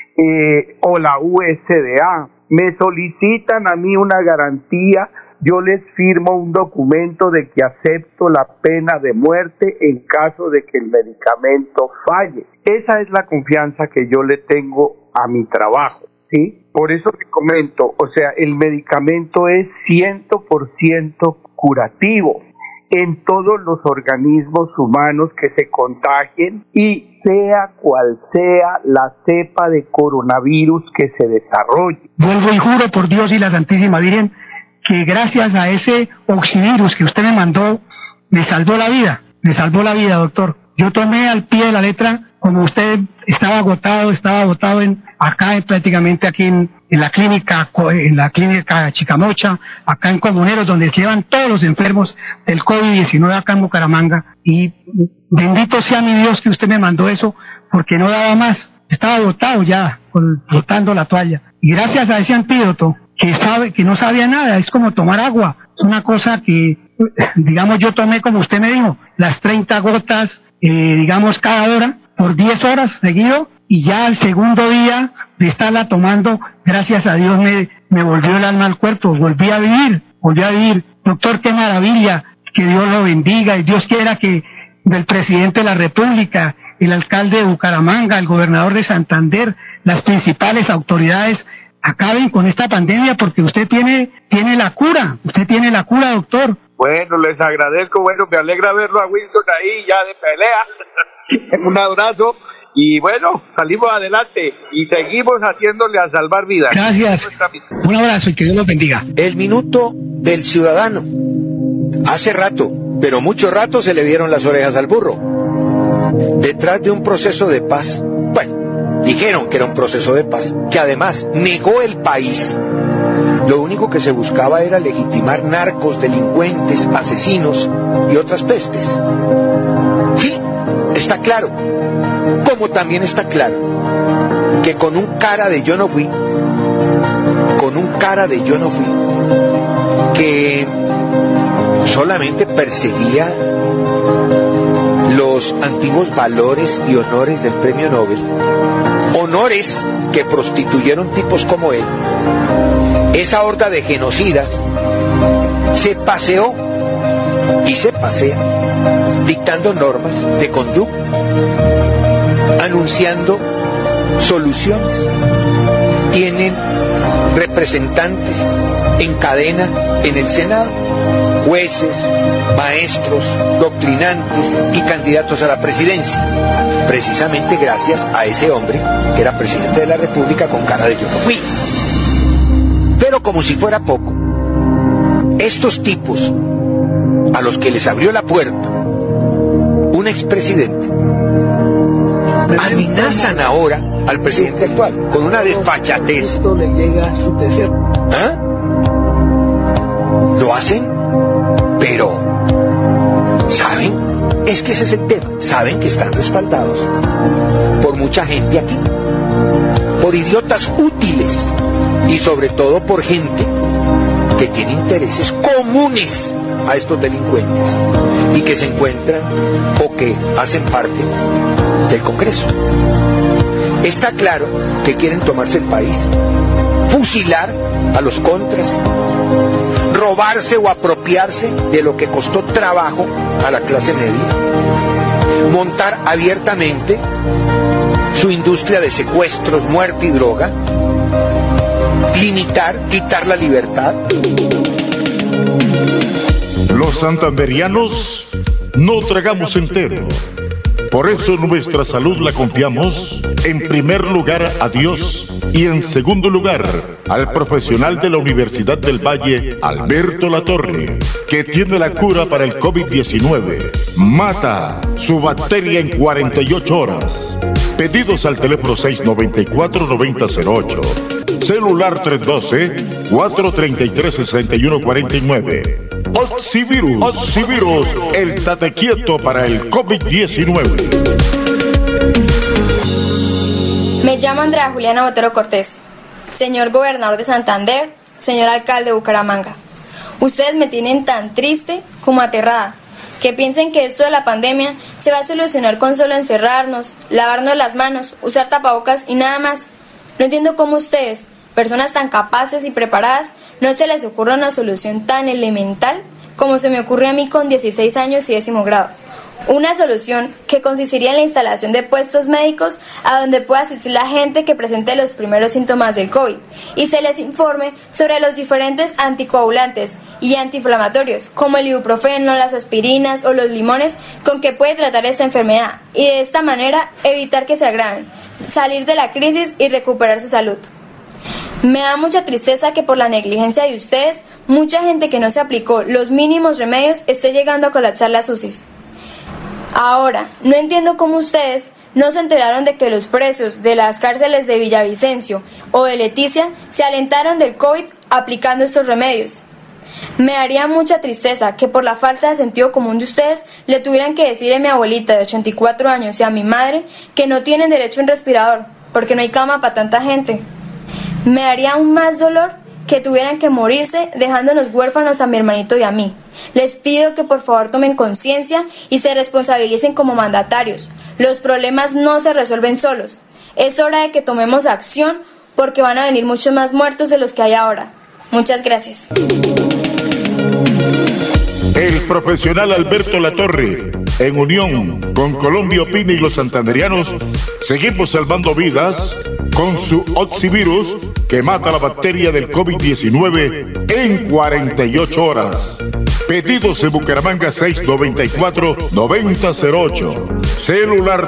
[SPEAKER 2] o la USDA, me solicitan a mí una garantía, yo les firmo un documento de que acepto la pena de muerte en caso de que el medicamento falle. Esa es la confianza que yo le tengo a mi trabajo, ¿sí? Por eso te comento, o sea, el medicamento es 100% curativo en todos los organismos humanos que se contagien y sea cual sea la cepa de coronavirus que se desarrolle.
[SPEAKER 7] Vuelvo y juro por Dios y la Santísima Virgen que gracias a ese oxivirus que usted me mandó, me salvó la vida, doctor. Yo tomé al pie de la letra, como usted estaba agotado prácticamente aquí en la clínica Chicamocha, acá en Comuneros, donde se llevan todos los enfermos del COVID-19 acá en Bucaramanga. Y bendito sea mi Dios que usted me mandó eso, porque no daba más. Estaba agotado ya, botando la toalla. Y gracias a ese antídoto, que no sabía nada, es como tomar agua. Es una cosa que, digamos, yo tomé, como usted me dijo, las 30 gotas, digamos, cada hora, por 10 horas seguido, y ya al segundo día de estarla tomando, gracias a Dios me volvió el alma al cuerpo, volví a vivir. Doctor, qué maravilla, que Dios lo bendiga, y Dios quiera que del presidente de la República, el alcalde de Bucaramanga, el gobernador de Santander, las principales autoridades acaben con esta pandemia, porque usted tiene la cura, doctor.
[SPEAKER 2] Bueno, les agradezco, bueno, me alegra verlo a Wilson ahí ya de pelea. Un abrazo y bueno, salimos adelante y seguimos haciéndole a salvar vidas.
[SPEAKER 7] Gracias, un abrazo y que Dios los bendiga.
[SPEAKER 8] El minuto del ciudadano. Hace rato, pero mucho rato se le vieron las orejas al burro. Detrás de un proceso de paz, bueno, dijeron que era un proceso de paz, que además negó el país. Lo único que se buscaba era legitimar narcos, delincuentes, asesinos y otras pestes. Sí, está claro. Como también está claro que con un cara de yo no fui, que solamente perseguía los antiguos valores y honores del premio Nobel, honores que prostituyeron tipos como él, esa horda de genocidas se paseó y se pasea dictando normas de conducta, anunciando soluciones. Tienen representantes en cadena en el Senado, jueces, maestros, doctrinantes y candidatos a la presidencia, precisamente gracias a ese hombre que era presidente de la República con cara de yo no fui. Pero como si fuera poco, estos tipos a los que les abrió la puerta un expresidente amenazan ahora al presidente actual con una desfachatez. ¿Ah? Lo hacen, pero ¿saben? Es que ese es el tema. Saben que están respaldados por mucha gente aquí, por idiotas útiles y sobre todo por gente que tiene intereses comunes a estos delincuentes y que se encuentran o que hacen parte del Congreso. Está claro que quieren tomarse el país, fusilar a los contras, robarse o apropiarse de lo que costó trabajo a la clase media, montar abiertamente su industria de secuestros, muerte y droga, limitar, quitar la libertad.
[SPEAKER 1] Los santanderianos no tragamos entero. Por eso nuestra salud la confiamos en primer lugar a Dios y en segundo lugar al profesional de la Universidad del Valle, Alberto Latorre, que tiene la cura para el COVID-19. Mata su bacteria en 48 horas. Pedidos al teléfono 694-9008. Celular 312-433-6149. Oxivirus, el tate quieto para el COVID-19.
[SPEAKER 9] Me llamo Andrea Juliana Botero Cortés. Señor gobernador de Santander, señor alcalde de Bucaramanga, ustedes me tienen tan triste como aterrada, que piensen que esto de la pandemia se va a solucionar con solo encerrarnos, lavarnos las manos, usar tapabocas y nada más. No entiendo cómo ustedes, personas tan capaces y preparadas, no se les ocurre una solución tan elemental como se me ocurre a mí con 16 años y 10º grado. Una solución que consistiría en la instalación de puestos médicos a donde pueda asistir la gente que presente los primeros síntomas del COVID y se les informe sobre los diferentes anticoagulantes y antiinflamatorios como el ibuprofeno, las aspirinas o los limones con que puede tratar esta enfermedad y de esta manera evitar que se agraven, salir de la crisis y recuperar su salud. Me da mucha tristeza que por la negligencia de ustedes, mucha gente que no se aplicó los mínimos remedios esté llegando a colapsar las UCIs. Ahora, no entiendo cómo ustedes no se enteraron de que los presos de las cárceles de Villavicencio o de Leticia se alentaron del COVID aplicando estos remedios. Me daría mucha tristeza que por la falta de sentido común de ustedes le tuvieran que decir a mi abuelita de 84 años y a mi madre que no tienen derecho a un respirador porque no hay cama para tanta gente. Me daría aún más dolor que tuvieran que morirse dejándonos huérfanos a mi hermanito y a mí. Les pido que por favor tomen conciencia y se responsabilicen como mandatarios. Los problemas no se resuelven solos. Es hora de que tomemos acción porque van a venir muchos más muertos de los que hay ahora. Muchas gracias.
[SPEAKER 1] El profesional Alberto Latorre, en unión con Colombia Opina y los santanderianos, seguimos salvando vidas con su Oxivirus que mata la bacteria del COVID-19 en 48 horas. Pedidos en Bucaramanga 694-9008. Celular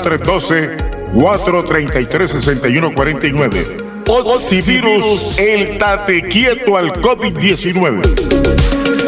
[SPEAKER 1] 312-433-6149. Oxivirus, el tate quieto al COVID-19.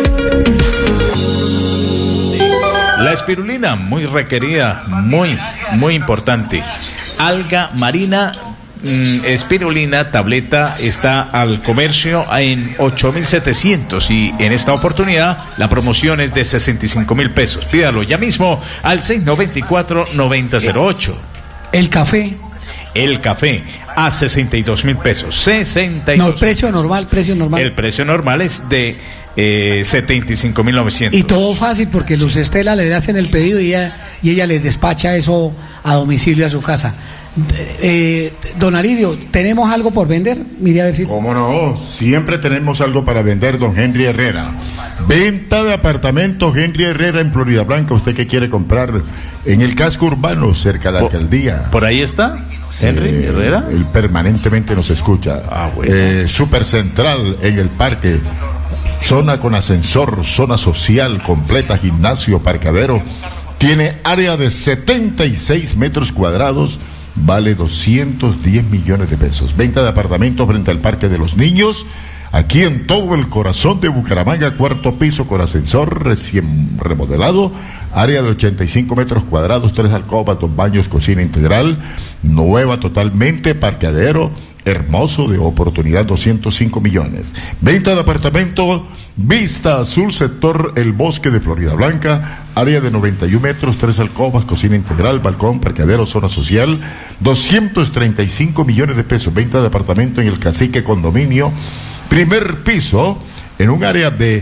[SPEAKER 17] La espirulina, muy requerida, muy importante. Alga marina, espirulina, tableta, está al comercio en 8.700 y en esta oportunidad la promoción es de 65.000 pesos. Pídalo ya mismo al 694-9008.
[SPEAKER 3] El café.
[SPEAKER 17] El café a 62.000 pesos. 62.
[SPEAKER 3] No, precio normal.
[SPEAKER 17] El precio normal es de 75.900.
[SPEAKER 3] Y todo fácil porque Luz Estela le hacen el pedido y ella les despacha eso a domicilio a su casa. Don Alidio, ¿tenemos algo por vender? Mire a ver si...
[SPEAKER 6] ¿Cómo no? Siempre tenemos algo para vender, don Henry Herrera. Venta de apartamentos Henry Herrera en Florida Blanca. ¿Usted qué quiere comprar? En el casco urbano, cerca de la alcaldía.
[SPEAKER 17] ¿Por ahí está Henry Herrera?
[SPEAKER 6] Él permanentemente nos escucha.
[SPEAKER 17] Bueno.
[SPEAKER 6] Super Central en el parque. Zona con ascensor, zona social completa, gimnasio, parqueadero. Tiene área de 76 metros cuadrados. Vale 210 millones de pesos. Venta de apartamentos frente al Parque de los Niños. Aquí en todo el corazón de Bucaramanga, 4º piso con ascensor recién remodelado. Área de 85 metros cuadrados, 3 alcobas, 2 baños, cocina integral. Nueva totalmente, parqueadero hermoso de oportunidad, 205 millones. Venta de apartamento, vista azul, sector El Bosque de Florida Blanca. Área de 91 metros, 3 alcobas, cocina integral, balcón, parqueadero, zona social, 235 millones de pesos. Venta de apartamento en el Cacique Condominio, primer piso, en un área de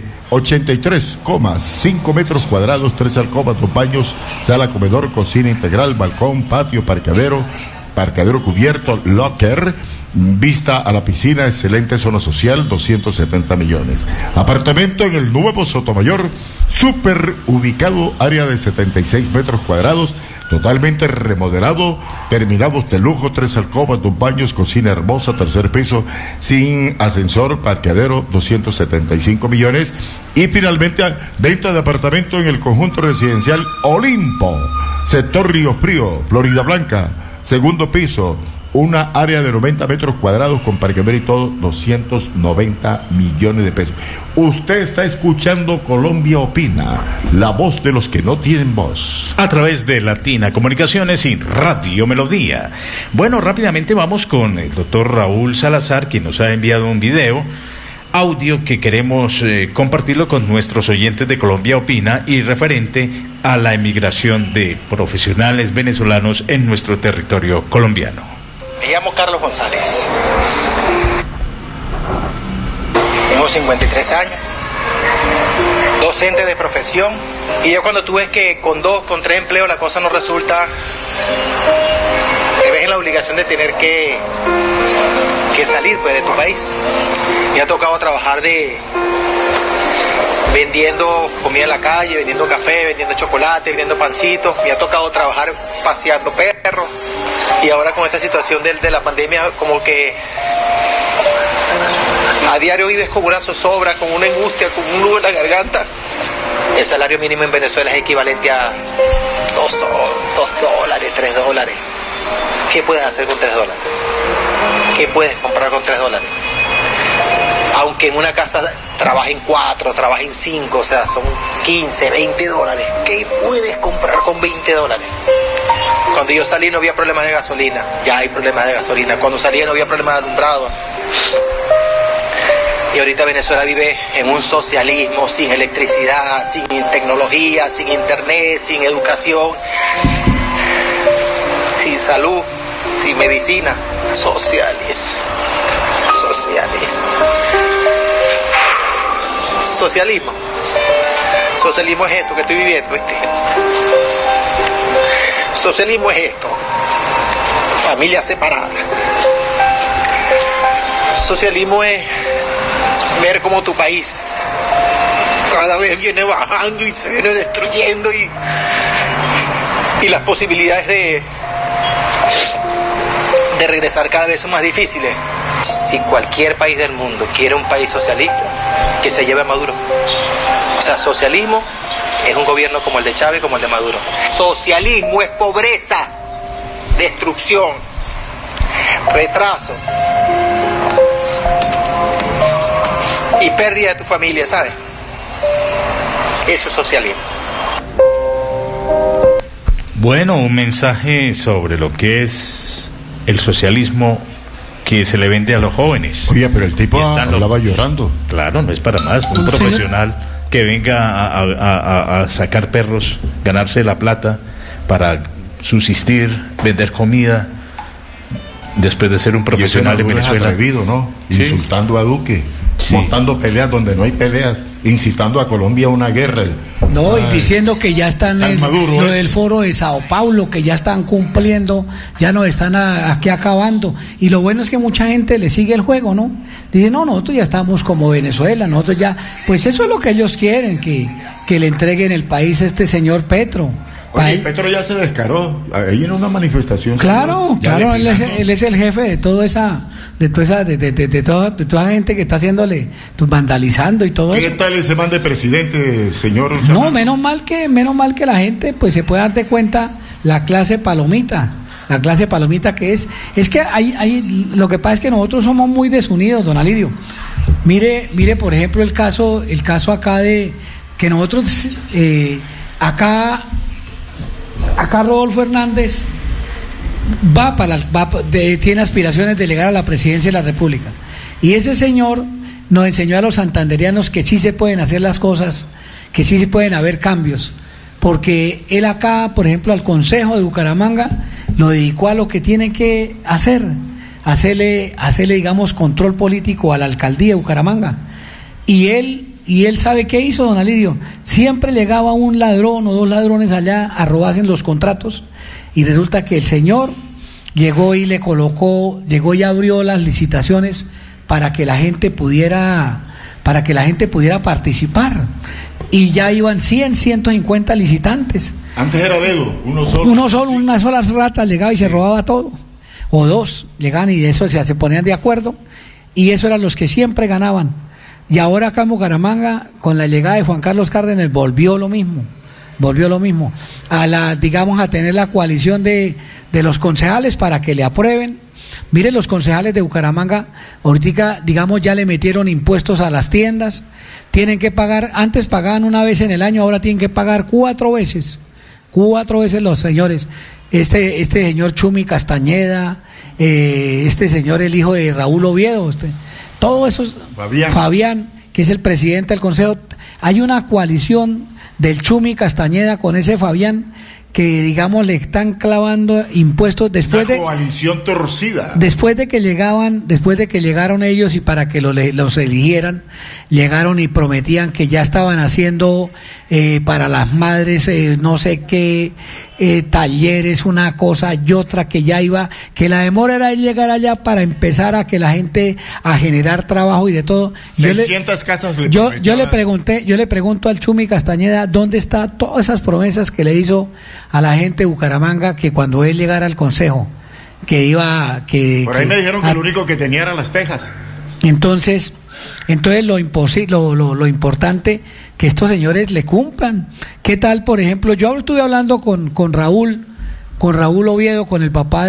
[SPEAKER 6] 83,5 metros cuadrados, 3 alcobas, 2 baños, sala, comedor, cocina integral, balcón, patio, parqueadero cubierto, locker, vista a la piscina, excelente zona social, 270 millones. Apartamento en el Nuevo Sotomayor, súper ubicado, área de 76 metros cuadrados, totalmente remodelado, terminados de lujo, 3 alcobas, 2 baños, cocina hermosa, tercer piso, sin ascensor, parqueadero, 275 millones. Y finalmente, venta de apartamento en el conjunto residencial Olimpo, sector Río Frío, Florida Blanca, segundo piso, una área de 90 metros cuadrados con parqueadero y todo, 290 millones de pesos. Usted está escuchando Colombia Opina, la voz de los que no tienen voz.
[SPEAKER 17] A través de Latina Comunicaciones y Radio Melodía. Bueno, rápidamente vamos con el doctor Raúl Salazar, quien nos ha enviado un audio que queremos compartirlo con nuestros oyentes de Colombia Opina y referente a la emigración de profesionales venezolanos en nuestro territorio colombiano.
[SPEAKER 12] Me llamo Carlos González. Tengo 53 años, docente de profesión, y yo cuando tú ves que con 2, con 3 empleos la cosa no resulta, te ves en la obligación de tener que salir pues de tu país. Me ha tocado trabajar vendiendo comida en la calle, vendiendo café, vendiendo chocolate, vendiendo pancitos. Me ha tocado trabajar paseando perros. Y ahora con esta situación de la pandemia, como que a diario vives con una zozobra, con una angustia, con un nudo en la garganta. El salario mínimo en Venezuela es equivalente a $2, $3. ¿Qué puedes hacer con $3? ¿Qué puedes comprar con $3? Aunque en una casa trabajen 4, trabajen 5, o sea, son 15, $20. ¿Qué puedes comprar con $20? Cuando yo salí no había problemas de gasolina, ya hay problemas de gasolina. Cuando salí no había problemas de alumbrado. Y ahorita Venezuela vive en un socialismo sin electricidad, sin tecnología, sin internet, sin educación, sin salud, sin medicina. Socialismo. Socialismo es esto que estoy viviendo, ¿viste? Socialismo es esto. Familia separada. Socialismo es ver cómo tu país cada vez viene bajando y se viene destruyendo y las posibilidades de regresar cada vez son más difíciles. Si cualquier país del mundo quiere un país socialista, que se lleve a Maduro. O sea, socialismo es un gobierno como el de Chávez, como el de Maduro. Socialismo es pobreza, destrucción, retraso y pérdida de tu familia, ¿sabes? Eso es socialismo.
[SPEAKER 17] Bueno, un mensaje sobre lo que es el socialismo que se le vende a los jóvenes.
[SPEAKER 6] Oye, pero el tipo hablaba llorando.
[SPEAKER 17] Claro, no es para más. Un profesional que venga a sacar perros, ganarse la plata para subsistir, vender comida, después de ser un profesional en Venezuela.
[SPEAKER 6] Es atrevido, ¿no?
[SPEAKER 17] ¿Sí?
[SPEAKER 6] Insultando a Duque, montando peleas donde no hay peleas, incitando a Colombia a una guerra.
[SPEAKER 3] No, y diciendo que ya están lo del foro de Sao Paulo, que ya están cumpliendo, ya nos están aquí acabando. Y lo bueno es que mucha gente le sigue el juego, ¿no? Dice, no, nosotros ya estamos como Venezuela, nosotros ya, pues eso es lo que ellos quieren, que le entreguen el país a este señor Petro.
[SPEAKER 6] Oye, Petro ya se descaró, ahí en una manifestación.
[SPEAKER 3] Claro, claro, él es el jefe de toda esa gente que está haciéndole, vandalizando y todo eso.
[SPEAKER 6] ¿Qué tal ese man de presidente, señor?
[SPEAKER 3] No, menos mal que la gente pues se pueda dar de cuenta la clase palomita que es que hay lo que pasa es que nosotros somos muy desunidos, don Alirio. Mire por ejemplo el caso acá de que nosotros acá Rodolfo Hernández tiene aspiraciones de llegar a la presidencia de la República. Y ese señor nos enseñó a los santanderianos que sí se pueden hacer las cosas, que sí se pueden haber cambios. Porque él acá, por ejemplo, al Consejo de Bucaramanga, lo dedicó a lo que tiene que hacerle, digamos, control político a la alcaldía de Bucaramanga. Y él sabe qué hizo, don Alirio. Siempre llegaba un ladrón o dos ladrones allá a robarse los contratos, y resulta que el señor llegó y y abrió las licitaciones para que la gente pudiera participar. Y ya iban 150 licitantes.
[SPEAKER 6] Antes era dedo,
[SPEAKER 3] una sola rata llegaba y se robaba todo. O dos llegaban y de eso se ponían de acuerdo, y eso eran los que siempre ganaban. Y ahora acá en Bucaramanga, con la llegada de Juan Carlos Cárdenas, volvió lo mismo, a tener la coalición de los concejales para que le aprueben. Mire, los concejales de Bucaramanga, ahorita, digamos, ya le metieron impuestos a las tiendas, tienen que pagar, antes pagaban una vez en el año, ahora tienen que pagar 4 veces los señores. Este señor Chumi Castañeda, este señor, el hijo de Raúl Oviedo, todo eso, Fabián, que es el presidente del consejo. Hay una coalición del Chumi Castañeda con ese Fabián que, digamos, le están clavando impuestos después
[SPEAKER 6] una coalición torcida.
[SPEAKER 3] Después de que llegaron ellos y para que los eligieran, llegaron y prometían que ya estaban haciendo para las madres no sé qué talleres, una cosa y otra, que ya iba, que la demora era llegar allá para empezar a que la gente a generar trabajo y de todo.
[SPEAKER 6] 600 casas.
[SPEAKER 3] Yo le pregunto al Chumi Castañeda dónde están todas esas promesas que le hizo a la gente de Bucaramanga, que cuando él llegara al consejo, que iba,
[SPEAKER 6] por ahí me dijeron que lo único que tenía eran las tejas.
[SPEAKER 3] Entonces lo importante que estos señores le cumplan. ¿Qué tal, por ejemplo? Yo estuve hablando con Raúl Oviedo, con el papá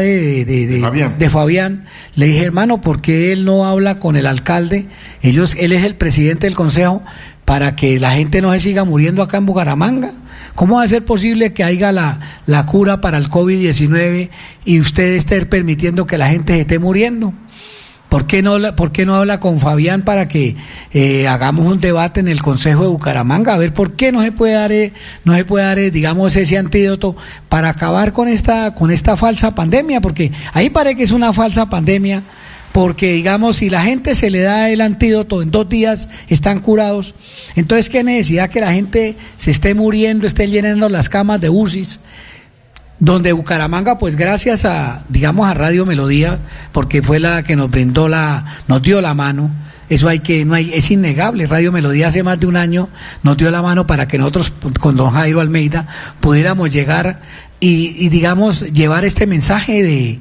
[SPEAKER 3] de Fabián. Le dije, hermano, ¿por qué él no habla con el alcalde? Él es el presidente del consejo, para que la gente no se siga muriendo acá en Bucaramanga. ¿Cómo va a ser posible que haya la cura para el COVID-19 y usted esté permitiendo que la gente se esté muriendo? ¿Por qué no habla con Fabián para que hagamos un debate en el Consejo de Bucaramanga? A ver, ¿por qué no se puede dar, digamos, ese antídoto para acabar con esta falsa pandemia? Porque ahí parece que es una falsa pandemia, porque, digamos, si la gente se le da el antídoto, en 2 días están curados. Entonces, ¿qué necesidad que la gente se esté muriendo, esté llenando las camas de UCIs? Donde Bucaramanga, pues gracias a Radio Melodía, porque fue la que nos dio la mano. Eso es innegable. Radio Melodía hace más de un año nos dio la mano para que nosotros, con don Jairo Almeida, pudiéramos llegar y digamos, llevar este mensaje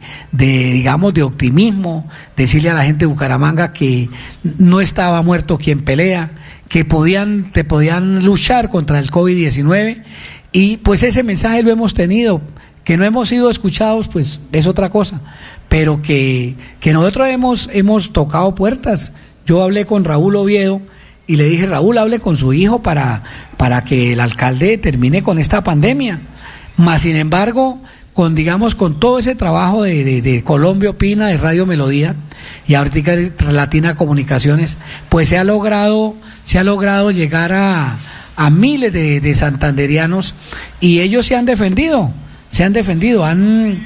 [SPEAKER 3] de optimismo, decirle a la gente de Bucaramanga que no estaba muerto quien pelea, que podían luchar contra el COVID-19, y pues ese mensaje lo hemos tenido. Que no hemos sido escuchados, pues es otra cosa, pero que nosotros hemos tocado puertas. Yo hablé con Raúl Oviedo y le dije, Raúl, hable con su hijo para que el alcalde termine con esta pandemia. Más sin embargo, con todo ese trabajo de Colombia Opina, de Radio Melodía y ahorita Latina Comunicaciones, pues se ha logrado llegar a miles de santanderianos, y ellos se han defendido. se han defendido, han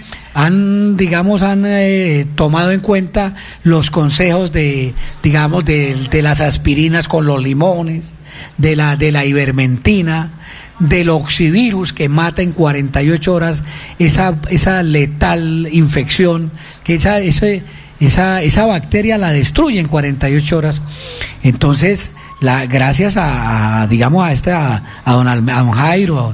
[SPEAKER 3] tomado en cuenta los consejos de las aspirinas con los limones, de la ivermectina, del oxivirus que mata en 48 horas esa letal infección, que esa bacteria la destruye en 48 horas. Entonces, gracias a don Jairo,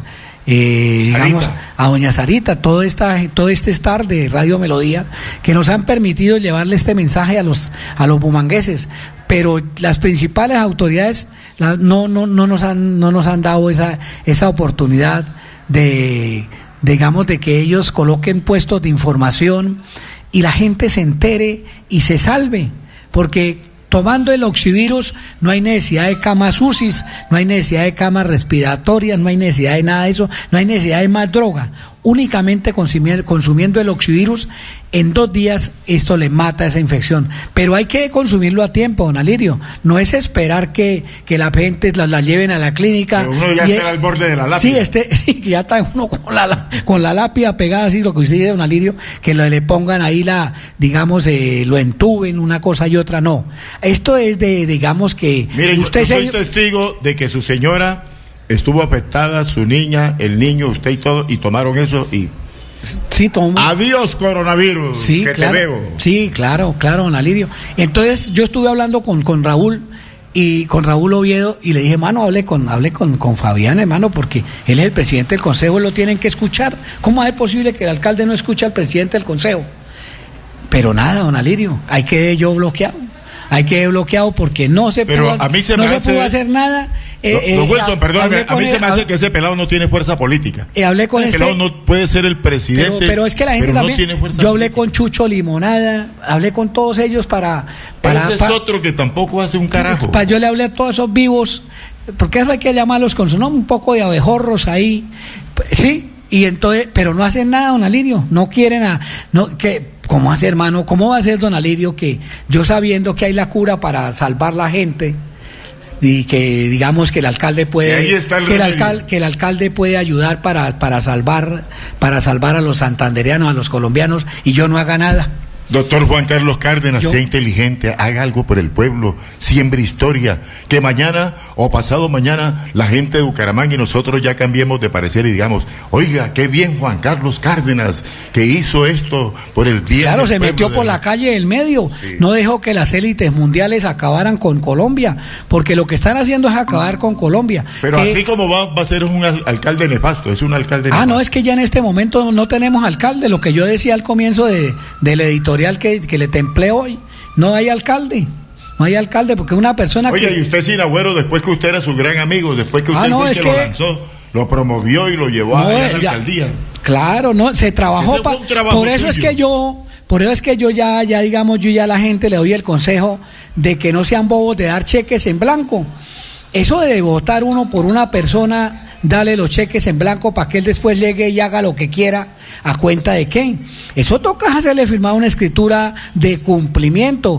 [SPEAKER 3] a doña Sarita, todo este star de Radio Melodía, que nos han permitido llevarle este mensaje a los bumangueses, pero las principales autoridades no nos han dado esa oportunidad de que ellos coloquen puestos de información y la gente se entere y se salve, porque tomando el oxivirus no hay necesidad de camas UCI, no hay necesidad de camas respiratorias, no hay necesidad de nada de eso, no hay necesidad de más droga. Únicamente consumiendo el oxivirus, en 2 días esto le mata esa infección. Pero hay que consumirlo a tiempo, don Alirio. No es esperar que la gente la lleven a la clínica.
[SPEAKER 6] Pero uno ya está al borde de la lápida.
[SPEAKER 3] Sí, que ya está uno con la lápida pegada, así lo que usted dice, don Alirio, que le pongan ahí lo entuben, una cosa y otra, no. Esto es que...
[SPEAKER 6] Mire, yo soy testigo de que su señora estuvo afectada, su niña, el niño, usted y todo, y tomaron eso y...
[SPEAKER 3] Sí,
[SPEAKER 6] adiós coronavirus,
[SPEAKER 3] sí,
[SPEAKER 6] que
[SPEAKER 3] claro,
[SPEAKER 6] te veo.
[SPEAKER 3] Sí, claro, don Alirio. Entonces yo estuve hablando con Raúl y con Raúl Oviedo y le dije, mano, hable con Fabián, hermano, porque él es el presidente del consejo, lo tienen que escuchar. ¿Cómo es posible que el alcalde no escuche al presidente del consejo? Pero nada, don Alirio, ahí quedé yo bloqueado. Porque no se pudo hacer nada.
[SPEAKER 6] Don Wilson, perdóname, a mí se me hace que ese pelado no tiene fuerza política.
[SPEAKER 3] Hablé con
[SPEAKER 6] pelado no puede ser el presidente.
[SPEAKER 3] Pero es que la gente también.
[SPEAKER 6] No
[SPEAKER 3] yo hablé con Chucho Limonada, hablé con todos ellos para
[SPEAKER 6] ese es otro que tampoco hace un carajo.
[SPEAKER 3] Yo le hablé a todos esos vivos, porque eso hay que llamarlos con su nombre, un poco de abejorros ahí, sí. Y entonces, pero no hacen nada, don Alirio, no quieren ¿cómo hace, hermano? ¿Cómo va a ser, don Alirio, que yo sabiendo que hay la cura para salvar la gente y que digamos que el alcalde puede que el alcalde puede ayudar para salvar a los santandereanos, a los colombianos, y yo no haga nada?
[SPEAKER 6] Doctor Juan Carlos Cárdenas, sea inteligente, haga algo por el pueblo, siembre historia, que mañana o pasado mañana la gente de Bucaramanga y nosotros ya cambiemos de parecer y digamos, oiga, qué bien Juan Carlos Cárdenas, que hizo esto por el bien.
[SPEAKER 3] Claro, se metió por la calle del medio, sí. No dejó que las élites mundiales acabaran con Colombia, porque lo que están haciendo es acabar con Colombia.
[SPEAKER 6] Pero así como va a ser un alcalde nefasto, es un alcalde nefasto.
[SPEAKER 3] No, es que ya en este momento no tenemos alcalde, lo que yo decía al comienzo del editorial que le templé hoy, no hay alcalde, porque una persona
[SPEAKER 6] y usted sin Agüero, después que usted era su gran amigo, después que usted lo lanzó, lo promovió y lo llevó a la alcaldía.
[SPEAKER 3] Claro, se trabajó por eso es que yo ya digamos, yo ya a la gente le doy el consejo de que no sean bobos de dar cheques en blanco. Eso de votar uno por una persona, darle los cheques en blanco para que él después llegue y haga lo que quiera, ¿a cuenta de qué? Eso toca hacerle firmar una escritura de cumplimiento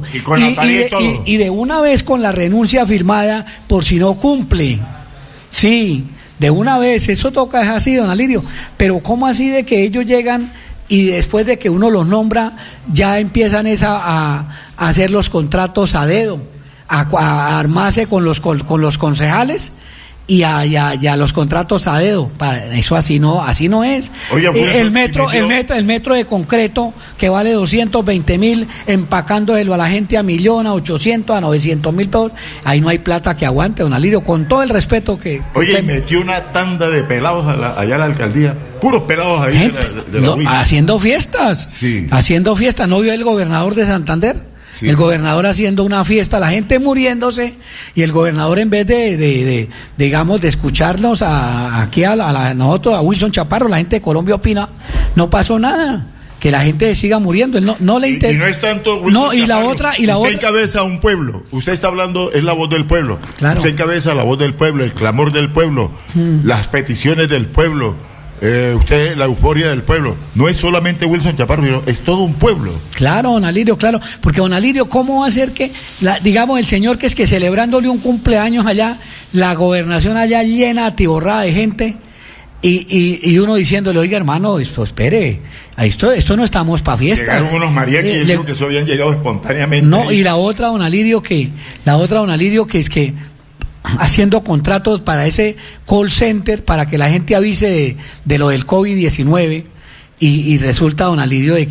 [SPEAKER 3] y de una vez con la renuncia firmada por si no cumple. Sí, de una vez, eso toca, es así, don Alirio. Pero ¿cómo así de que ellos llegan y después de que uno los nombra ya empiezan a hacer los contratos a dedo, a armarse con los concejales y a los contratos a dedo? Eso así no es.
[SPEAKER 6] Oye,
[SPEAKER 3] el metro de concreto que vale 220.000, empacándoselo a la gente a 1.000.000, a 800, a 900.000 pesos, ahí no hay plata que aguante, don Alirio, con todo el respeto que...
[SPEAKER 6] Oye, metió una tanda de pelados allá a la alcaldía, puros pelados ahí de la UIS.
[SPEAKER 3] Haciendo fiestas, ¿no vio el gobernador de Santander? Sí. El gobernador haciendo una fiesta, la gente muriéndose, y el gobernador, en vez de escucharnos aquí nosotros, a Wilson Chaparro, la gente de Colombia Opina, no pasó nada, que la gente siga muriendo. Él no le interesa.
[SPEAKER 6] Y no es tanto Wilson Chaparro.
[SPEAKER 3] Usted
[SPEAKER 6] encabeza un pueblo, usted está hablando, es la voz del pueblo.
[SPEAKER 3] Claro.
[SPEAKER 6] Usted encabeza la voz del pueblo, el clamor del pueblo, las peticiones del pueblo. La euforia del pueblo. No es solamente Wilson Chaparro, sino es todo un pueblo.
[SPEAKER 3] Claro, don Alirio, claro. Porque don Alirio, ¿cómo va a ser que, digamos, el señor que celebrándole un cumpleaños allá, la gobernación allá llena, atiborrada de gente, Y uno diciéndole, oiga hermano, esto espere, esto no estamos para fiestas.
[SPEAKER 6] Llegaron unos mariachis y dijo que eso habían llegado espontáneamente.
[SPEAKER 3] No, y la otra, don Alirio, que es que haciendo contratos para ese call center para que la gente avise de lo del COVID-19 y resulta, don Alirio, de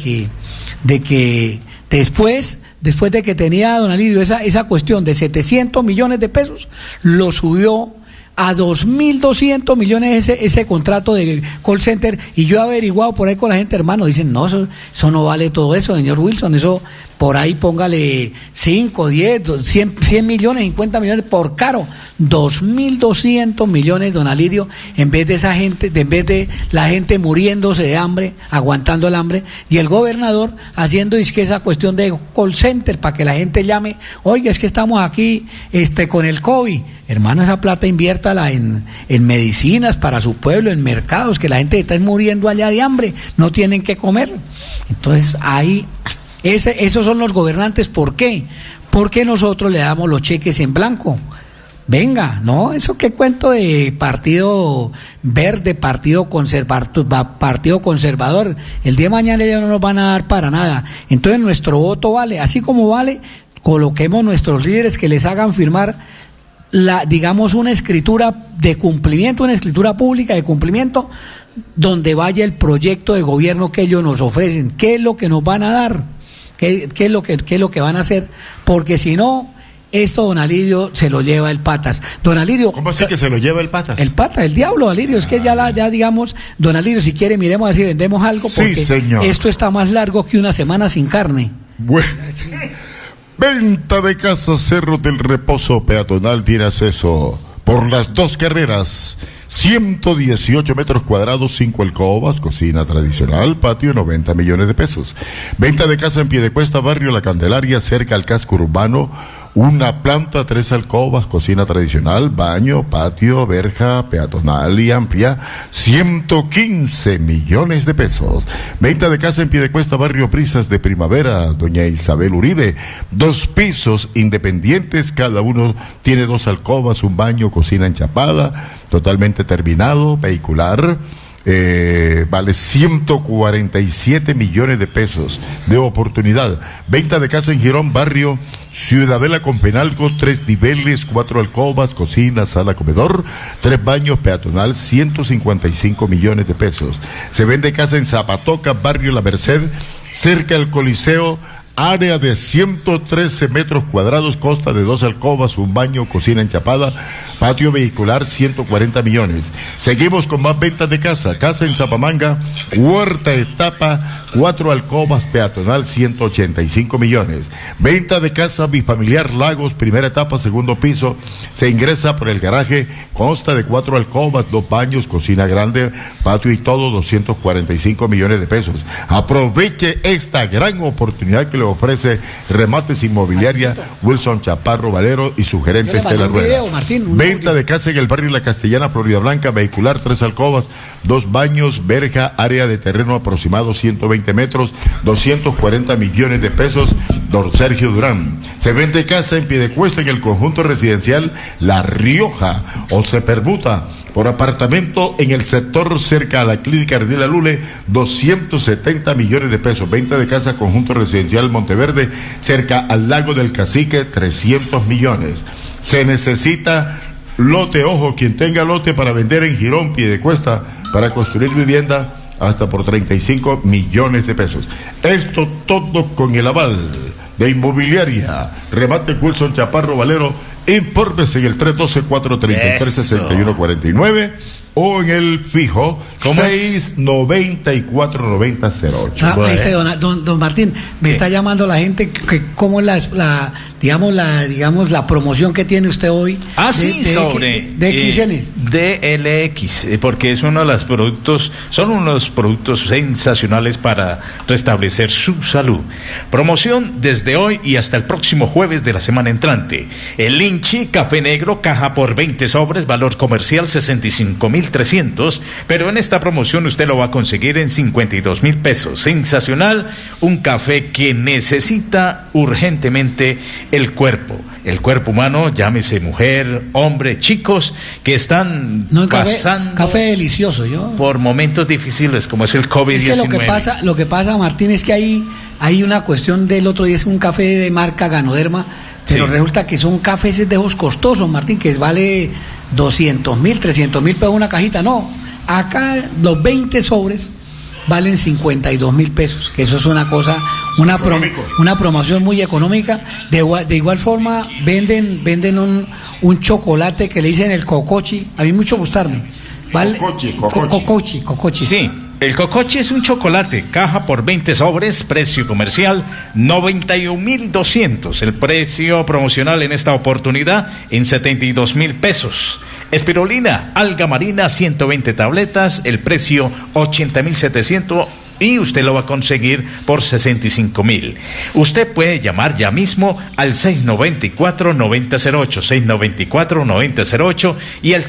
[SPEAKER 3] que después de que tenía don Alirio esa cuestión de 700 millones de pesos, lo subió a 2.200 millones ese contrato de call center, y yo he averiguado por ahí con la gente, hermano, dicen, no, eso no vale todo eso, señor Wilson, eso por ahí póngale 5, 10, 100 millones, 50 millones por caro, 2.200 millones, don Alirio, en vez de la gente muriéndose de hambre, aguantando el hambre, y el gobernador haciendo esa cuestión de call center para que la gente llame, oiga, es que estamos aquí con el COVID, hermano, esa plata inviértala en medicinas para su pueblo, en mercados, que la gente está muriendo allá de hambre, no tienen que comer. Entonces ahí esos son los gobernantes. ¿Por qué? Porque nosotros le damos los cheques en blanco. Venga, no, eso qué cuento de partido verde, partido conservador. El día de mañana ya no nos van a dar para nada. Entonces nuestro voto vale, así como vale, coloquemos nuestros líderes que les hagan firmar una escritura de cumplimiento, una escritura pública de cumplimiento, donde vaya el proyecto de gobierno que ellos nos ofrecen, qué es lo que nos van a dar. ¿Qué es lo que van a hacer? Porque si no, esto don Alirio se lo lleva el patas. Don Alirio,
[SPEAKER 6] ¿cómo así que se lo lleva el patas?
[SPEAKER 3] El patas, el diablo, Alirio, es que ya digamos, don Alirio, si quiere miremos a ver si vendemos algo, porque
[SPEAKER 6] sí, señor,
[SPEAKER 3] esto está más largo que una semana sin carne.
[SPEAKER 6] Bueno. Venta de casa Cerro del Reposo peatonal tiene acceso por las 2 carreras, 118 metros cuadrados, 5 alcobas, cocina tradicional, patio, 90 millones de pesos. Venta de casa en Piedecuesta, barrio La Candelaria, cerca al casco urbano, una planta, 3 alcobas, cocina tradicional, baño, patio, verja peatonal y amplia, 115 millones de pesos. Venta de casa en Piedecuesta, barrio Brisas de Primavera, doña Isabel Uribe, 2 pisos independientes, cada uno tiene 2 alcobas, un baño, cocina enchapada, totalmente terminado, vehicular. Vale 147 millones de pesos de oportunidad. Venta de casa en Girón, barrio Ciudadela con Penalgo, 3 niveles, 4 alcobas, cocina, sala, comedor, 3 baños, peatonal, 155 millones de pesos. Se vende casa en Zapatoca, barrio La Merced, cerca del Coliseo, área de 113 metros cuadrados, consta de 2 alcobas, un baño, cocina enchapada, patio vehicular, 140 millones. Seguimos con más ventas de casa. Casa en Zapamanga, cuarta etapa, 4 alcobas, peatonal, 185 millones. Venta de casa bifamiliar Lagos, primera etapa, segundo piso. Se ingresa por el garaje, consta de 4 alcobas, 2 baños, cocina grande, patio y todo, 245 millones de pesos. Aproveche esta gran oportunidad que le ofrece Remates Inmobiliaria Wilson Chaparro Valero y su gerente Estela Rueda. Venta de casa en el barrio La Castellana, Florida Blanca, vehicular, 3 alcobas, 2 baños, verja, área de terreno aproximado 120 metros, 240 millones de pesos, don Sergio Durán. Se vende casa en Piedecuesta en el conjunto residencial La Rioja, o se permuta por apartamento en el sector cerca a la clínica Ardila Lule, 270 millones de pesos. Venta de casa conjunto residencial Monteverde, cerca al lago del Cacique, 300 millones. Se necesita lote, ojo, quien tenga lote para vender en Girón, Piedecuesta, para construir vivienda, hasta por 35 millones de pesos. Esto todo con el aval de Inmobiliaria Remate Wilson Chaparro Valero. Infórmese en el 312-433-6149 o en el fijo 694-9008.
[SPEAKER 3] Don Martín, me está llamando la gente que cómo la promoción que tiene usted hoy.
[SPEAKER 17] Sobre DLX, porque es uno de los productos, son unos productos sensacionales para restablecer su salud. Promoción desde hoy y hasta el próximo jueves de la semana entrante. El Linchi Café Negro, caja por 20 sobres, valor comercial 65.000 52.300, pero en esta promoción usted lo va a conseguir en 52.000 pesos. Sensacional, un café que necesita urgentemente el cuerpo humano, llámese mujer, hombre, chicos que están pasando
[SPEAKER 3] café delicioso,
[SPEAKER 17] por momentos difíciles como es el COVID-19.
[SPEAKER 3] Es que lo que pasa, Martín, es que hay una cuestión del otro día, es un café de marca Ganoderma, pero resulta que son cafés de esos costosos, Martín, que vale 200.000, 300.000 pesos una cajita. No, acá los 20 sobres valen 52.000 pesos, que eso es una cosa, una promoción muy económica. De igual forma venden un chocolate que le dicen el cocochi, a mí mucho gustarme. ¿Vale? Cocochi.
[SPEAKER 17] Sí, el cocochi es un chocolate, caja por 20 sobres, precio comercial 91.200, el precio promocional en esta oportunidad en 72.000 pesos. Espirulina, alga marina, 120 tabletas, el precio 80.700 y usted lo va a conseguir por 65.000. Usted puede llamar ya mismo al 694-9008, 694-9008 y al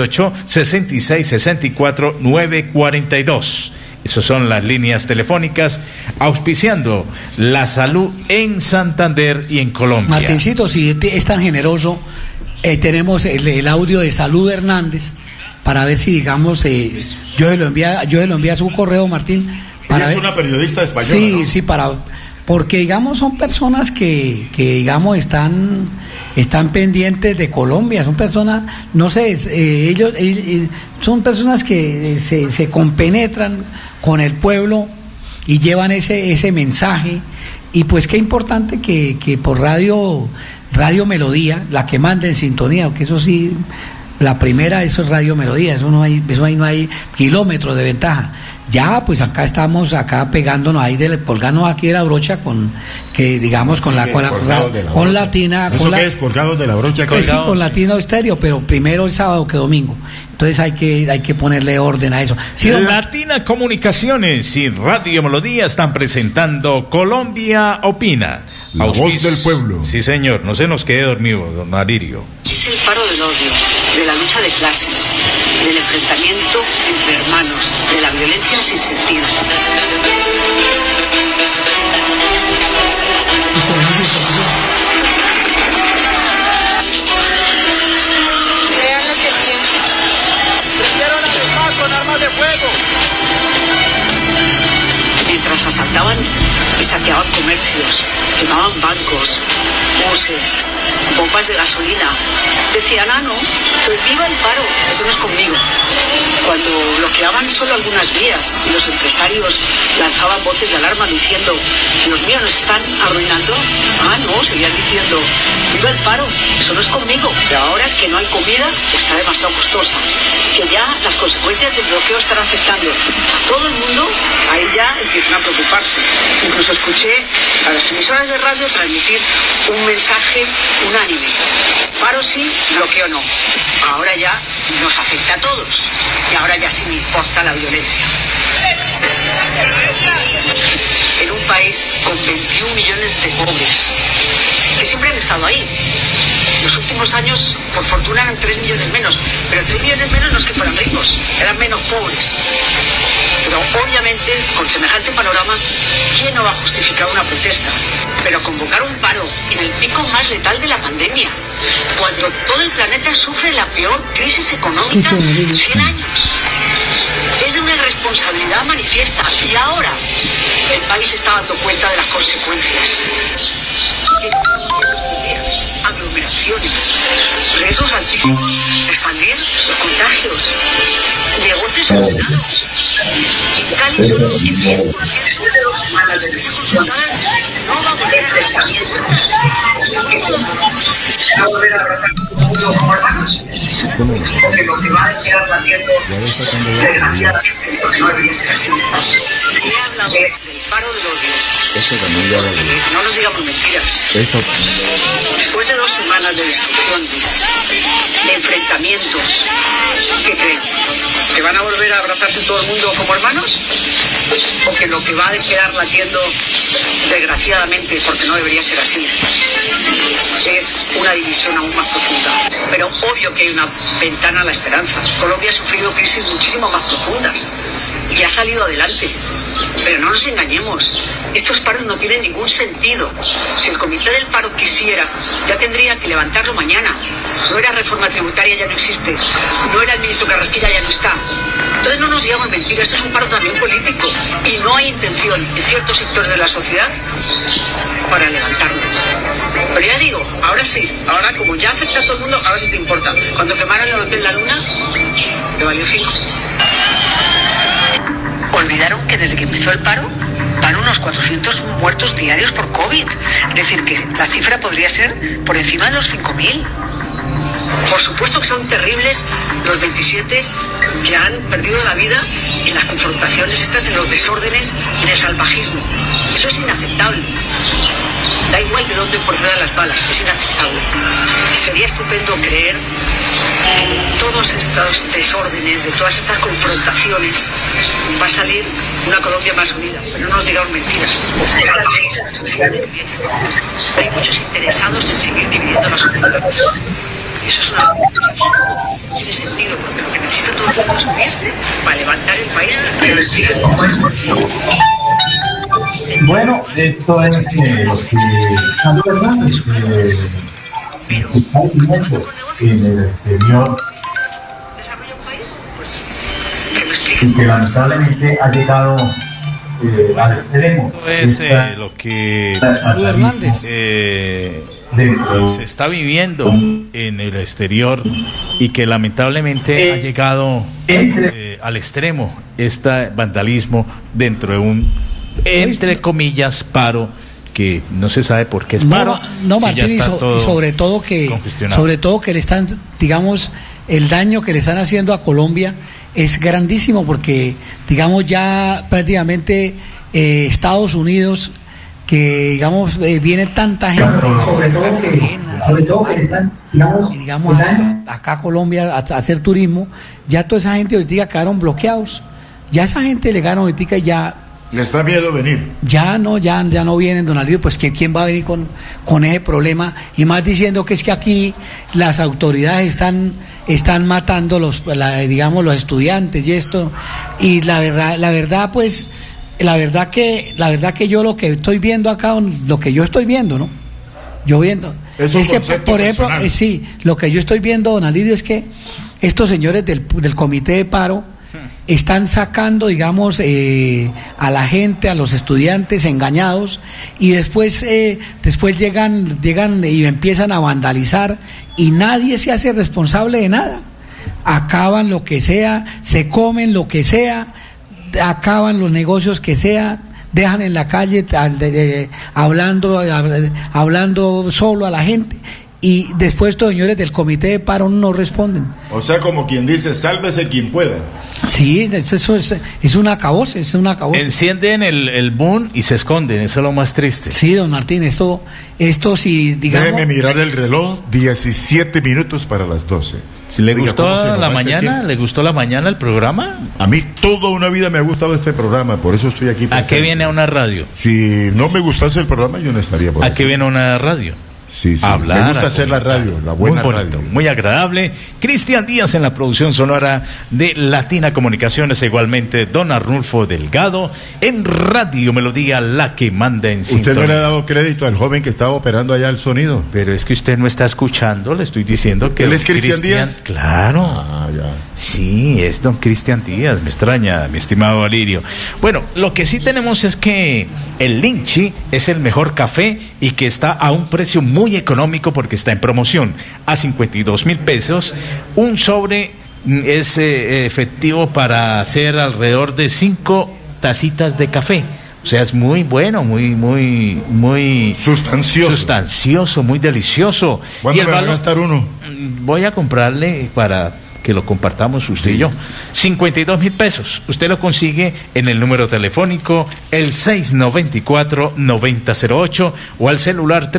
[SPEAKER 17] 318-6664-942. Esas son las líneas telefónicas auspiciando la salud en Santander y en Colombia.
[SPEAKER 3] Martincito, si es tan generoso, tenemos el audio de Salud Hernández para ver si, digamos, yo lo envié a su correo, Martín.
[SPEAKER 6] Ella es una periodista española,
[SPEAKER 3] sí,
[SPEAKER 6] ¿no?
[SPEAKER 3] Sí, porque, digamos, son personas que digamos, están pendientes de Colombia, son personas, no sé, ellos son personas que se compenetran con el pueblo y llevan ese mensaje, y pues qué importante que por Radio Melodía, la que manda en sintonía, porque eso sí, la primera, eso es Radio Melodía, eso ahí no hay kilómetros de ventaja. Ya, pues acá estamos pegándonos ahí, colgándonos aquí de la brocha con Latina.
[SPEAKER 6] ¿Eso qué es, colgados de la brocha?
[SPEAKER 3] Sí, con Latino Estéreo, pero primero el sábado que domingo. Entonces hay que ponerle orden a eso. Sí,
[SPEAKER 17] Latina Comunicaciones y Radio Melodía están presentando Colombia Opina.
[SPEAKER 6] La voz del pueblo.
[SPEAKER 17] Sí, señor, no se nos quede dormido, don Aririo.
[SPEAKER 11] Es el paro del odio, de la lucha de clases, del enfrentamiento entre hermanos, de la violencia sin sentido.
[SPEAKER 16] Vean lo que piensan.
[SPEAKER 11] Prendieron a mi paz con armas de fuego. Mientras asaltaban y saqueaban comercios, quemaban bancos, buses, bombas de gasolina, decían, no, pues viva el paro, eso no es conmigo. Cuando bloqueaban solo algunas vías y los empresarios lanzaban voces de alarma diciendo, los míos nos están arruinando, no, seguían diciendo, viva el paro, eso no es conmigo. Y ahora que no hay comida, está demasiado costosa, que ya las consecuencias del bloqueo están afectando a todo el mundo, ahí ya empiezan a preocuparse. Incluso escuché a las emisoras de radio transmitir un mensaje unánime: paro sí, bloqueo no. Ahora ya nos afecta a todos y ahora ya sí me importa la violencia. En un país con 21 millones de pobres que siempre han estado ahí. Los últimos años, por fortuna, eran 3 millones menos, pero 3 millones menos no es que fueran ricos, eran menos pobres. Pero obviamente, con semejante panorama, ¿quién no va a justificar una protesta? Pero convocar un paro en el pico más letal de la pandemia, cuando todo el planeta sufre la peor crisis económica en 100 años, es de una irresponsabilidad manifiesta. Y ahora el país se está dando cuenta de las consecuencias. Aglomeraciones, riesgos altísimos, expandir los contagios, negocios arruinados. En Cali solo el 10% de las empresas consultadas no va a volver a la posible. ¿Va a volver a abrazar un mundo como hermanos? Porque lo que va a quedar haciendo desgraciadamente, porque no debería ser así. He hablado del paro del odio. No nos digamos mentiras. Después de 2 semanas de destrucciones, de enfrentamientos, ¿qué creen? ¿Que van a volver a abrazarse todo el mundo como hermanos? ¿O que lo que va a quedar latiendo, desgraciadamente, porque no debería ser así, es una división aún más profunda? Pero obvio que hay una ventana a la esperanza. Colombia ha sufrido crisis muchísimo más profundas y ha salido adelante. Pero no nos engañemos, estos paros no tienen ningún sentido. Si el comité del paro quisiera, ya tendría que levantarlo mañana. No era reforma tributaria, ya no existe. No era el ministro Carrasquilla, ya no está. Entonces no nos digamos mentiras, esto es un paro también político. Y no hay intención en ciertos sectores de la sociedad para levantarlo. Pero ya digo, ahora sí, ahora como ya afecta a todo el mundo, ahora sí te importa. Cuando quemaron el Hotel La Luna, le valió 5. Olvidaron que desde que empezó el paro van unos 400 muertos diarios por COVID. Es decir, que la cifra podría ser por encima de los 5.000. Por supuesto que son terribles los 27 que han perdido la vida en las confrontaciones estas, en los desórdenes, en el salvajismo. Eso es inaceptable. Da igual de dónde procedan las balas, es inaceptable. Sería estupendo creer que de todos estos desórdenes, de todas estas confrontaciones, va a salir una Colombia más unida. Pero no nos digamos mentiras. Hay muchos interesados en seguir dividiendo la sociedad. Y eso es una cosa. No tiene sentido, porque lo que necesita todo el mundo es unirse para levantar el país.
[SPEAKER 10] Bueno, esto es lo que Santo Hernández está viviendo en el exterior y que lamentablemente ha llegado al extremo.
[SPEAKER 17] Esto es lo que
[SPEAKER 3] Salud Hernández
[SPEAKER 17] se está viviendo en el exterior y que lamentablemente ha llegado al extremo este vandalismo dentro de un, entre comillas, paro que no se sabe por qué es paro.
[SPEAKER 3] No, Martín, y sobre todo que le están, digamos, el daño que le están haciendo a Colombia es grandísimo, porque digamos ya prácticamente Estados Unidos, que digamos viene tanta gente, sobre todo que están, digamos acá a Colombia a hacer turismo, ya toda esa gente ahorita quedaron bloqueados, ya esa gente llegaron ahorita y ya
[SPEAKER 6] les da miedo venir.
[SPEAKER 3] Ya no vienen, don Alirio, pues que quién va a venir con ese problema, y más diciendo que es que aquí las autoridades están matando los estudiantes y esto, y la verdad que yo lo que estoy viendo acá, lo que yo estoy viendo, ¿no? Yo viendo es que, por ejemplo, sí, lo que yo estoy viendo, don Alirio, es que estos señores del comité de paro están sacando, digamos, a la gente, a los estudiantes engañados, y después llegan y empiezan a vandalizar, y nadie se hace responsable de nada. Acaban lo que sea, se comen lo que sea, acaban los negocios que sea, dejan en la calle hablando solo a la gente. Y después estos señores del comité de paro no responden.
[SPEAKER 6] O sea, como quien dice, sálvese quien pueda.
[SPEAKER 3] Sí, eso es un acabose,
[SPEAKER 17] Encienden el boom y se esconden, eso es lo más triste.
[SPEAKER 3] Sí, don Martín, esto sí, digamos...
[SPEAKER 6] Déjeme mirar el reloj, 17 minutos para las 12.
[SPEAKER 17] ¿Si le gustó la mañana? ¿Le gustó la mañana el programa?
[SPEAKER 6] A mí toda una vida me ha gustado este programa, por eso estoy aquí.
[SPEAKER 17] ¿A qué viene a una radio?
[SPEAKER 6] Si no me gustase el programa, yo no estaría por aquí.
[SPEAKER 17] ¿A qué viene a una radio?
[SPEAKER 6] Sí,
[SPEAKER 17] hablar,
[SPEAKER 6] me gusta hacer la radio, la buena
[SPEAKER 17] muy bonito,
[SPEAKER 6] radio.
[SPEAKER 17] Muy agradable. Cristian Díaz en la producción sonora de Latina Comunicaciones, igualmente don Arnulfo Delgado en Radio Melodía, la que manda en sintonía.
[SPEAKER 6] Usted no le ha dado crédito al joven que estaba operando allá el sonido.
[SPEAKER 17] Pero es que usted no está escuchando, le estoy diciendo que...
[SPEAKER 6] ¿Él es Cristian Díaz?
[SPEAKER 17] Claro.
[SPEAKER 6] Ya.
[SPEAKER 17] Sí, es don Cristian Díaz, me extraña, mi estimado Alirio. Bueno, lo que sí tenemos es que el Linchi es el mejor café y que está a un precio muy económico porque está en promoción a 52,000 pesos. Un sobre es efectivo para hacer alrededor de 5 tacitas de café. O sea, es muy bueno, muy sustancioso, muy delicioso.
[SPEAKER 6] ¿Cuándo me va a gastar uno?
[SPEAKER 17] Voy a comprarle para que lo compartamos usted y yo. 52.000 pesos. Usted lo consigue en el número telefónico el 694-9008 o al celular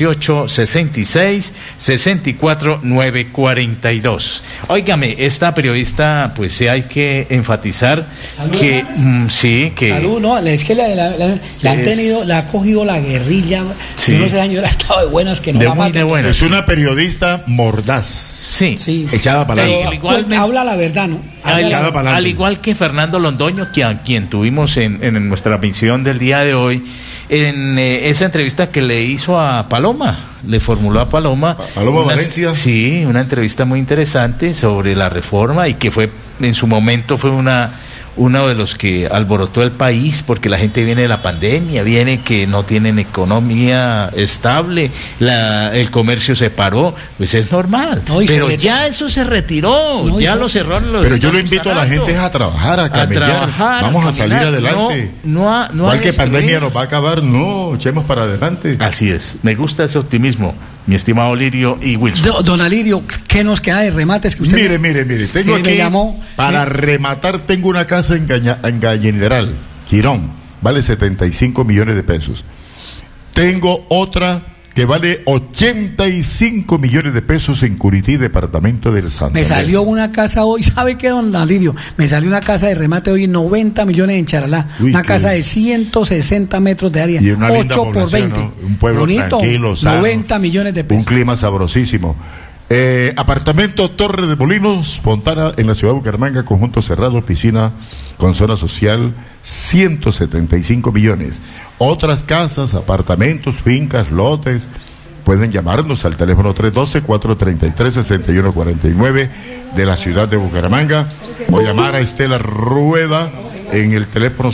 [SPEAKER 17] 318-66-64-942. Óigame, esta periodista, pues sí hay que enfatizar que sí, que
[SPEAKER 3] salud, no, es que la han tenido, la ha cogido la guerrilla.
[SPEAKER 17] Sí.
[SPEAKER 3] Yo no sé, señora, ha estado de buenas que no
[SPEAKER 17] de
[SPEAKER 3] la
[SPEAKER 17] muy de
[SPEAKER 3] maten.
[SPEAKER 17] buenas.
[SPEAKER 6] Es una periodista mordaz.
[SPEAKER 17] Sí.
[SPEAKER 6] Echada para
[SPEAKER 3] Pero,
[SPEAKER 6] adelante.
[SPEAKER 17] igualmente-
[SPEAKER 3] habla la verdad, ¿no?
[SPEAKER 6] Echada para adelante.
[SPEAKER 17] Al igual que Fernando Londoño, a quien tuvimos en nuestra misión del día de hoy, en esa entrevista que le hizo a Paloma, le formuló a Paloma.
[SPEAKER 6] Valencia.
[SPEAKER 17] Sí, una entrevista muy interesante sobre la reforma y que fue, en su momento, fue uno de los que alborotó el país, porque la gente viene de la pandemia, viene que no tienen economía estable, el comercio se paró, pues es normal.
[SPEAKER 3] No, y
[SPEAKER 17] pero
[SPEAKER 3] sobre
[SPEAKER 17] ya eso se retiró,
[SPEAKER 3] No, y
[SPEAKER 17] ya
[SPEAKER 3] sobre-
[SPEAKER 17] lo cerraron.
[SPEAKER 6] Pero yo lo invito a la gente a trabajar, a camellar.
[SPEAKER 17] trabajar,
[SPEAKER 6] Vamos
[SPEAKER 17] a
[SPEAKER 6] a salir
[SPEAKER 17] caminar.
[SPEAKER 6] adelante.
[SPEAKER 17] No a
[SPEAKER 6] ¿Cuál que
[SPEAKER 17] destruir.
[SPEAKER 6] pandemia nos va a acabar? No, echemos para adelante.
[SPEAKER 17] Así es, me gusta ese optimismo, mi estimado Lirio y Wilson.
[SPEAKER 3] Don Alirio, ¿qué nos queda de remates que usted
[SPEAKER 6] Mire, tengo
[SPEAKER 3] me
[SPEAKER 6] aquí,
[SPEAKER 3] llamó?
[SPEAKER 6] para rematar, tengo una casa en Gallineral, Girón, vale 75 millones de pesos. Tengo otra que vale 85 millones de pesos en Curití, departamento del Santander.
[SPEAKER 3] Me salió una casa hoy, ¿sabe qué, don Alirio? Me salió una casa de remate hoy, 90 millones en Charalá.
[SPEAKER 6] Uy,
[SPEAKER 3] Una
[SPEAKER 6] qué-
[SPEAKER 3] casa de 160 metros de área.
[SPEAKER 6] Y una linda
[SPEAKER 3] 8 por
[SPEAKER 6] población,
[SPEAKER 3] 20.
[SPEAKER 6] ¿no? Un pueblo
[SPEAKER 3] bonito,
[SPEAKER 6] tranquilo, sano,
[SPEAKER 3] 90 millones de
[SPEAKER 6] un
[SPEAKER 3] pesos.
[SPEAKER 6] clima sabrosísimo. Apartamento Torre de Molinos, Fontana, en la ciudad de Bucaramanga, conjunto cerrado, piscina con zona social, 175 millones. Otras casas, apartamentos, fincas, lotes, pueden llamarnos al teléfono 312-433-6149 de la ciudad de Bucaramanga, o llamar a Estela Rueda en el teléfono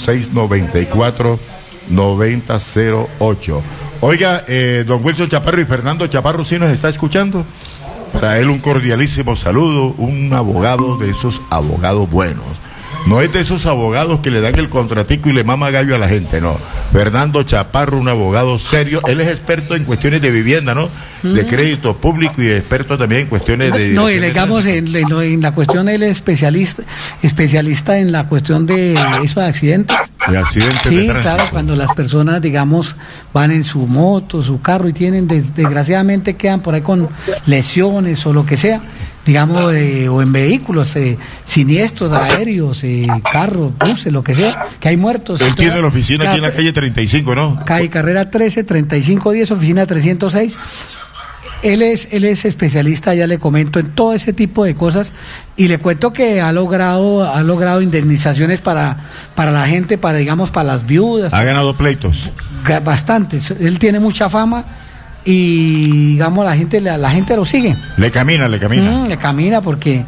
[SPEAKER 6] 694-9008. Oiga, don Wilson Chaparro y Fernando Chaparro, ¿sí nos está escuchando? Para él un cordialísimo saludo, un abogado de esos abogados buenos. No es de esos abogados que le dan el contratico y le mama gallo a la gente, no. Fernando Chaparro, un abogado serio, él es experto en cuestiones de vivienda, ¿no? De crédito público y experto también en cuestiones de...
[SPEAKER 3] No, y
[SPEAKER 6] dirección de
[SPEAKER 3] digamos, en la cuestión, él es especialista en la cuestión de esos accidentes.
[SPEAKER 6] de accidentes de
[SPEAKER 3] Sí,
[SPEAKER 6] tránsito.
[SPEAKER 3] claro, cuando las personas, digamos, van en su moto, su carro y tienen, desgraciadamente quedan por ahí con lesiones o lo que sea, digamos, o en vehículos siniestros, aéreos, carros, buses, lo que sea, que hay muertos.
[SPEAKER 6] Él
[SPEAKER 3] Entonces,
[SPEAKER 6] tiene la oficina aquí en la calle 35, ¿no?
[SPEAKER 3] calle Carrera 13, 3510, oficina 306. Él es especialista, ya le comento, en todo ese tipo de cosas, y le cuento que ha logrado indemnizaciones para la gente, digamos, para las viudas.
[SPEAKER 6] Ha ganado pleitos.
[SPEAKER 3] Bastantes. Él tiene mucha fama y, digamos, la gente lo sigue.
[SPEAKER 6] Le camina.
[SPEAKER 3] Le camina porque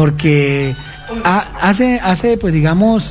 [SPEAKER 3] hace, pues, digamos,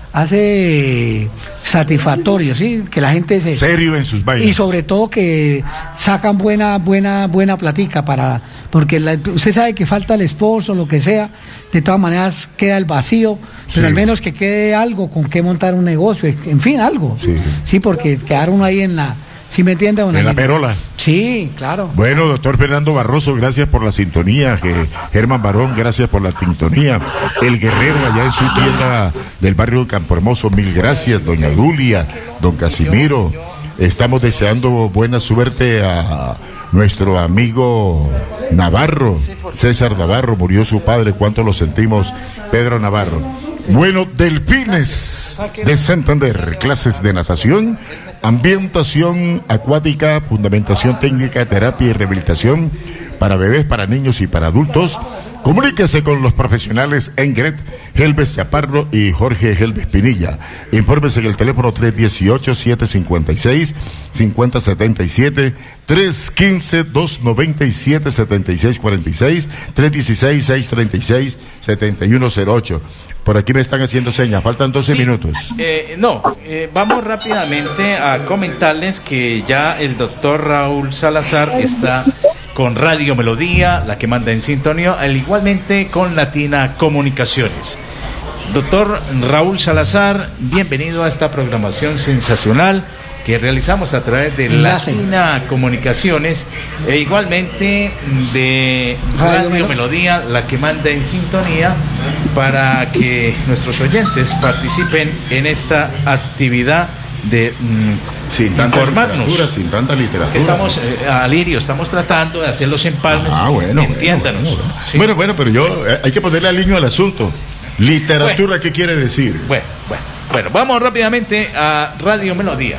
[SPEAKER 3] satisfactorio, ¿sí? Que la gente se...
[SPEAKER 6] Serio en sus vainas.
[SPEAKER 3] Y sobre todo que sacan buena platica porque usted sabe que falta el esposo, lo que sea, de todas maneras queda el vacío, pero
[SPEAKER 6] Sí.
[SPEAKER 3] al menos que quede algo con qué montar un negocio, en fin, algo. Sí, porque quedar uno ahí ¿sí me entiende?
[SPEAKER 6] En la perola.
[SPEAKER 3] Sí, claro.
[SPEAKER 6] Bueno, doctor Fernando Barroso, gracias por la sintonía. Germán Barón, gracias por la sintonía. El Guerrero, allá en su tienda del barrio Campo Hermoso, mil gracias. Doña Dulia, don Casimiro. Estamos deseando buena suerte a nuestro amigo Navarro, César Navarro. Murió su padre, cuánto lo sentimos, Pedro Navarro. Bueno, Delfines de Santander, clases de natación, ambientación acuática, fundamentación técnica, terapia y rehabilitación para bebés, para niños y para adultos. Comuníquese con los profesionales Engret, Helves Chaparro y Jorge Helves Pinilla. Infórmese en el teléfono 318-756-5077, 315-297-7646, 316-636-7108. Por aquí me están haciendo señas, faltan 12 minutos.
[SPEAKER 17] Vamos rápidamente a comentarles que ya el doctor Raúl Salazar está con Radio Melodía, la que manda en sintonía, igualmente con Latina Comunicaciones. Doctor Raúl Salazar, bienvenido a esta programación sensacional. que realizamos a través de Latina Comunicaciones e igualmente de Radio Melodía, la que manda en sintonía, para que nuestros oyentes participen en esta actividad de
[SPEAKER 6] sin tanta
[SPEAKER 17] informarnos.
[SPEAKER 6] Sin tanta literatura.
[SPEAKER 17] Estamos, Alirio, estamos tratando de hacer los empalmes. Entiéndanos.
[SPEAKER 6] Bueno, pero hay que ponerle al niño al asunto. Literatura, ¿qué quiere decir?
[SPEAKER 17] Bueno, vamos rápidamente a Radio Melodía.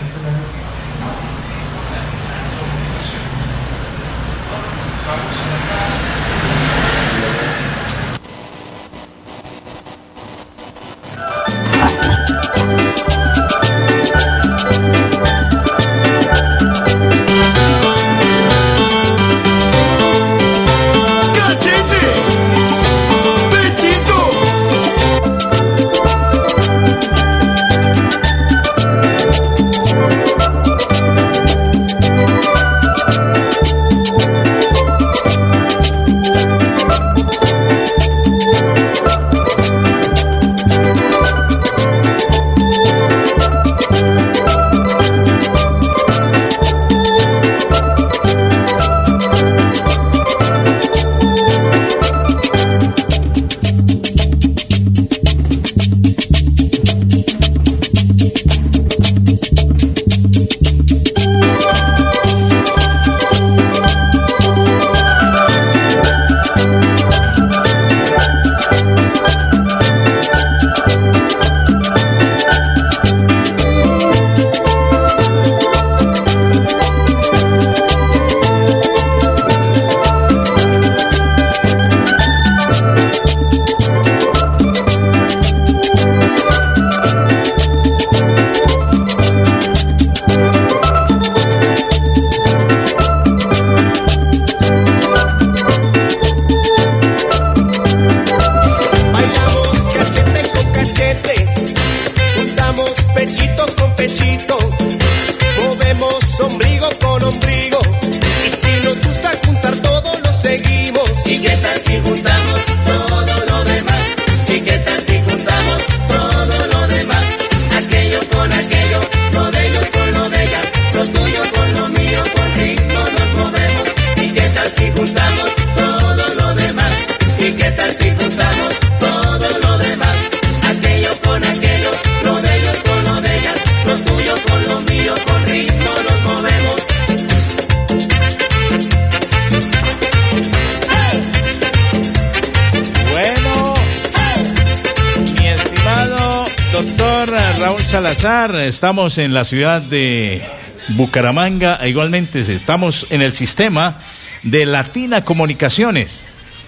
[SPEAKER 17] Salazar, estamos en la ciudad de Bucaramanga e igualmente estamos en el sistema de Latina Comunicaciones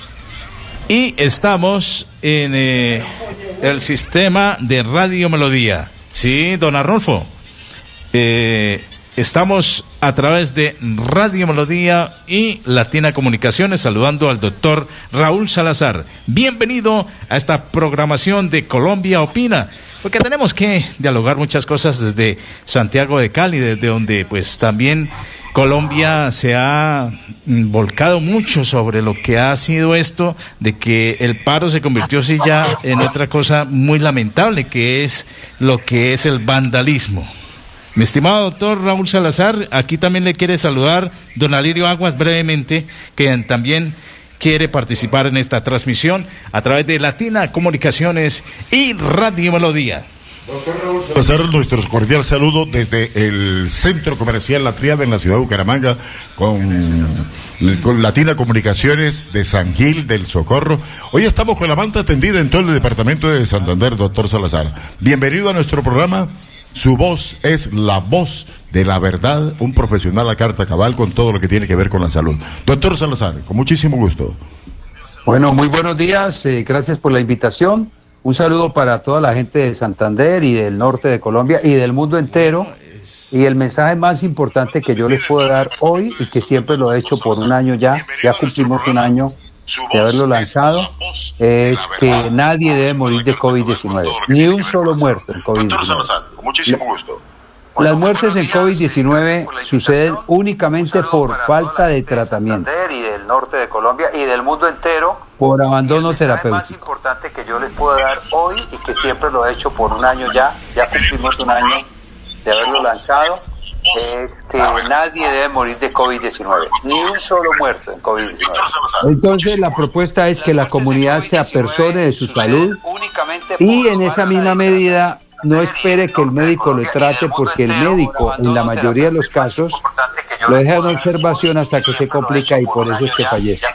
[SPEAKER 17] y estamos en el sistema de Radio Melodía. Sí, don Arnulfo, estamos a través de Radio Melodía y Latina Comunicaciones, saludando al doctor Raúl Salazar. Bienvenido a esta programación de Colombia Opina, porque tenemos que dialogar muchas cosas desde Santiago de Cali, desde donde pues también Colombia se ha volcado mucho sobre lo que ha sido esto de que el paro se convirtió sí ya en otra cosa muy lamentable, que es lo que es el vandalismo. Mi estimado doctor Raúl Salazar, aquí también le quiere saludar don Alirio Aguas brevemente, que también quiere participar en esta transmisión a través de Latina Comunicaciones y Radio Melodía.
[SPEAKER 6] Doctor Raúl Salazar, nuestro cordial saludo desde el Centro Comercial La Triada en la ciudad de Bucaramanga con Latina Comunicaciones de San Gil del Socorro. Hoy estamos con la manta tendida en todo el departamento de Santander, doctor Salazar. Bienvenido a nuestro programa. Su voz es la voz de la verdad, un profesional a carta cabal con todo lo que tiene que ver con la salud. Doctor Salazar, con muchísimo gusto.
[SPEAKER 18] Bueno, muy buenos días, gracias por la invitación. Un saludo para toda la gente de Santander y del norte de Colombia y del mundo entero. Y el mensaje más importante que yo les puedo dar hoy, y que siempre lo he hecho por un año ya cumplimos un año de haberlo lanzado, es que nadie debe morir de COVID-19, ni un solo muerto en COVID-19.
[SPEAKER 6] Doctor Salazar, con muchísimo gusto.
[SPEAKER 18] Las muertes en COVID-19 suceden únicamente por falta de tratamiento. Y del norte de Colombia y del mundo entero. Por abandono terapéutico. El más importante que yo les puedo dar hoy, y que siempre lo he hecho por un año ya cumplimos un año de haberlo lanzado, es que nadie debe morir de COVID-19, ni un solo muerto en COVID-19. Entonces la propuesta es que la comunidad se apersone de su salud y en esa misma medida no espere que el médico lo trate, porque el médico en la mayoría de los casos lo deja en observación hasta que se complica y por eso es que fallece.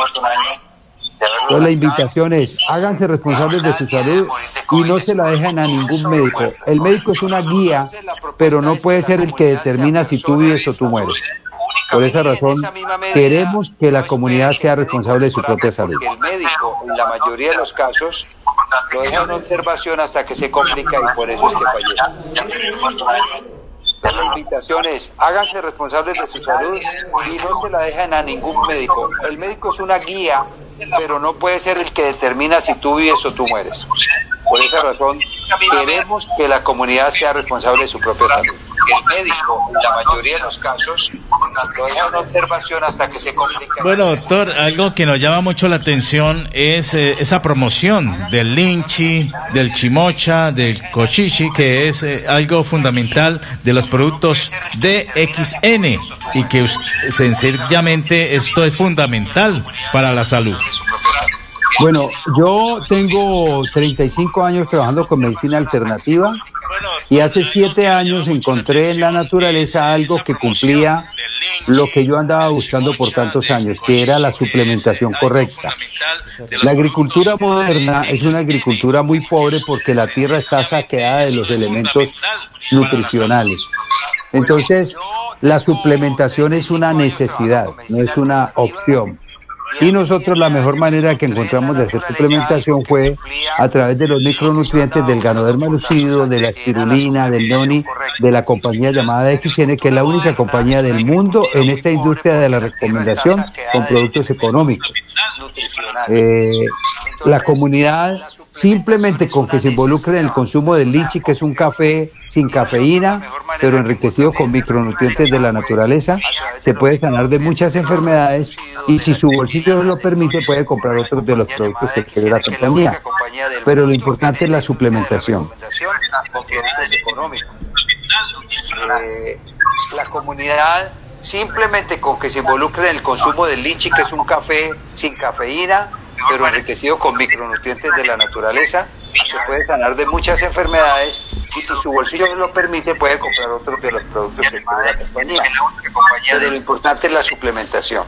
[SPEAKER 18] Entonces la invitación es, háganse responsables de su salud y no se la dejen a ningún médico. El médico es una guía, pero no puede ser el que determina si tú vives o tú mueres. Por esa razón, queremos que la comunidad sea responsable de su propia salud. El médico, en la mayoría de los casos, lo deja en observación hasta que se complica y por eso es que fallece. La invitación es, háganse responsables de su salud y no se la dejen a ningún médico. El médico es una guía, pero no puede ser el que determina si tú vives o tú mueres. Por esa razón, queremos que la comunidad sea responsable de su propia salud. El médico, en la mayoría de los casos, lo deja en observación hasta que se complica.
[SPEAKER 17] Bueno, doctor, algo que nos llama mucho la atención es esa promoción del linchi, del chimocha, del cochichi, que es algo fundamental de los productos DXN y que sencillamente esto es fundamental para la salud.
[SPEAKER 18] Bueno, yo tengo 35 años trabajando con medicina alternativa y hace 7 años encontré en la naturaleza algo que cumplía lo que yo andaba buscando por tantos años, que era la suplementación correcta. La agricultura moderna es una agricultura muy pobre porque la tierra está saqueada de los elementos nutricionales. Entonces, la suplementación es una necesidad, no es una opción. Y nosotros la mejor manera que encontramos de hacer suplementación fue a través de los micronutrientes del Ganoderma lucido, de la espirulina, del noni, de la compañía llamada DXN, que es la única compañía del mundo en esta industria de la recomendación con productos económicos. La comunidad, simplemente con que se involucre en el consumo del lichi, que es un café sin cafeína, pero enriquecido con micronutrientes de la naturaleza, se puede sanar de muchas enfermedades y si su bolsillo lo permite puede comprar otros de los productos que quiere la compañía. Pero lo importante es la suplementación. La comunidad, simplemente con que se involucre en el consumo del lichi, que es un café sin cafeína, pero enriquecido con micronutrientes de la naturaleza, se puede sanar de muchas enfermedades y si su bolsillo lo permite puede comprar otros de los productos que quiere la compañía. Pero lo importante es la suplementación.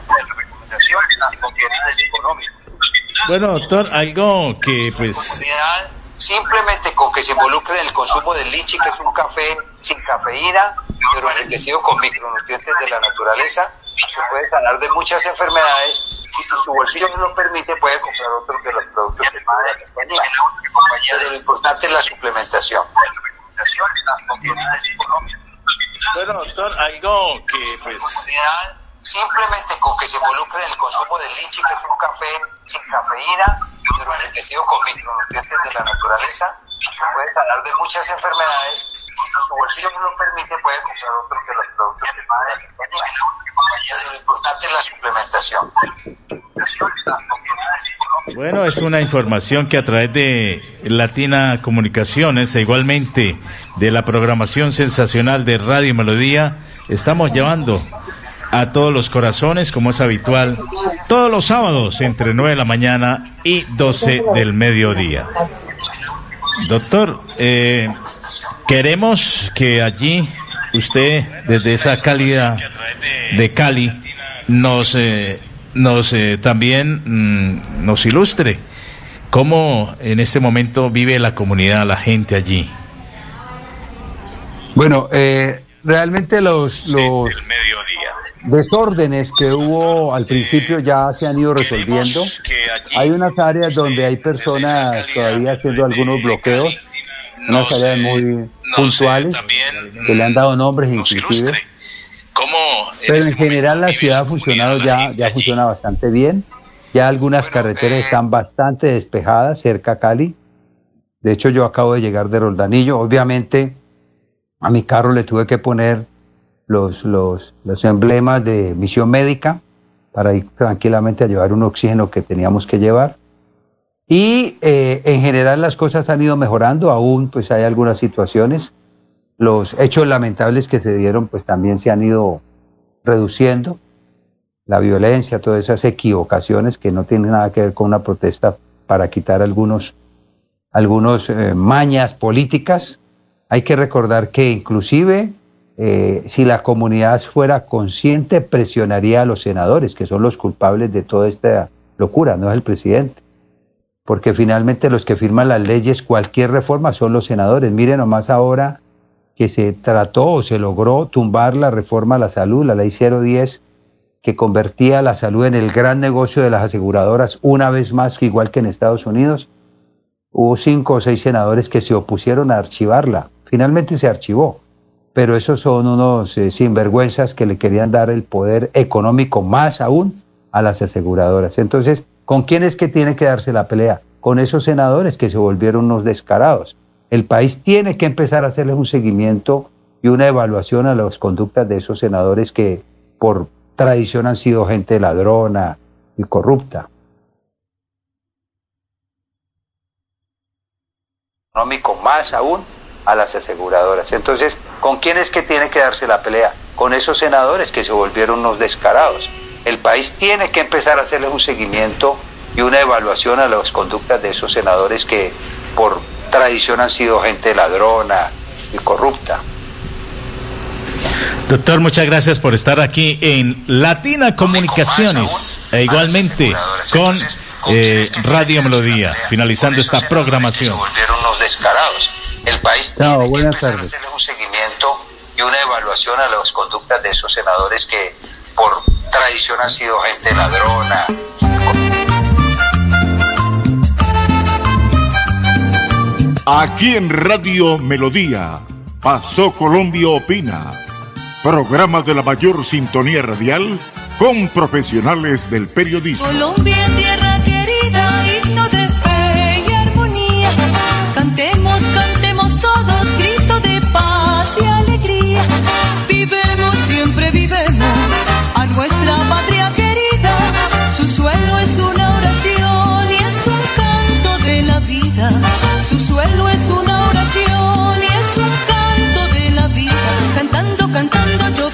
[SPEAKER 17] Bueno, doctor, algo que pues...
[SPEAKER 18] Simplemente con que se involucre en el consumo del lichi, que es un café sin cafeína, pero enriquecido con micronutrientes de la naturaleza, se puede sanar de muchas enfermedades y si su bolsillo lo permite puede comprar otros de los productos que quiere la compañía. Pero lo importante es la suplementación.
[SPEAKER 17] Bueno, doctor, algo que pues...
[SPEAKER 18] Simplemente con que se involucre en el consumo del lichi, que es un café sin cafeína, pero enriquecido con micronutrientes de la naturaleza, se puede sanar de muchas enfermedades y si su bolsillo lo permite puede comprar otros de los productos que quiere la compañía. Lo importante es la suplementación.
[SPEAKER 17] Bueno, es una información que a través de Latina Comunicaciones e igualmente de la programación sensacional de Radio Melodía estamos llevando a todos los corazones, como es habitual, todos los sábados entre 9 de la mañana y 12 del mediodía. Doctor, queremos que allí usted, desde esa cálida de Cali, también nos ilustre cómo en este momento vive la comunidad, la gente allí.
[SPEAKER 18] Bueno, realmente los desórdenes que hubo al principio ya se han ido resolviendo. Hay unas áreas donde hay personas todavía haciendo algunos bloqueos, unas áreas muy puntuales que le han dado nombres inclusive. Pero en general la ciudad ha funcionado ya funciona bastante bien. Ya algunas carreteras están bastante despejadas cerca a Cali. De hecho, yo acabo de llegar de Roldanillo. Obviamente, a mi carro le tuve que poner los emblemas de misión médica para ir tranquilamente a llevar un oxígeno que teníamos que llevar. Y en general las cosas han ido mejorando, aún pues hay algunas situaciones los hechos lamentables que se dieron pues también se han ido reduciendo. La violencia, todas esas equivocaciones que no tienen nada que ver con una protesta para quitar algunos mañas políticas. Hay que recordar que inclusive si la comunidad fuera consciente, presionaría a los senadores, que son los culpables de toda esta locura, no es el presidente. Porque finalmente los que firman las leyes, cualquier reforma, son los senadores. Miren nomás ahora que se trató o se logró tumbar la reforma a la salud, la ley 010, que convertía la salud en el gran negocio de las aseguradoras, una vez más, igual que en Estados Unidos. Hubo 5 o 6 senadores que se opusieron a archivarla. Finalmente se archivó, pero esos son unos sinvergüenzas que le querían dar el poder económico más aún a las aseguradoras. Entonces, ¿con quién es que tiene que darse la pelea? Con esos senadores que se volvieron unos descarados. El país tiene que empezar a hacerles un seguimiento y una evaluación a las conductas de esos senadores que por tradición han sido gente ladrona y corrupta. Económico más aún a las aseguradoras. Entonces, ¿con quién es que tiene que darse la pelea? Con esos senadores que se volvieron unos descarados. El país tiene que empezar a hacerles un seguimiento y una evaluación a las conductas de esos senadores que por tradición han sido gente ladrona y corrupta.
[SPEAKER 17] Doctor, muchas gracias por estar aquí en Latina Comunicaciones e igualmente con Radio Melodía, finalizando esta programación.
[SPEAKER 18] Se volvieron unos descarados. El país tiene que empezar a hacerles un seguimiento y una evaluación a las conductas de esos senadores que por tradición han sido gente ladrona.
[SPEAKER 1] Aquí en Radio Melodía, pasó Colombia Opina, programa de la mayor sintonía radial con profesionales del periodismo.
[SPEAKER 19] Colombia, tierra querida, himno de fe y armonía. Cantemos, cantemos todos, grito de paz y alegría. Vivemos, siempre vivemos a nuestra patria querida. Su suelo es una oración y es un canto de la vida. Su suelo es una oración y es un canto de la vida. Cantando, cantando yo